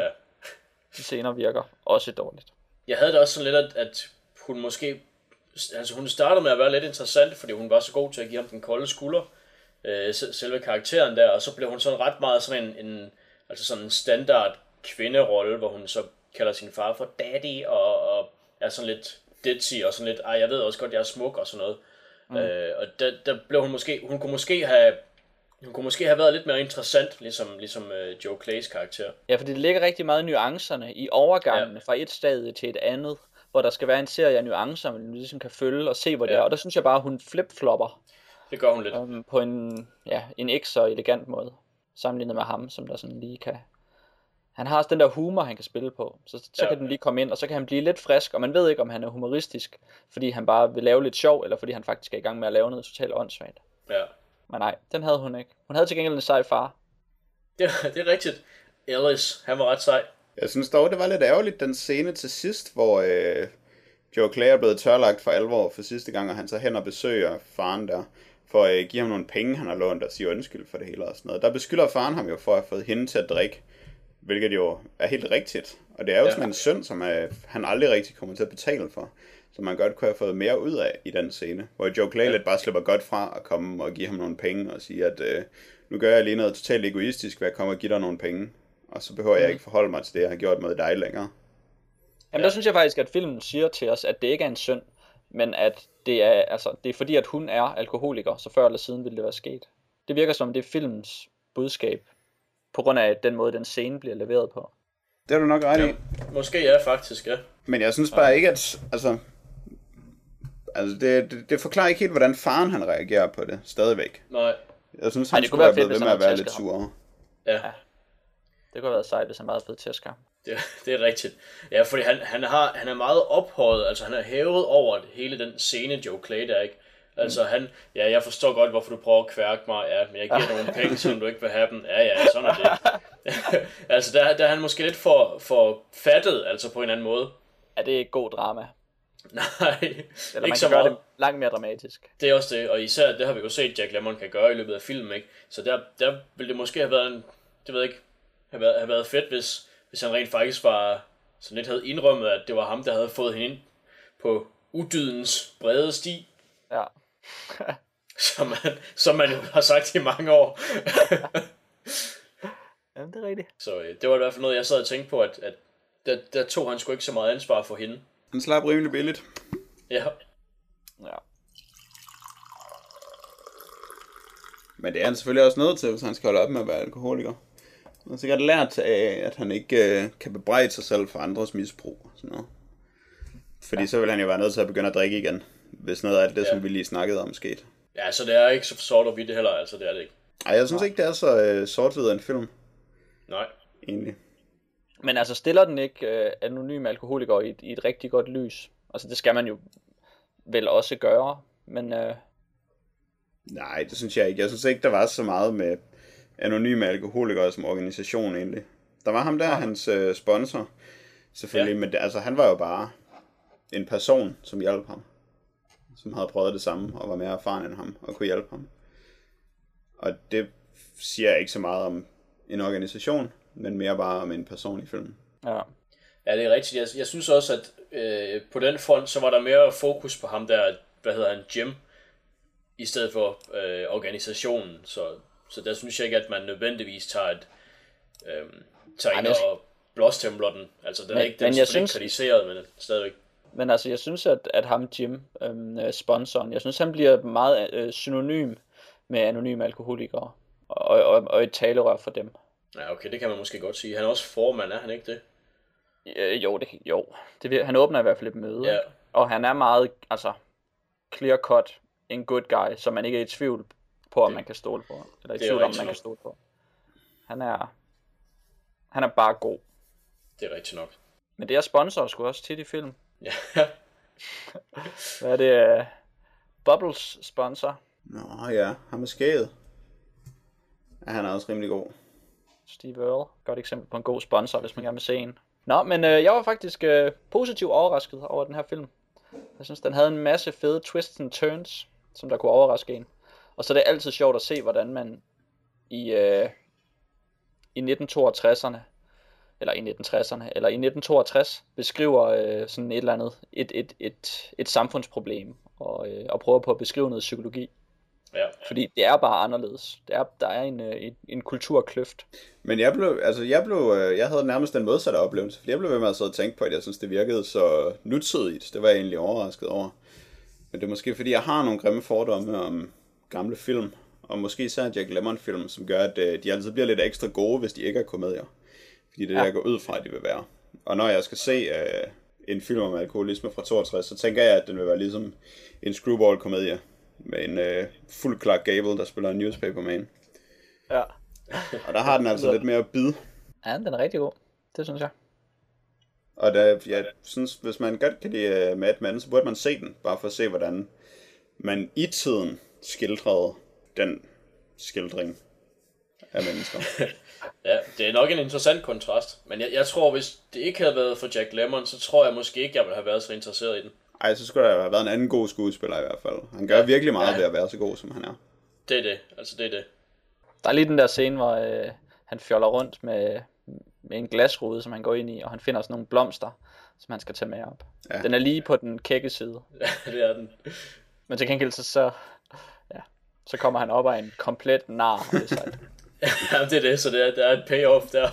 De scener virker også dårligt. Jeg havde det også sådan lidt, at, at hun måske... Altså hun startede med at være lidt interessant, fordi hun var så god til at give ham den kolde skulder. Øh, selve karakteren der, og så blev hun sådan ret meget sådan en, en altså sådan en standard kvinderolle, hvor hun så kalder sin far for daddy, og, og er sådan lidt ditzy, og sådan lidt, ej, jeg ved også godt, jeg er smuk, og sådan noget. Mm. Øh, og der, der blev hun måske... Hun kunne måske have... Hun kunne måske have været lidt mere interessant, ligesom, ligesom uh, Joe Clays karakter. Ja, fordi det ligger rigtig meget nuancerne i overgangene ja. fra et stadie til et andet, hvor der skal være en serie af nuancer, man ligesom kan følge og se, hvor det ja. er. Og der synes jeg bare, at hun flip-flopper. Det gør hun lidt. Um, på en, ja, en ikke så elegant måde, sammenlignet med ham, som der sådan lige kan... Han har også den der humor, han kan spille på, så, så ja. kan den lige komme ind, og så kan han blive lidt frisk, og man ved ikke, om han er humoristisk, fordi han bare vil lave lidt sjov, eller fordi han faktisk er i gang med at lave noget totalt åndssvagt. Ja. Men nej, den havde hun ikke. Hun havde til gengæld en sej far. Det, det er rigtigt. Ellis, han var ret sej. Jeg synes dog, det var lidt ærgerligt, den scene til sidst, hvor øh, Joe Clay er blevet tørlagt for alvor for sidste gang, og han så hen og besøger faren der, for at øh, give ham nogle penge, han har lånt, og sige undskyld for det hele og sådan noget. Der beskylder faren ham jo for at have fået hende til at drikke, hvilket jo er helt rigtigt. Og det er jo ja. sådan en synd, som øh, han aldrig rigtig kommer til at betale for. Som man godt kunne have fået mere ud af i den scene. Hvor Joe Clay ja. lidt bare slipper godt fra at komme og give ham nogle penge og sige, at øh, nu gør jeg lige noget totalt egoistisk ved at komme og give dig nogle penge. Og så behøver mm. jeg ikke forholde mig til det, jeg har gjort med dig længere. Jamen ja. der synes jeg faktisk, at filmen siger til os, at det ikke er en synd, men at det er, altså, det er fordi, at hun er alkoholiker, så før eller siden ville det være sket. Det virker som, det er filmens budskab, på grund af den måde, den scene bliver leveret på. Det er du nok ret i. Ja, måske ja, faktisk, ja. Men jeg synes bare ja. ikke, at... Altså, altså det, det, det forklarer ikke helt, hvordan faren han reagerer på det, stadigvæk. Nej. Jeg synes, han Ej, skulle være blevet ved med at være lidt sur. Ja. ja. Det kunne have været sejt, hvis han bare havde blevet tæsker. Det, det er rigtigt. Ja, fordi han, han, har, han er meget ophøjet, altså han er hævet over hele den scene, Joe Clay der, ikke? Altså han, ja, jeg forstår godt, hvorfor du prøver at kværke mig, ja, men jeg giver dig nogle penge, selvom du ikke vil have dem. Ja, ja, sådan er det. Altså, der, der er han måske lidt for, for fattet, altså på en anden måde. Er det ikke god drama? Nej, Eller ikke man så kan gøre meget. det langt mere dramatisk. Det er også det, og især det har vi jo set, Jack Lemmon kan gøre i løbet af filmen, ikke? Så der, der ville det måske have været en, det ved jeg ikke, have været, have været fedt, hvis, hvis han rent faktisk var, sådan lidt havde indrømmet, at det var ham, der havde fået hende ind på udydens brede sti. Ja. som, man, som man jo har sagt i mange år. Jamen, det er rigtigt. Så øh, det var i hvert fald noget, jeg sad og tænkte på, at, at der, der tog han sgu ikke så meget ansvar for hende. Han slap rimelig billigt. Ja. Ja. Men det er han selvfølgelig også nødt til, hvis han skal holde op med at være alkoholiker. Han har sikkert lært af, at han ikke øh, kan bebrejde sig selv for andres misbrug og sådan noget. Fordi ja. Så vil han jo være nødt til at begynde at drikke igen, hvis noget af det, ja. Som vi lige snakkede om, skete. Ja, så det er ikke så sort og hvidt heller, altså det er det ikke. Ej, jeg synes ikke, det er så øh, sort-hvid en film. Nej. Egentlig. Men altså, stiller den ikke øh, anonyme alkoholikere i et, i et rigtig godt lys? Altså, det skal man jo vel også gøre, men... Øh... Nej, det synes jeg ikke. Jeg synes ikke, der var så meget med anonyme alkoholikere som organisation egentlig. Der var ham der, ja. Hans øh, sponsor, selvfølgelig, ja. Men det, altså, han var jo bare en person, som hjalp ham. Som havde prøvet det samme, og var mere erfaren end ham, og kunne hjælpe ham. Og det siger jeg ikke så meget om en organisation, men mere bare om en person i filmen. Ja, ja det er rigtigt. Jeg, jeg synes også, at øh, på den front, så var der mere fokus på ham der, hvad hedder han, Jim, i stedet for øh, organisationen. Så, så der synes jeg ikke, at man nødvendigvis tager et øh, tager ind og blåstempler den. Altså, den men, er ikke, den men er jeg synes... synes... kritiseret, men stadigvæk. Men altså, jeg synes, at, at ham, Jim, øh, sponsoren, jeg synes, han bliver meget øh, synonym med anonyme alkoholikere, og, og, og et talerør for dem. Ja, okay, det kan man måske godt sige. Han er også formand, er han ikke det? Øh, jo, det, jo. Det, han åbner i hvert fald et møde, ja. Og han er meget, altså, clear cut, en good guy, så man ikke er i tvivl på, om det, man kan stole på, eller i tvivl om, man kan stole på. Han er, han er bare god. Det er rigtigt nok. Men det er sponsorer sgu også tit i film. Ja. Hvad er det? Uh, Bubbles sponsor. Nå ja, ham med skæget. Ja, han er også rimelig god. Steve Earle. Godt eksempel på en god sponsor, hvis man gerne vil se en. Nå, men uh, jeg var faktisk uh, positivt overrasket over den her film. Jeg synes, den havde en masse fede twists and turns, som der kunne overraske en. Og så er det altid sjovt at se, hvordan man i, uh, i nitten toogtresserne eller i nitten tresserne, eller i nitten toogtres, beskriver øh, sådan et eller andet, et, et, et, et samfundsproblem, og, øh, og prøver på at beskrive noget psykologi. Ja. Fordi det er bare anderledes. Det er, der er en, en, en kulturkløft. Men jeg blev, altså jeg blev, jeg havde nærmest den modsatte oplevelse, fordi jeg blev ved med at sidde og tænke på, at jeg synes, det virkede så nutidigt. Det var jeg egentlig overrasket over. Men det er måske, fordi jeg har nogle grimme fordomme om gamle film, og måske især Jack Lemmon-film, som gør, at de altid bliver lidt ekstra gode, hvis de ikke er komedier. Fordi det er ja. Jeg går ud fra, at de vil være. Og når jeg skal se uh, en film om alkoholisme fra toogtres, så tænker jeg, at den vil være ligesom en screwball-komedie. Med en uh, fuld Clark Gable, der spiller en newspaper man. Ja. Og der har den altså lidt mere bid. Ja, den er rigtig god. Det synes jeg. Og der, jeg synes, hvis man godt kan lide uh, Mad Men, så burde man se den. Bare for at se, hvordan man i tiden skildrede den skildring af mennesker. Ja, det er nok en interessant kontrast. Men jeg, jeg tror, hvis det ikke havde været for Jack Lemmon, så tror jeg måske ikke, jeg ville have været så interesseret i den. Ej, så skulle der have været en anden god skuespiller i hvert fald. Han gør ja, virkelig meget ja. Ved at være så god, som han er. Det er det, altså det er det. Der er lige den der scene, hvor øh, han fjoller rundt med, med en glasrude, som han går ind i, og han finder sådan nogle blomster, som han skal tage med op. Ja. Den er lige på den kække side. Ja, det er den. Men til gengæld så, så, ja, så kommer han op af en komplet nar. Ja, det er det, så det er, der er et payoff der.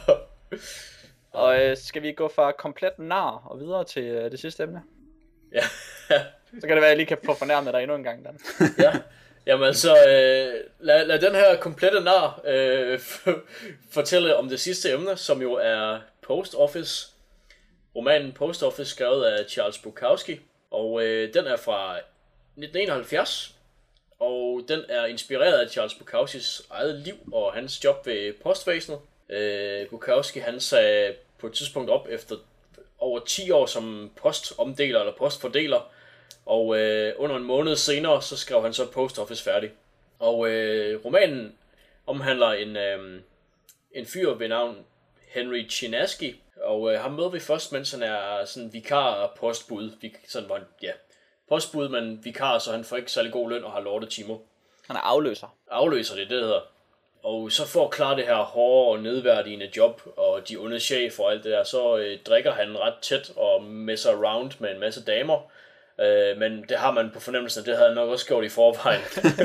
Og øh, skal vi gå fra komplet nar og videre til øh, det sidste emne? Ja. Så kan det være, at jeg lige kan få fornærmet dig endnu en gang, Dan. Ja, jamen så øh, lad, lad den her komplette nar øh, fortælle om det sidste emne, som jo er Post Office. Romanen Post Office, skrevet af Charles Bukowski. Og øh, den er fra nitten enoghalvfjerds. Og den er inspireret af Charles Bukowskis eget liv og hans job ved postvæsenet. Øh, Bukowski han sagde på et tidspunkt op efter over ti år som postomdeler eller postfordeler, Og øh, under en måned senere, så skrev han så Post Office færdig. Og øh, romanen omhandler en, øh, en fyr ved navn Henry Chinaski. Og øh, ham møder vi først, mens han er sådan vikar og postbud. Sådan var han, ja, postbud, men vikar, så han får ikke særlig god løn og har lortetimer. Han er afløser. Afløser det, det hedder. Og så for at klare det her hårde og nedværdigende job, og de onde chef og alt det der, så øh, drikker han ret tæt og messer around med en masse damer. Øh, men det har man på fornemmelsen, det havde han nok også gjort i forvejen.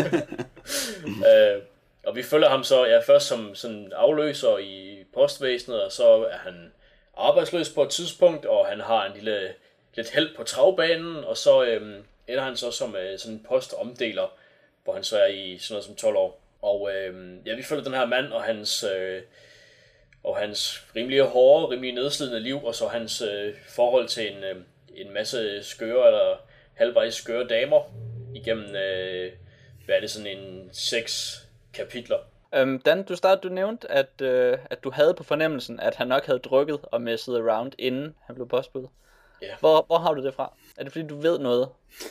øh, og vi følger ham så ja, først som sådan afløser i postvæsenet, og så er han arbejdsløs på et tidspunkt, og han har en lille lidt held på travbanen, og så øh, ender han så som øh, sådan en postomdeler, hvor han så er i sådan noget som tolv år. Og øh, ja, vi følger den her mand og hans, øh, og hans rimelig hårde, rimelig nedslidende liv, og så hans øh, forhold til en, øh, en masse skøre eller halvvejs skøre damer igennem, øh, hvad er det, sådan en seks kapitler. Øhm, Dan, du startede, du nævnte, at, øh, at du havde på fornemmelsen, at han nok havde drukket og messet around, inden han blev postbud. Ja. Hvor, hvor har du det fra? Er det fordi, du ved noget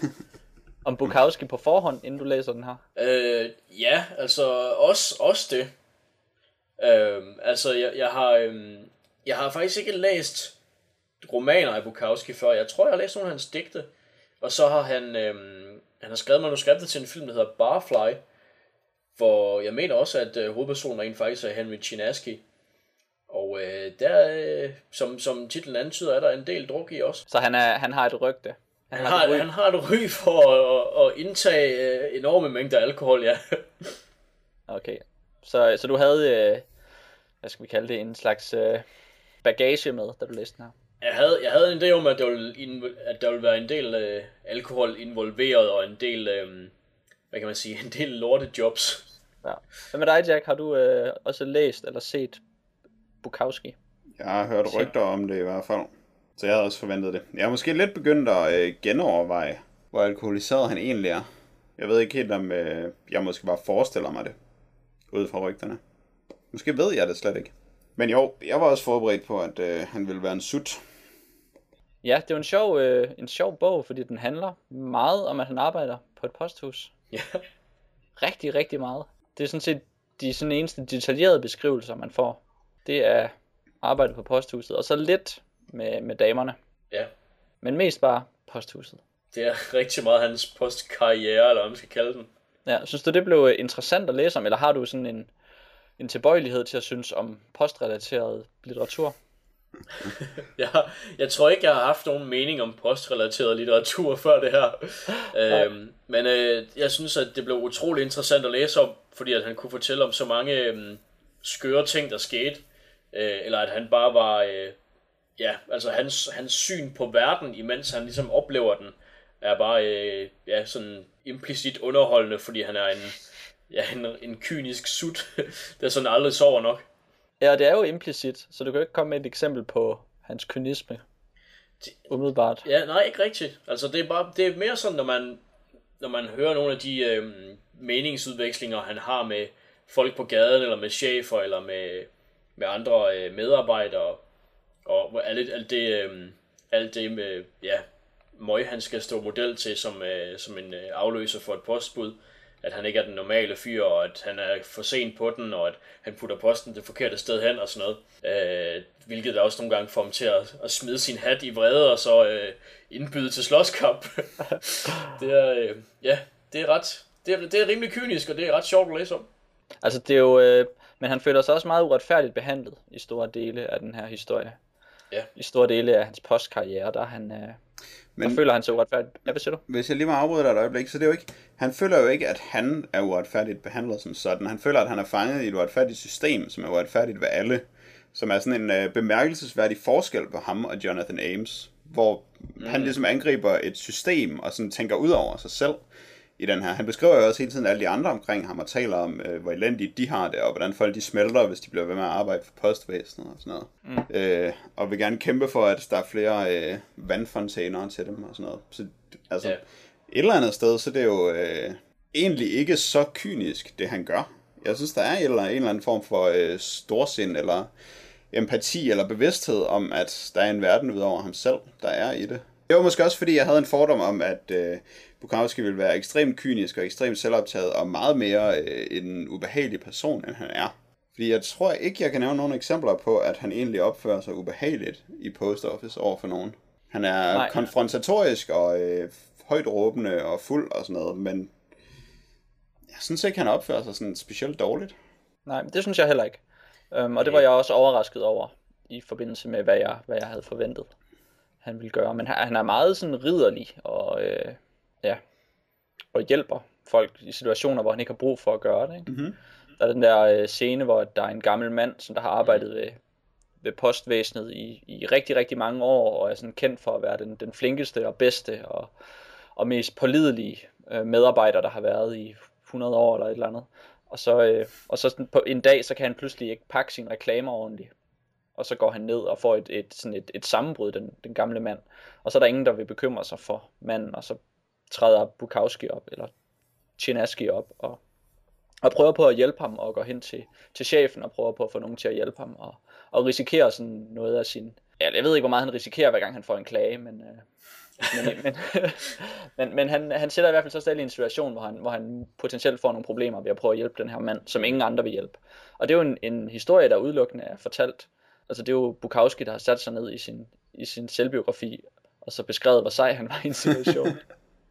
om Bukowski på forhånd, inden du læser den her? Øh, ja, altså også, også det. Øh, altså, jeg, jeg, har, øh, jeg har faktisk ikke læst romaner af Bukowski før. Jeg tror, jeg har læst nogle af hans digte. Og så har han, øh, han har skrevet manuskriptet til en film, der hedder Barfly, hvor jeg mener også, at øh, hovedpersonen rent faktisk er Henry Chinaski. Og øh, der, øh, som, som titlen antyder, er der en del druk i også. Så han, er, han har et rygte? Han, han, har, har han har et ry for at, at indtage øh, enorme mængder alkohol, ja. Okay, så, så du havde, øh, hvad skal vi kalde det, en slags øh, bagage med, da du læste den her? Jeg havde, jeg havde en idé om, at der ville, at der ville være en del øh, alkohol involveret, og en del, øh, hvad kan man sige, en del lortejobs. Ja. Hvad med dig, Jack? Har du øh, også læst eller set Bukowski? Jeg har hørt rygter om det i hvert fald, så jeg havde også forventet det. Jeg har måske lidt begyndt at øh, genoverveje, hvor alkoholiseret han egentlig er. Jeg ved ikke helt, om øh, jeg måske bare forestiller mig det, ud fra rygterne. Måske ved jeg det slet ikke. Men jo, jeg var også forberedt på, at øh, han ville være en sut. Ja, det er jo en sjov, øh, en sjov bog, fordi den handler meget om, at han arbejder på et posthus. Ja. Rigtig, rigtig meget. Det er sådan set de sådan eneste detaljerede beskrivelser, man får. Det er arbejde på posthuset, og så lidt med, med damerne. Ja. Men mest bare posthuset. Det er rigtig meget hans postkarriere, eller hvad man skal kalde den. Ja, synes du, det blev interessant at læse om, eller har du sådan en, en tilbøjelighed til at synes om postrelateret litteratur? jeg, jeg tror ikke, jeg har haft nogen mening om postrelateret litteratur før det her. øhm, men øh, jeg synes, at det blev utrolig interessant at læse om, fordi at han kunne fortælle om så mange øh, skøre ting, der skete. Øh, eller at han bare var... Øh, ja, altså hans, hans syn på verden, imens han ligesom oplever den, er bare øh, ja, sådan implicit underholdende, fordi han er en, ja, en, en kynisk sut, der sådan aldrig sover nok. Ja, det er jo implicit, så du kan jo ikke komme med et eksempel på hans kynisme. Umiddelbart. Ja, nej, ikke rigtigt. Altså, det er, bare, det er mere sådan, når man, når man hører nogle af de øh, meningsudvekslinger, han har med folk på gaden, eller med chefer, eller med, med andre øh, medarbejdere, og alt, alt det, øh, alt det med, ja, møg, han skal stå model til som, øh, som en øh, afløser for et postbud. At han ikke er den normale fyr, og at han er for sent på den, og at han putter posten det forkerte sted hen og sådan noget. Øh, hvilket der også nogle gange får ham til at, at smide sin hat i vrede, og så øh, indbyde til slåskamp. det er, øh, ja, det er ret, det er, det er rimelig kynisk, og det er ret sjovt at læse om. Altså det er jo, øh, men han føler sig også meget uretfærdigt behandlet i store dele af den her historie. Ja. I store dele af hans postkarriere, der han... Øh, Men, der føler han sig uretfærdigt. Ja, hvad siger du? Hvis jeg lige må afbryde dig et øjeblik, så det er jo ikke... Han føler jo ikke, at han er uretfærdigt behandlet som sådan. Han føler, at han er fanget i et uretfærdigt system, som er uretfærdigt ved alle. Som er sådan en øh, bemærkelsesværdig forskel på ham og Jonathan Ames. Hvor mm. han ligesom angriber et system og sådan tænker ud over sig selv i den her. Han beskriver jo også hele tiden alle de andre omkring ham og taler om, øh, hvor elendigt de har det, og hvordan folk de smelter, hvis de bliver ved med at arbejde for postvæsenet og sådan noget. Mm. Øh, og vil gerne kæmpe for, at der er flere øh, vandfontæner til dem og sådan noget. Så altså, yeah. et eller andet sted, så det er jo øh, egentlig ikke så kynisk, det han gør. Jeg synes, der er en eller, en eller anden form for øh, storsind, eller empati, eller bevidsthed om, at der er en verden ud over ham selv, der er i det. Det var måske også, fordi jeg havde en fordom om, at øh, Bukowski ville være ekstremt kynisk og ekstremt selvoptaget, og meget mere øh, en ubehagelig person, end han er. Fordi jeg tror ikke, jeg kan nævne nogle eksempler på, at han egentlig opfører sig ubehageligt i Post Office over for nogen. Han er Nej. konfrontatorisk og øh, højt råbende og fuld og sådan noget, men jeg synes ikke, han opfører sig sådan specielt dårligt. Nej, det synes jeg heller ikke. Um, og det var jeg også overrasket over, i forbindelse med, hvad jeg, hvad jeg havde forventet, han ville gøre. Men han, han er meget sådan ridderlig og, øh, ja, og hjælper folk i situationer, hvor han ikke har brug for at gøre det. Ikke? Mm-hmm. Der er den der øh, scene, hvor der er en gammel mand, som der har arbejdet ved, ved postvæsenet i, i rigtig, rigtig mange år, og er sådan kendt for at være den, den flinkeste og bedste og, og mest pålidelige øh, medarbejder, der har været i hundrede år eller et eller andet. Og så, øh, og så på en dag, så kan han pludselig ikke pakke sine reklamer ordentligt. Og så går han ned og får et, et, sådan et, et sammenbrud, den, den gamle mand. Og så er der ingen, der vil bekymre sig for manden, og så træder Bukowski op, eller Chinaski op, og, og prøver på at hjælpe ham, og går hen til, til chefen, og prøver på at få nogen til at hjælpe ham, og, og risikerer sådan noget af sin... Ja, jeg ved ikke, hvor meget han risikerer, hver gang han får en klage, men... Øh, men, men, men, men han, han sætter i hvert fald så stadig i en situation, hvor han, hvor han potentielt får nogle problemer ved at prøve at hjælpe den her mand, som ingen andre vil hjælpe. Og det er jo en, en historie, der udelukkende er fortalt. Altså det er jo Bukowski, der har sat sig ned i sin, i sin selvbiografi, og så beskrevet, hvor sej han var i en situation.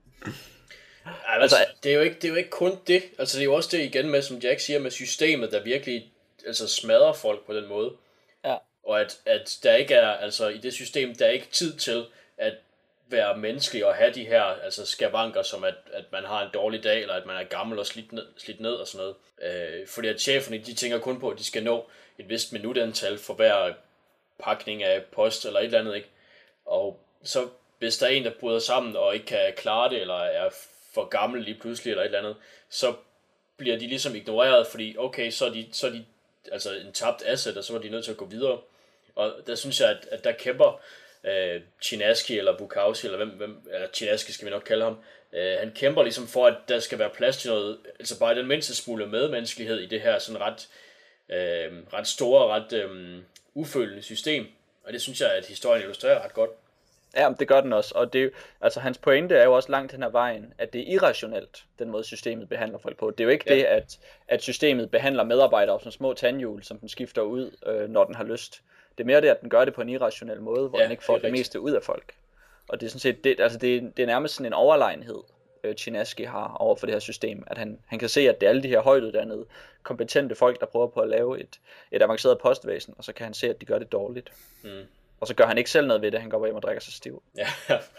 Ja, altså, det, er jo ikke, det er jo ikke kun det. Altså det er jo også det igen med, som Jack siger, med systemet, der virkelig altså, smadrer folk på den måde. Ja. Og at, at der ikke er, altså i det system, der er ikke tid til at være menneskelig og have de her altså skavanker, som at, at man har en dårlig dag, eller at man er gammel og slidt ned, slidt ned og sådan noget. Øh, fordi at cheferne, de tænker kun på, at de skal nå et vist minutantal for hver pakning af post eller et eller andet, ikke? Og så hvis der er en, der bryder sammen og ikke kan klare det, eller er for gammel lige pludselig eller et eller andet, så bliver de ligesom ignoreret, fordi okay, så er de, så er de altså en tabt asset, og så er de nødt til at gå videre. Og der synes jeg, at, at der kæmper Uh, Chinaski eller Bukowski, eller hvem, hvem eller Chinaski skal vi nok kalde ham, uh, han kæmper ligesom for, at der skal være plads til noget, altså bare den mindste smule medmenneskelighed i det her sådan ret, uh, ret store, ret um, ufølende system, og det synes jeg, at historien illustrerer ret godt. Ja, det gør den også, og det, altså hans pointe er jo også langt hen ad vejen, at det er irrationelt, den måde systemet behandler folk på. Det er jo ikke ja. det, at, at systemet behandler medarbejdere som små tandhjul, som den skifter ud, øh, når den har lyst. Det er mere det, at den gør det på en irrationel måde, hvor ja, den ikke får det, det meste ud af folk. Og det er sådan set, det, altså det, det er nærmest sådan en overlegenhed, øh, Chinaski har over for det her system. At han, han kan se, at det er alle de her højtuddannede, kompetente folk, der prøver på at lave et, et avanceret postvæsen, og så kan han se, at de gør det dårligt. Mm. Og så gør han ikke selv noget ved det, han går hjem og drikker sig stiv. Ja.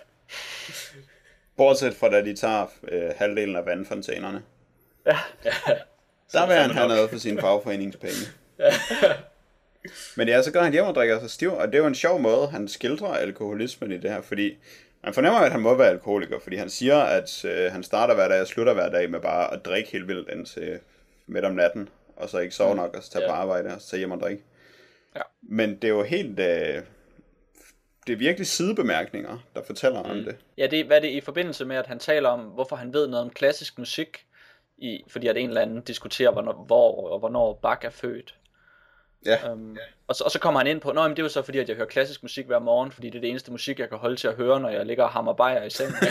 Bortset fra, da de tager øh, halvdelen af vandfontænerne. Ja. Der vil han have noget for sine fagforeningspenge. Ja. Men ja, så går han hjem og drikker sig stiv, og det er jo en sjov måde, han skildrer alkoholismen i det her, fordi man fornemmer, at han må være alkoholiker, fordi han siger, at øh, han starter hver dag og slutter hver dag med bare at drikke helt vildt indtil midt om natten, og så ikke sove nok, og så tage ja. på arbejde, og så tage hjem og drikke. Ja. Men det er jo helt... Øh, det er virkelig sidebemærkninger, der fortæller mm. om det. Ja, det, hvad er det i forbindelse med, at han taler om, hvorfor han ved noget om klassisk musik, i, fordi at en eller anden diskuterer, hvornår, hvor og hvornår Bach er født. Ja. Um, og, så, og så kommer han ind på, nå, men det er jo så fordi, at jeg hører klassisk musik hver morgen, fordi det er det eneste musik, jeg kan holde til at høre, når jeg ligger og hammer bajer i sengen.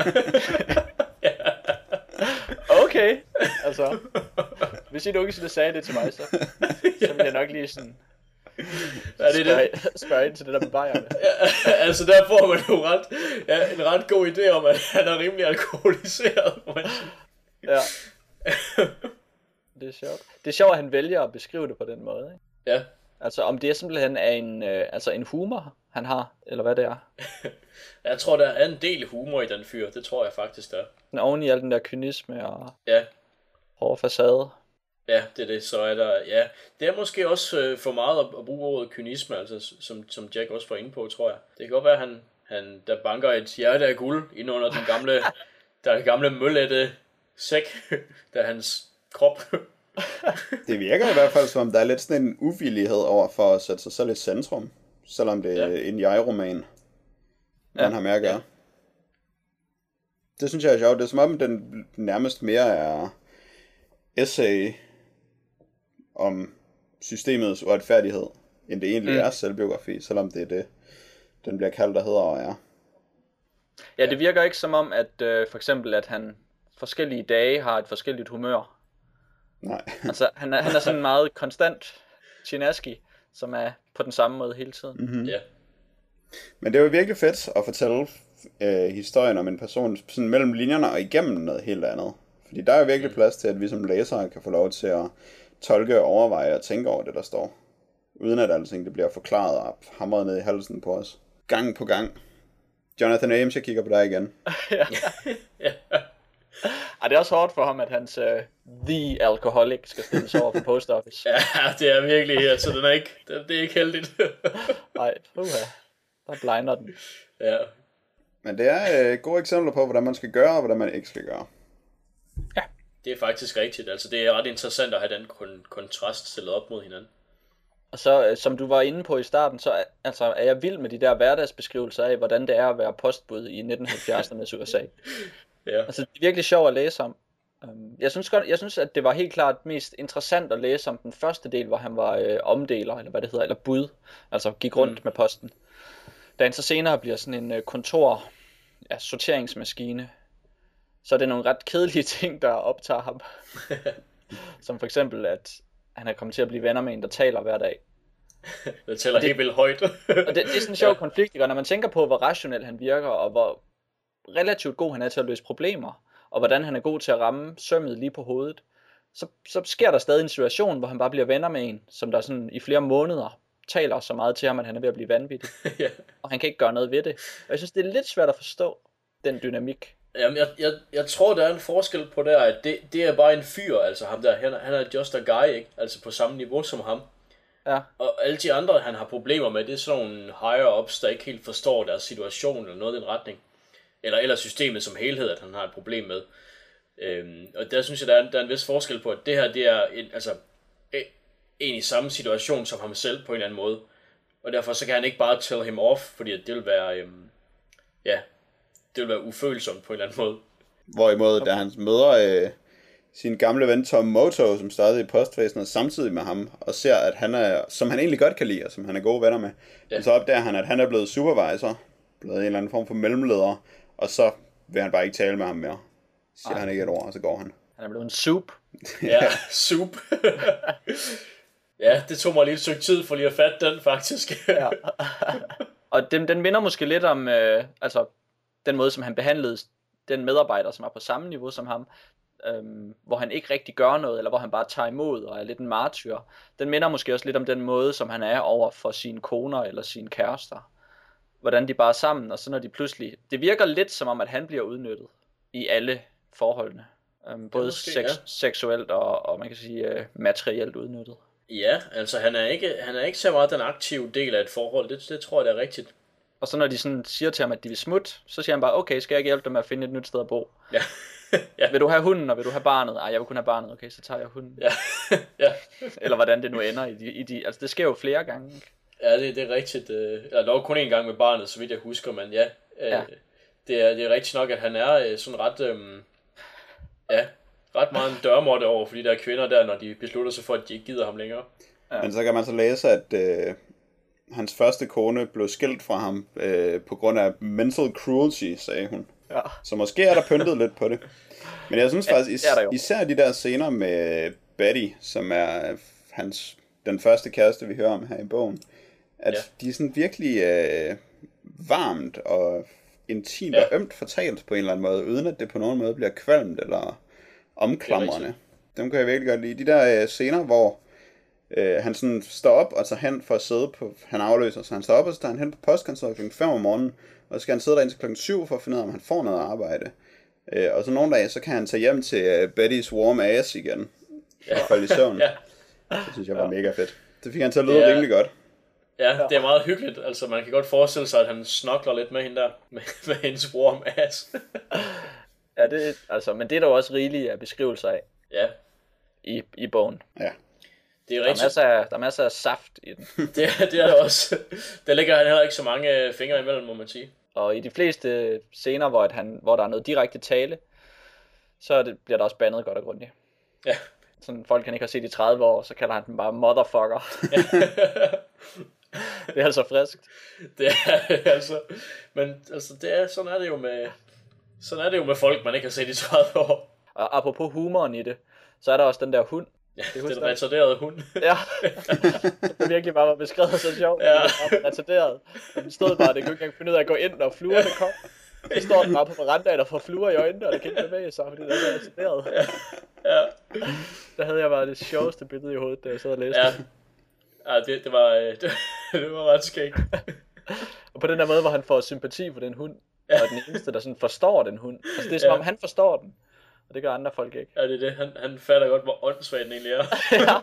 Okay, altså, hvis I nogensinde sagde det til mig, så, så ville jeg nok lige sådan ja, det spørge, det. spørge ind til det der med bajerne. Ja, altså der får man jo ret, ja, en ret god idé om, at han er rimelig alkoholiseret. Ja. Det er sjovt. Det er sjovt, at han vælger at beskrive det på den måde, ikke? Ja. Altså om det er simpelthen er en, øh, altså en humor, han har, eller hvad det er. Jeg tror, der er en del humor i den fyr. Det tror jeg faktisk, der er. Oven i al den der kynisme og ja. hårde facade. Ja, det er det. Så er der, ja. Det er måske også øh, for meget at, at bruge ordet kynisme, altså som, som Jack også var inde på, tror jeg. Det kan godt være, at han, han der banker et hjerte af guld ind under den gamle, der gamle møllette sæk, der er hans krop. Det virker i hvert fald som om der er lidt sådan en uvillighed over for at sætte sig selv i centrum, selvom det er ja. en jeg-roman, man ja. har med at gøre. Ja. Det synes jeg er sjovt. Det er som om den nærmest mere er essay om systemets uretfærdighed, end det egentlig mm. er selvbiografi, selvom det er det, den bliver kaldt og hedder og er. Ja, det virker ikke som om, at øh, for eksempel, at han forskellige dage har et forskelligt humør. Nej. Altså, han er, han er sådan meget konstant Chinaski, som er på den samme måde hele tiden. Mm-hmm. Ja. Men det er jo virkelig fedt at fortælle øh, historien om en person sådan mellem linjerne og igennem noget helt andet. Fordi der er jo virkelig plads til, at vi som læsere kan få lov til at tolke, overveje og tænke over det, der står. Uden at alting det bliver forklaret og hamret ned i halsen på os. Gang på gang. Jonathan Ames, jeg kigger på dig igen. Ja. Ej, det er også hårdt for ham, at hans uh, The Alcoholic skal stilles over for Post Office. Ja, det er virkelig her, så den er ikke, det, det er ikke heldigt. Nej, uha, der blinder den. Ja. Men det er øh, gode eksempler på, hvordan man skal gøre, og hvordan man ikke skal gøre. Ja. Det er faktisk rigtigt. Altså, det er ret interessant at have den kon- kontrast stillet op mod hinanden. Og så, øh, som du var inde på i starten, så er, altså, er jeg vild med de der hverdagsbeskrivelser af, hvordan det er at være postbud i nitten halvfjerdsernes U S A. Ja. Altså, det er virkelig sjovt at læse om. Jeg synes, godt, jeg synes, at det var helt klart mest interessant at læse om den første del, hvor han var øh, omdeler, eller hvad det hedder, eller bud, altså gik rundt mm. med posten. Da han så senere bliver sådan en øh, kontor, ja, sorteringsmaskine, så er det nogle ret kedelige ting, der optager ham. Som for eksempel, at han er kommet til at blive venner med en, der taler hver dag. Det tæller helt vildt højt. Og det, det er sådan en sjov ja. konflikt, når man tænker på, hvor rationel han virker, og hvor relativt god han er til at løse problemer, og hvordan han er god til at ramme sømmet lige på hovedet, så, så sker der stadig en situation, hvor han bare bliver venner med en, som der sådan i flere måneder taler så meget til ham, at han er ved at blive vanvittig. Ja. Og han kan ikke gøre noget ved det. Og jeg synes, det er lidt svært at forstå, den dynamik. Jamen, jeg, jeg, jeg tror, der er en forskel på der, at det, det er bare en fyr, altså ham der, han, han er just a guy, ikke? Altså på samme niveau som ham. Ja. Og alle de andre, han har problemer med, det er sådan nogle higher-ups, der ikke helt forstår deres situation, eller noget i den retning. Eller, eller systemet som helhed, at han har et problem med. Øhm, og der synes jeg, der er, der er en vis forskel på, at det her, det er en, altså, en i samme situation som ham selv på en eller anden måde. Og derfor så kan han ikke bare tell him off, fordi det vil være, øhm, ja, det vil være ufølsomt på en eller anden måde. Hvorimod, da han møder øh, sin gamle ven Tom Moto, som startede i postvæsenet samtidig med ham, og ser, at han er, som han egentlig godt kan lide, og som han er gode venner med, ja. Og så opdager han, at han er blevet supervisor, blevet en eller anden form for mellemleder, og så vil han bare ikke tale med ham mere. Siger Ej. han ikke et ord, og så går han. Han er blevet en soup. Ja, soup. Ja, det tog mig lige et stykke tid for lige at fatte den, faktisk. Ja. Og den, den minder måske lidt om, øh, altså, den måde, som han behandlede den medarbejder, som er på samme niveau som ham, øhm, hvor han ikke rigtig gør noget, eller hvor han bare tager imod og er lidt en martyr. Den minder måske også lidt om den måde, som han er over for sine koner eller sine kærester. Hvordan de bare er sammen, og så når de pludselig... Det virker lidt som om, at han bliver udnyttet i alle forholdene. Øhm, både måske, sex, ja. seksuelt og, og man kan sige øh, materielt udnyttet. Ja, altså han er ikke, han er ikke så meget den aktive del af et forhold, det, det tror jeg, det er rigtigt. Og så når de sådan siger til ham, at de vil smutte, så siger han bare, okay, skal jeg ikke hjælpe dem med at finde et nyt sted at bo? Ja. Ja. Vil du have hunden, og vil du have barnet? Ej, jeg vil kun have barnet, okay, så tager jeg hunden. Ja. Ja. Eller hvordan det nu ender i de, i de... Altså det sker jo flere gange, ikke? Ja, det, det er rigtigt. Eller dog kun en gang med barnet, så vidt jeg husker, men ja. ja. Det, er, det er rigtigt nok, at han er sådan ret... Øhm, ja, ret meget en dørmåtte over for de der kvinder der, når de beslutter sig for, at de ikke gider ham længere. Ja. Men så kan man så læse, at øh, hans første kone blev skilt fra ham øh, på grund af mental cruelty, sagde hun. Ja. Så måske er der pyntet lidt på det. Men jeg synes faktisk, is- især de der scener med Betty, som er hans, den første kæreste, vi hører om her i bogen, at ja. de er sådan virkelig øh, varmt og intimt ja. og ømt fortalt på en eller anden måde, uden at det på nogen måde bliver kvalmt eller omklamrende. Dem kan jeg virkelig godt lide. De der øh, scener, hvor øh, han sådan står op og tager hen for at sidde på, han afløser, så han står op og så tager han hen på postkontoret klokken fem om morgenen, og så skal han sidde der indtil klokken syv for at finde ud af, om han får noget arbejde. Øh, og så nogle dage, så kan han tage hjem til øh, Bettys warm ass igen, ja. og falde i søvn. Ja. Det synes jeg var ja. mega fedt. Det fik han til at lyde ja. rimelig godt. Ja, det er meget hyggeligt. Altså, man kan godt forestille sig, at han snokler lidt med hende der, med, med hendes warm ass. Ja, det, altså, men det er der jo også rigeligt af beskrivelser af. Ja. I, i bogen. Ja. Det er der, er masser af, der er masser af saft i den. det, det er der også. Der ligger han heller ikke så mange fingre imellem, må man sige. Og i de fleste scener, hvor, at han, hvor der er noget direkte tale, så det, bliver der også bandet godt og grundigt. Ja. Sådan folk kan ikke have set i tredive år, så kalder han den bare motherfucker. Det er altså friskt. Det er altså, men altså, det er, sådan er det jo med, sådan er det jo med folk, man ikke har set i tredive år. Og apropos humoren i det, så er der også den der hund. Ja, den retarderede hund. Ja, det virkelig bare var beskrevet så sjovt. Ja. Det var retarderet. Den stod bare, det kunne ikke engang finde ud af at gå ind, når fluerne kom. Så står den bare på verandaen og får fluer i øjnene, og det kan ikke bevæge sig, fordi det er retarderet. Ja. Ja. Der havde jeg bare det sjoveste billede i hovedet, da jeg sad og læste Ja. det. Ja, det, det var, det, det var ret skægt. Og på den der måde, hvor han får sympati for den hund, Ja. og den eneste, der sådan forstår den hund. Altså det er som Ja. om, han forstår den, og det gør andre folk ikke. Ja, det er det. Han, han fatter godt, hvor åndssvagt den egentlig er. Ja.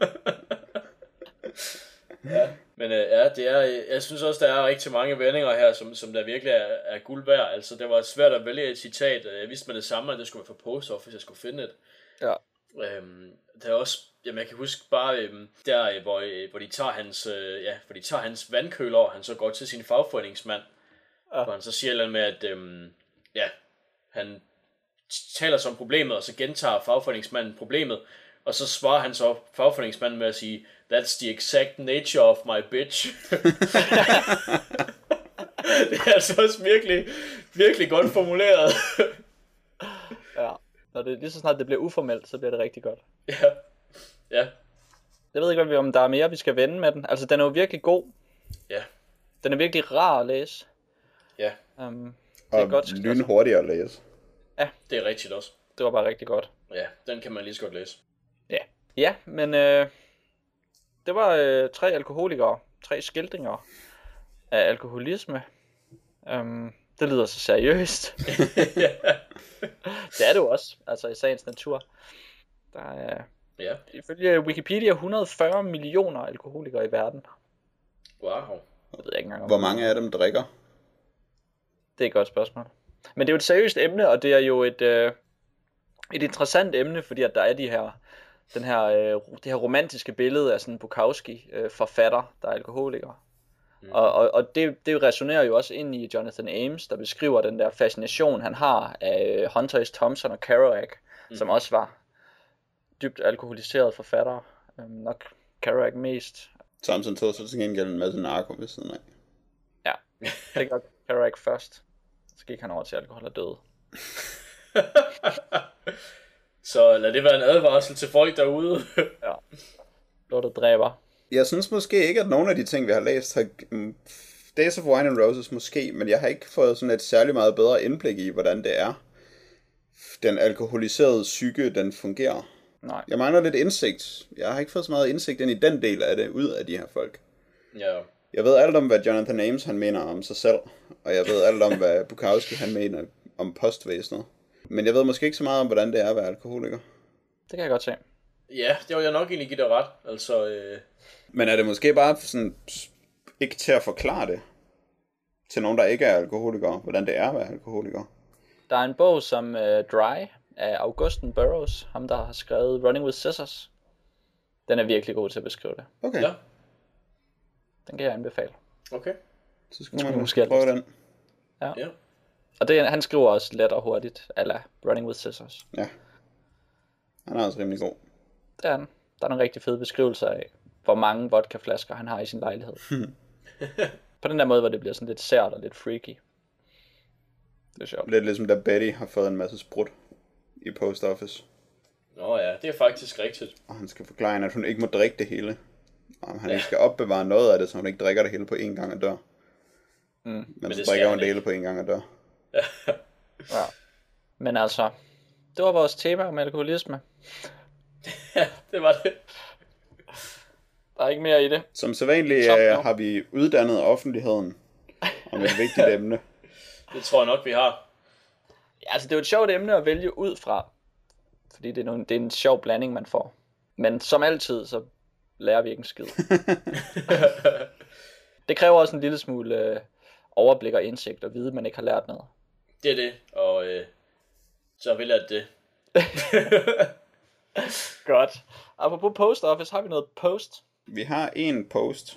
Ja. Men øh, ja, det er, øh, jeg synes også, der er rigtig mange vendinger her, som, som der virkelig er, er guld værd. Altså, det var svært at vælge et citat. Jeg vidste med det samme, at det skulle være fra Post Office, jeg skulle finde et. Ja. Øhm, der er også, jamen jeg kan huske bare, øhm, der øh, hvor, øh, hvor de tager hans, øh, ja, hvor de tager hans vandkøler, og han så går til sin fagforeningsmand. Ja. Hvor han så siger noget med, at øhm, ja, han taler som problemet, og så gentager fagforeningsmanden problemet, og så svarer han så fagforeningsmanden med at sige, that's the exact nature of my bitch. Det er altså også virkelig, virkelig godt formuleret. Ja. Når det, lige så snart det bliver uformelt, så bliver det rigtig godt. Ja. Ja. Jeg ved ikke, om der er mere, vi skal vende med den. Altså, den er jo virkelig god. Ja. Den er virkelig rar at læse. Ja. Um, det er Og godt lynhurtigt at læse. Ja. Det er rigtigt også. Det var bare rigtig godt. Ja, den kan man lige så godt læse. Ja. Ja, men øh, det var øh, tre alkoholikere. Tre skildringer af alkoholisme. Um, det lyder så seriøst. Ja. Det er det jo også, altså i sagens natur. Der er Ja. ifølge Wikipedia et hundrede og fyrre millioner alkoholikere i verden. Wow. Jeg ved ikke engang, om Hvor mange af dem drikker? det er et godt spørgsmål. Men det er jo et seriøst emne, og det er jo et, øh, et interessant emne, fordi at der er de her, den her, øh, det her romantiske billede af sådan en Bukowski øh, forfatter, der er alkoholiker. Mm. Og, og, og det, det resonerer jo også ind i Jonathan Ames, der beskriver den der fascination, han har af Hunter S. Thompson og Kerouac, mm. som også var dybt alkoholiserede forfattere. Øhm, nok Kerouac mest. Samtidig tog så til gengæld en masse narko ved siden af. Ja, det gør Kerouac først. Så gik han over til alkohol og døde. Så lad det være en advarsel til folk derude. Ja, lortet dræber. Jeg synes måske ikke, at nogen af de ting, vi har læst, har... Days of Wine and Roses måske, men jeg har ikke fået sådan et særligt meget bedre indblik i, hvordan det er. Den alkoholiserede psyke, den fungerer. Nej. Jeg mangler lidt indsigt. Jeg har ikke fået så meget indsigt ind i den del af det, ud af de her folk. Ja. Jeg ved alt om, hvad Jonathan Ames han mener om sig selv, og jeg ved alt om, hvad Bukowski han mener om postvæsenet. Men jeg ved måske ikke så meget om, hvordan det er at være alkoholiker. Det kan jeg godt se. Ja, det var jeg nok egentlig give dig ret. Altså, øh... Men er det måske bare sådan, ikke til at forklare det til nogen, der ikke er alkoholikere, hvordan det er at være alkoholiker? Der er en bog som uh, Dry af Augustin Burroughs, ham der har skrevet Running with Scissors. Den er virkelig god til at beskrive det. Okay, ja. Den kan jeg anbefale. Okay. så skulle skulle man måske prøve have den. Ja. Ja. Og det, han skriver også let og hurtigt, a la Running with Scissors. Ja, han er også rimelig god. Det er han. Der er nogle rigtig fede beskrivelser af, hvor mange vodkaflasker han har i sin lejlighed. På den der måde, hvor det bliver sådan lidt sært og lidt freaky. Det er sjovt. Lidt ligesom da Betty har fået en masse sprut i Post Office. Nå ja, det er faktisk rigtigt. Og han skal forklare hende, at hun ikke må drikke det hele. Og han ja. ikke skal opbevare noget af det, så hun ikke drikker det hele på én gang og dør. Mm. Men, Men så det drikker skal hun det han hele på én gang og dør. Ja. Men altså, det var vores tema om alkoholisme. Ja, det var det. Der er ikke mere i det. Som sædvanligt Top øh, nu. har vi uddannet offentligheden om et vigtigt emne. Det tror jeg nok, vi har. Ja, altså det er jo et sjovt emne at vælge ud fra. Fordi det er, nogle, det er en sjov blanding, man får. Men som altid, så lærer vi ikke en skid. Det kræver også en lille smule øh, overblik og indsigt og vide, at man ikke har lært noget. Det er det, og øh, så vil jeg det. Godt. Apropos post office, har vi noget post? Vi har en post,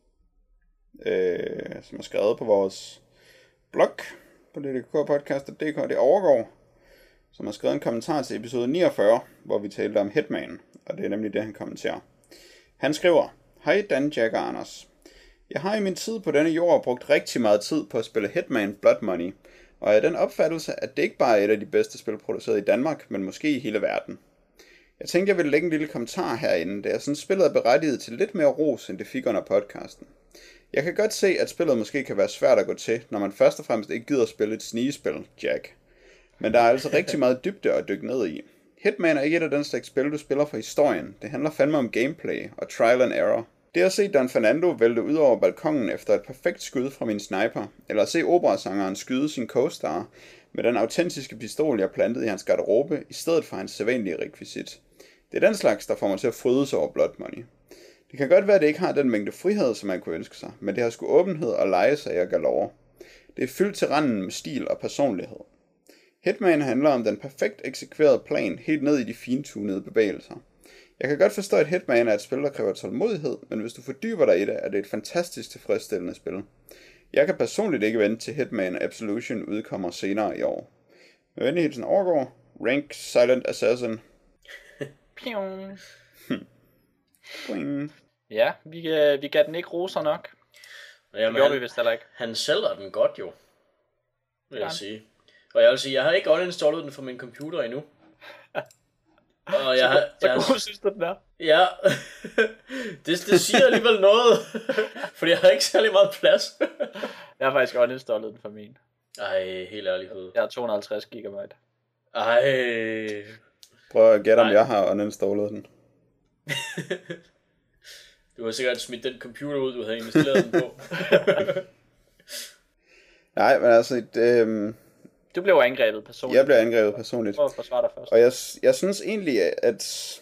øh, som er skrevet på vores blog på d d k podcast punktum d k. Det overgår, som har skrevet en kommentar til episode niogfyrre, hvor vi talte om Hitman, og det er nemlig det, han kommenterer. Han skriver: Hej Dan, Jack og Anders. Jeg har i min tid på denne jord brugt rigtig meget tid på at spille Hitman Blood Money, og jeg er den opfattelse, at det ikke bare er et af de bedste spil produceret i Danmark, men måske i hele verden. Jeg tænkte, jeg ville lægge en lille kommentar herinde, da jeg synes spillet er berettiget til lidt mere ros, end det fik under podcasten. Jeg kan godt se, at spillet måske kan være svært at gå til, når man først og fremmest ikke gider at spille et snigespil, Jack. Men der er altså rigtig meget dybde at dykke ned i. Hitman er ikke et af den slags spil, du spiller for historien. Det handler fandme om gameplay og trial and error. Det at se Don Fernando vælte ud over balkongen efter et perfekt skud fra min sniper, eller at se operasangeren skyde sin co-star med den autentiske pistol, jeg plantede i hans garderobe, i stedet for hans sædvanlige rekvisit. Det er den slags, der får mig til at frydes over Blood Money. Det kan godt være, at det ikke har den mængde frihed, som man kunne ønske sig, men det har sgu åbenhed og legesager galore. Det er fyldt til randen med stil og personlighed. Hitman handler om den perfekt eksekverede plan, helt ned i de fintunede bevægelser. Jeg kan godt forstå, at Hitman er et spil, der kræver tålmodighed, men hvis du fordyber dig i det, er det et fantastisk tilfredsstillende spil. Jeg kan personligt ikke vente til Hitman Absolution udkommer senere i år. Med venlig hilsen overgår, Rank Silent Assassin. Ja, vi, øh, vi gav den ikke roser nok. Jamen, det gjorde han, vi vist heller ikke. Han sælger den godt jo, vil ja. jeg sige. Og jeg vil sige, jeg har ikke uninstallet den fra min computer endnu. Og jeg har, så jeg, god synes du den er? Ja, det, det siger alligevel noget, fordi jeg har ikke særlig meget plads. Jeg har faktisk uninstallet den fra min. Ej, helt ærlighed. Jeg har to hundrede og halvtreds gigabyte. Ej. Prøv at gætte, om jeg har uninstallet den. Du har sikkert smidt den computer ud, du havde installeret den på. Nej, men altså... Et, øhm... Du blev angrebet personligt. Jeg blev angrebet personligt. Prøv at forsvare dig først. Og jeg, jeg synes egentlig, at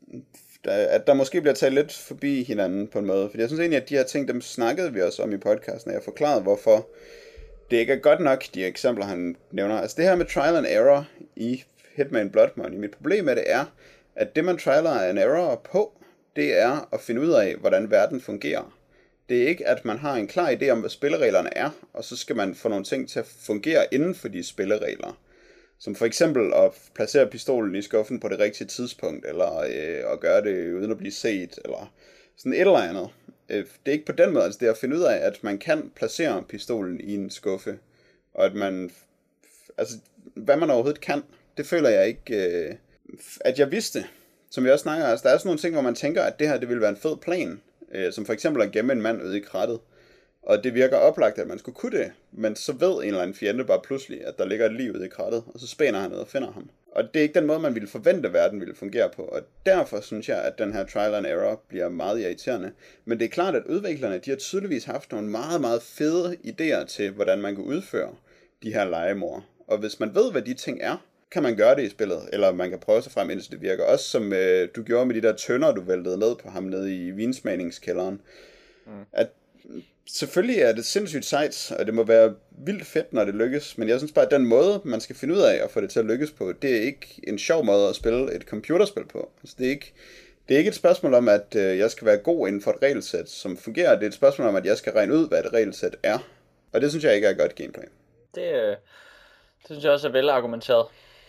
der, at der måske bliver talt lidt forbi hinanden på en måde. For jeg synes egentlig, at de her ting, dem snakkede vi også om i podcasten, og jeg forklarede, hvorfor det ikke er godt nok, de eksempler, han nævner. Altså det her med trial and error i Hitman Blood Money. Mit problem med det er, at det man trialer and error på, det er at finde ud af, hvordan verden fungerer. Det er ikke, at man har en klar idé om, hvad spillereglerne er, og så skal man få nogle ting til at fungere inden for de spilleregler. Som for eksempel at placere pistolen i skuffen på det rigtige tidspunkt, eller øh, at gøre det uden at blive set, eller sådan et eller andet. Øh, det er ikke på den måde, altså det er at finde ud af, at man kan placere pistolen i en skuffe, og at man, altså hvad man overhovedet kan, det føler jeg ikke, øh, at jeg vidste. Som vi også snakker, altså der er sådan nogle ting, hvor man tænker, at det her, det ville være en fed plan, øh, som for eksempel at gemme en mand ude i krattet. Og det virker oplagt, at man skulle kunne det, men så ved en eller anden fjende bare pludselig, at der ligger et liv ude i krattet, og så spænder han ned og finder ham. Og det er ikke den måde, man ville forvente, at verden ville fungere på, og derfor synes jeg, at den her trial and error bliver meget irriterende. Men det er klart, at udviklerne, de har tydeligvis haft nogle meget, meget fede idéer til, hvordan man kan udføre de her legemord. Og hvis man ved, hvad de ting er, kan man gøre det i spillet, eller man kan prøve sig frem, indtil det virker. Også som øh, du gjorde med de der tønder, du væltede ned på ham nede i vinsmagningskælderen. Mm. At selvfølgelig er det sindssygt sejt, og det må være vildt fedt, når det lykkes, men jeg synes bare, at den måde, man skal finde ud af at få det til at lykkes på, det er ikke en sjov måde at spille et computerspil på. Altså, det er ikke, det er ikke et spørgsmål om, at øh, jeg skal være god inden for et regelsæt, som fungerer. Det er et spørgsmål om, at jeg skal regne ud, hvad et regelsæt er. Og det synes jeg ikke er et godt gameplay. Det, øh, det synes jeg også er velargumenteret.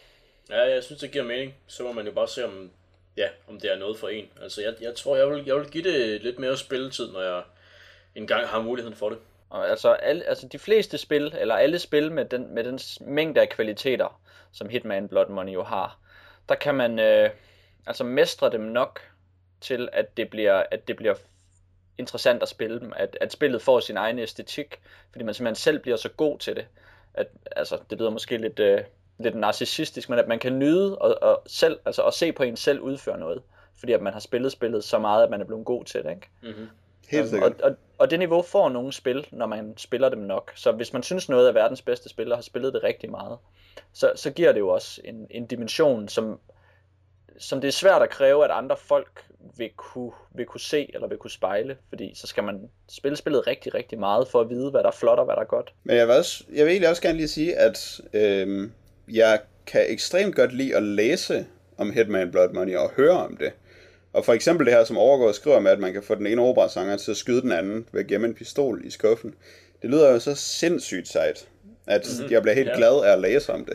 Ja, jeg synes, det giver mening. Så må man jo bare se, om, ja, om det er noget for en. Altså, jeg, jeg tror, jeg vil, jeg vil give det lidt mere spilletid, når jeg engang har muligheden for det. Og altså, alle, altså de fleste spil, eller alle spil med den, med den mængde af kvaliteter, som Hitman Blood Money jo har, der kan man øh, altså mestre dem nok til, at det bliver, at det bliver interessant at spille dem, at, at spillet får sin egen æstetik, fordi man simpelthen selv bliver så god til det, at altså, det lyder måske lidt, øh, lidt narcissistisk, men at man kan nyde og, og selv, altså at se på en selv udføre noget, fordi at man har spillet spillet så meget, at man er blevet god til det, ikke? Mm-hmm. Helt sikkert. Og, og, og det niveau får nogle spil, når man spiller dem nok. Så hvis man synes noget er verdens bedste spil, og har spillet det rigtig meget, så, så giver det jo også en, en dimension, som, som det er svært at kræve, at andre folk vil kunne, vil kunne se, eller vil kunne spejle. Fordi så skal man spille spillet rigtig, rigtig meget, for at vide, hvad der er flot, og hvad der er godt. Men jeg vil, også, jeg vil egentlig også gerne lige sige, at øh, jeg kan ekstremt godt lide at læse om Hitman Blood Money, og høre om det. Og for eksempel det her, som overgår skriver med, at man kan få den ene operasanger til at skyde den anden ved at gemme en pistol i skuffen. Det lyder jo så sindssygt sejt, at mm-hmm. jeg bliver helt yeah. glad af at læse om det.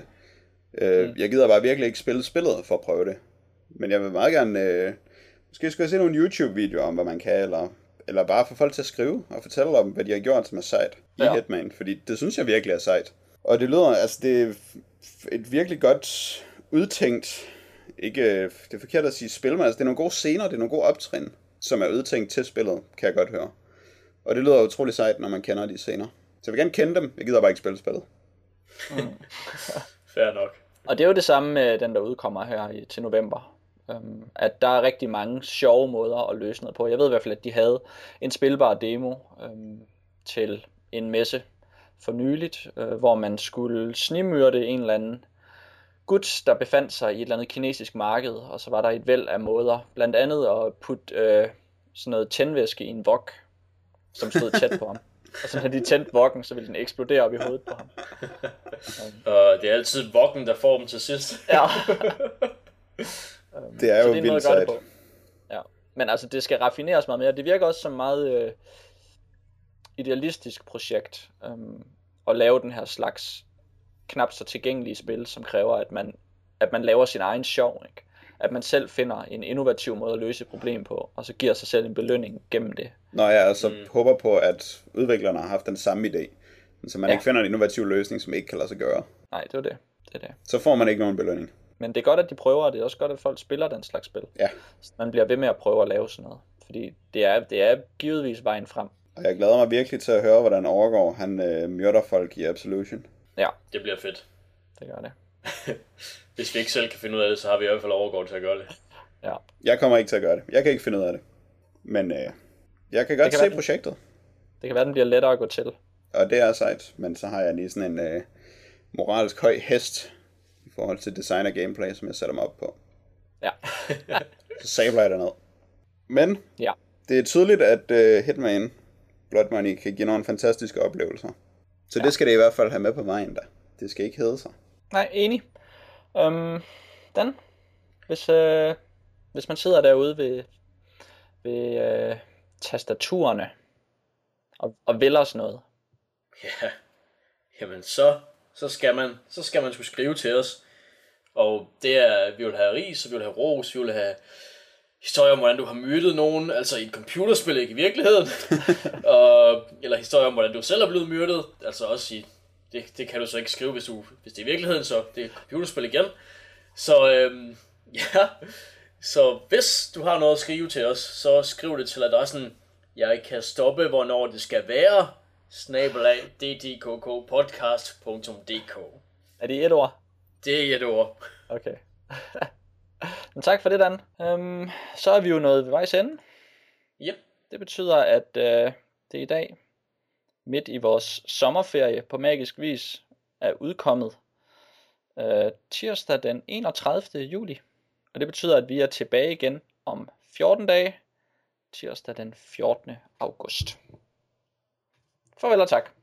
Uh, mm. Jeg gider bare virkelig ikke spille spillet for at prøve det. Men jeg vil meget gerne, uh, måske skulle jeg se nogle YouTube-videoer om, hvad man kan, eller eller bare få folk til at skrive og fortælle om, hvad de har gjort, som er sejt i ja. Hitman, fordi det synes jeg virkelig er sejt. Og det lyder, altså det er et virkelig godt udtænkt, ikke, det er forkert at sige spil, men altså det er nogle gode scener, det er nogle gode optrin, som er udtænkt til spillet, kan jeg godt høre. Og det lyder utrolig sejt, når man kender de scener. Så jeg vil gerne kende dem, jeg gider bare ikke spille spillet. Mm. Fair nok. Og det er jo det samme med den, der udkommer her i, til november. Um, at der er rigtig mange sjove måder at løse noget på. Jeg ved i hvert fald, at de havde en spilbar demo um, til en messe for nyligt, uh, hvor man skulle snimyrde en eller anden gut, der befandt sig i et eller andet kinesisk marked, og så var der et væld af måder. Blandt andet at putte uh, sådan noget tændvæske i en wok, som stod tæt på ham. Og så når de tændte vokken, så ville den eksplodere op i hovedet på ham. Um. Og det er altid vokken, der får dem til sidst. Ja. Um, det er jo vildt sejt. Ja. Men altså, det skal raffineres meget mere. Det virker også som meget øh, idealistisk projekt um, at lave den her slags knap så tilgængelige spil, som kræver, at man, at man laver sin egen sjov, ikke? At man selv finder en innovativ måde at løse et problem på, og så giver sig selv en belønning gennem det. Nå ja, altså mm. håber på, at udviklerne har haft den samme idé, så man ja. ikke finder en innovativ løsning, som ikke kan lade sig gøre. Nej, det er det. det, er det. Så får man ikke nogen belønning. Men det er godt, at de prøver, og det er også godt, at folk spiller den slags spil. Ja. Så man bliver ved med at prøve at lave sådan noget, fordi det er, det er givetvis vejen frem. Og jeg glæder mig virkelig til at høre, hvordan overgår han øh, myrder folk i Absolution. Ja. Det bliver fedt. Det gør det. Hvis vi ikke selv kan finde ud af det, så har vi i hvert fald overgået til at gøre det. Ja. Jeg kommer ikke til at gøre det. Jeg kan ikke finde ud af det. Men øh, jeg kan godt kan se være, projektet. Det kan være, den bliver lettere at gå til. Og det er sejt, men så har jeg lige sådan en øh, moralsk høj hest i forhold til design og gameplay, som jeg sætter mig op på. Ja. Så sabler jeg derned. Men ja. det er tydeligt, at øh, Hitman Blood Money kan give nogle fantastiske oplevelser. Så ja. det skal det i hvert fald have med på vejen der. Det skal ikke hedde sig. Nej, enig. Um, Dan, hvis, øh, hvis man sidder derude ved, ved øh, tastaturerne og, og vælger sådan noget. Ja, jamen så, så skal man så skal man skulle skrive til os. Og det er, vi vil have ris, vi vil have ros, vi vil have historier om, hvordan du har myrdet nogen, altså i et computerspil, ikke i virkeligheden. og, eller historier om, hvordan du selv er blevet myrdet, altså også i, det, det kan du så ikke skrive, hvis, du, hvis det er i virkeligheden, så det er et computerspil igen. Så øhm, ja, så hvis du har noget at skrive til os, så skriv det til adressen, jeg kan stoppe, hvornår det skal være, snabelag d d k k podcast punktum d k. Er det et ord? Det er et ord. Okay. Men tak for det, Dan. Um, så er vi jo nået ved vejs ende. Yep. Det betyder, at uh, det i dag, midt i vores sommerferie på magisk vis, er udkommet uh, tirsdag den enogtredivte juli. Og det betyder, at vi er tilbage igen om fjorten dage, tirsdag den fjortende august. Farvel og tak.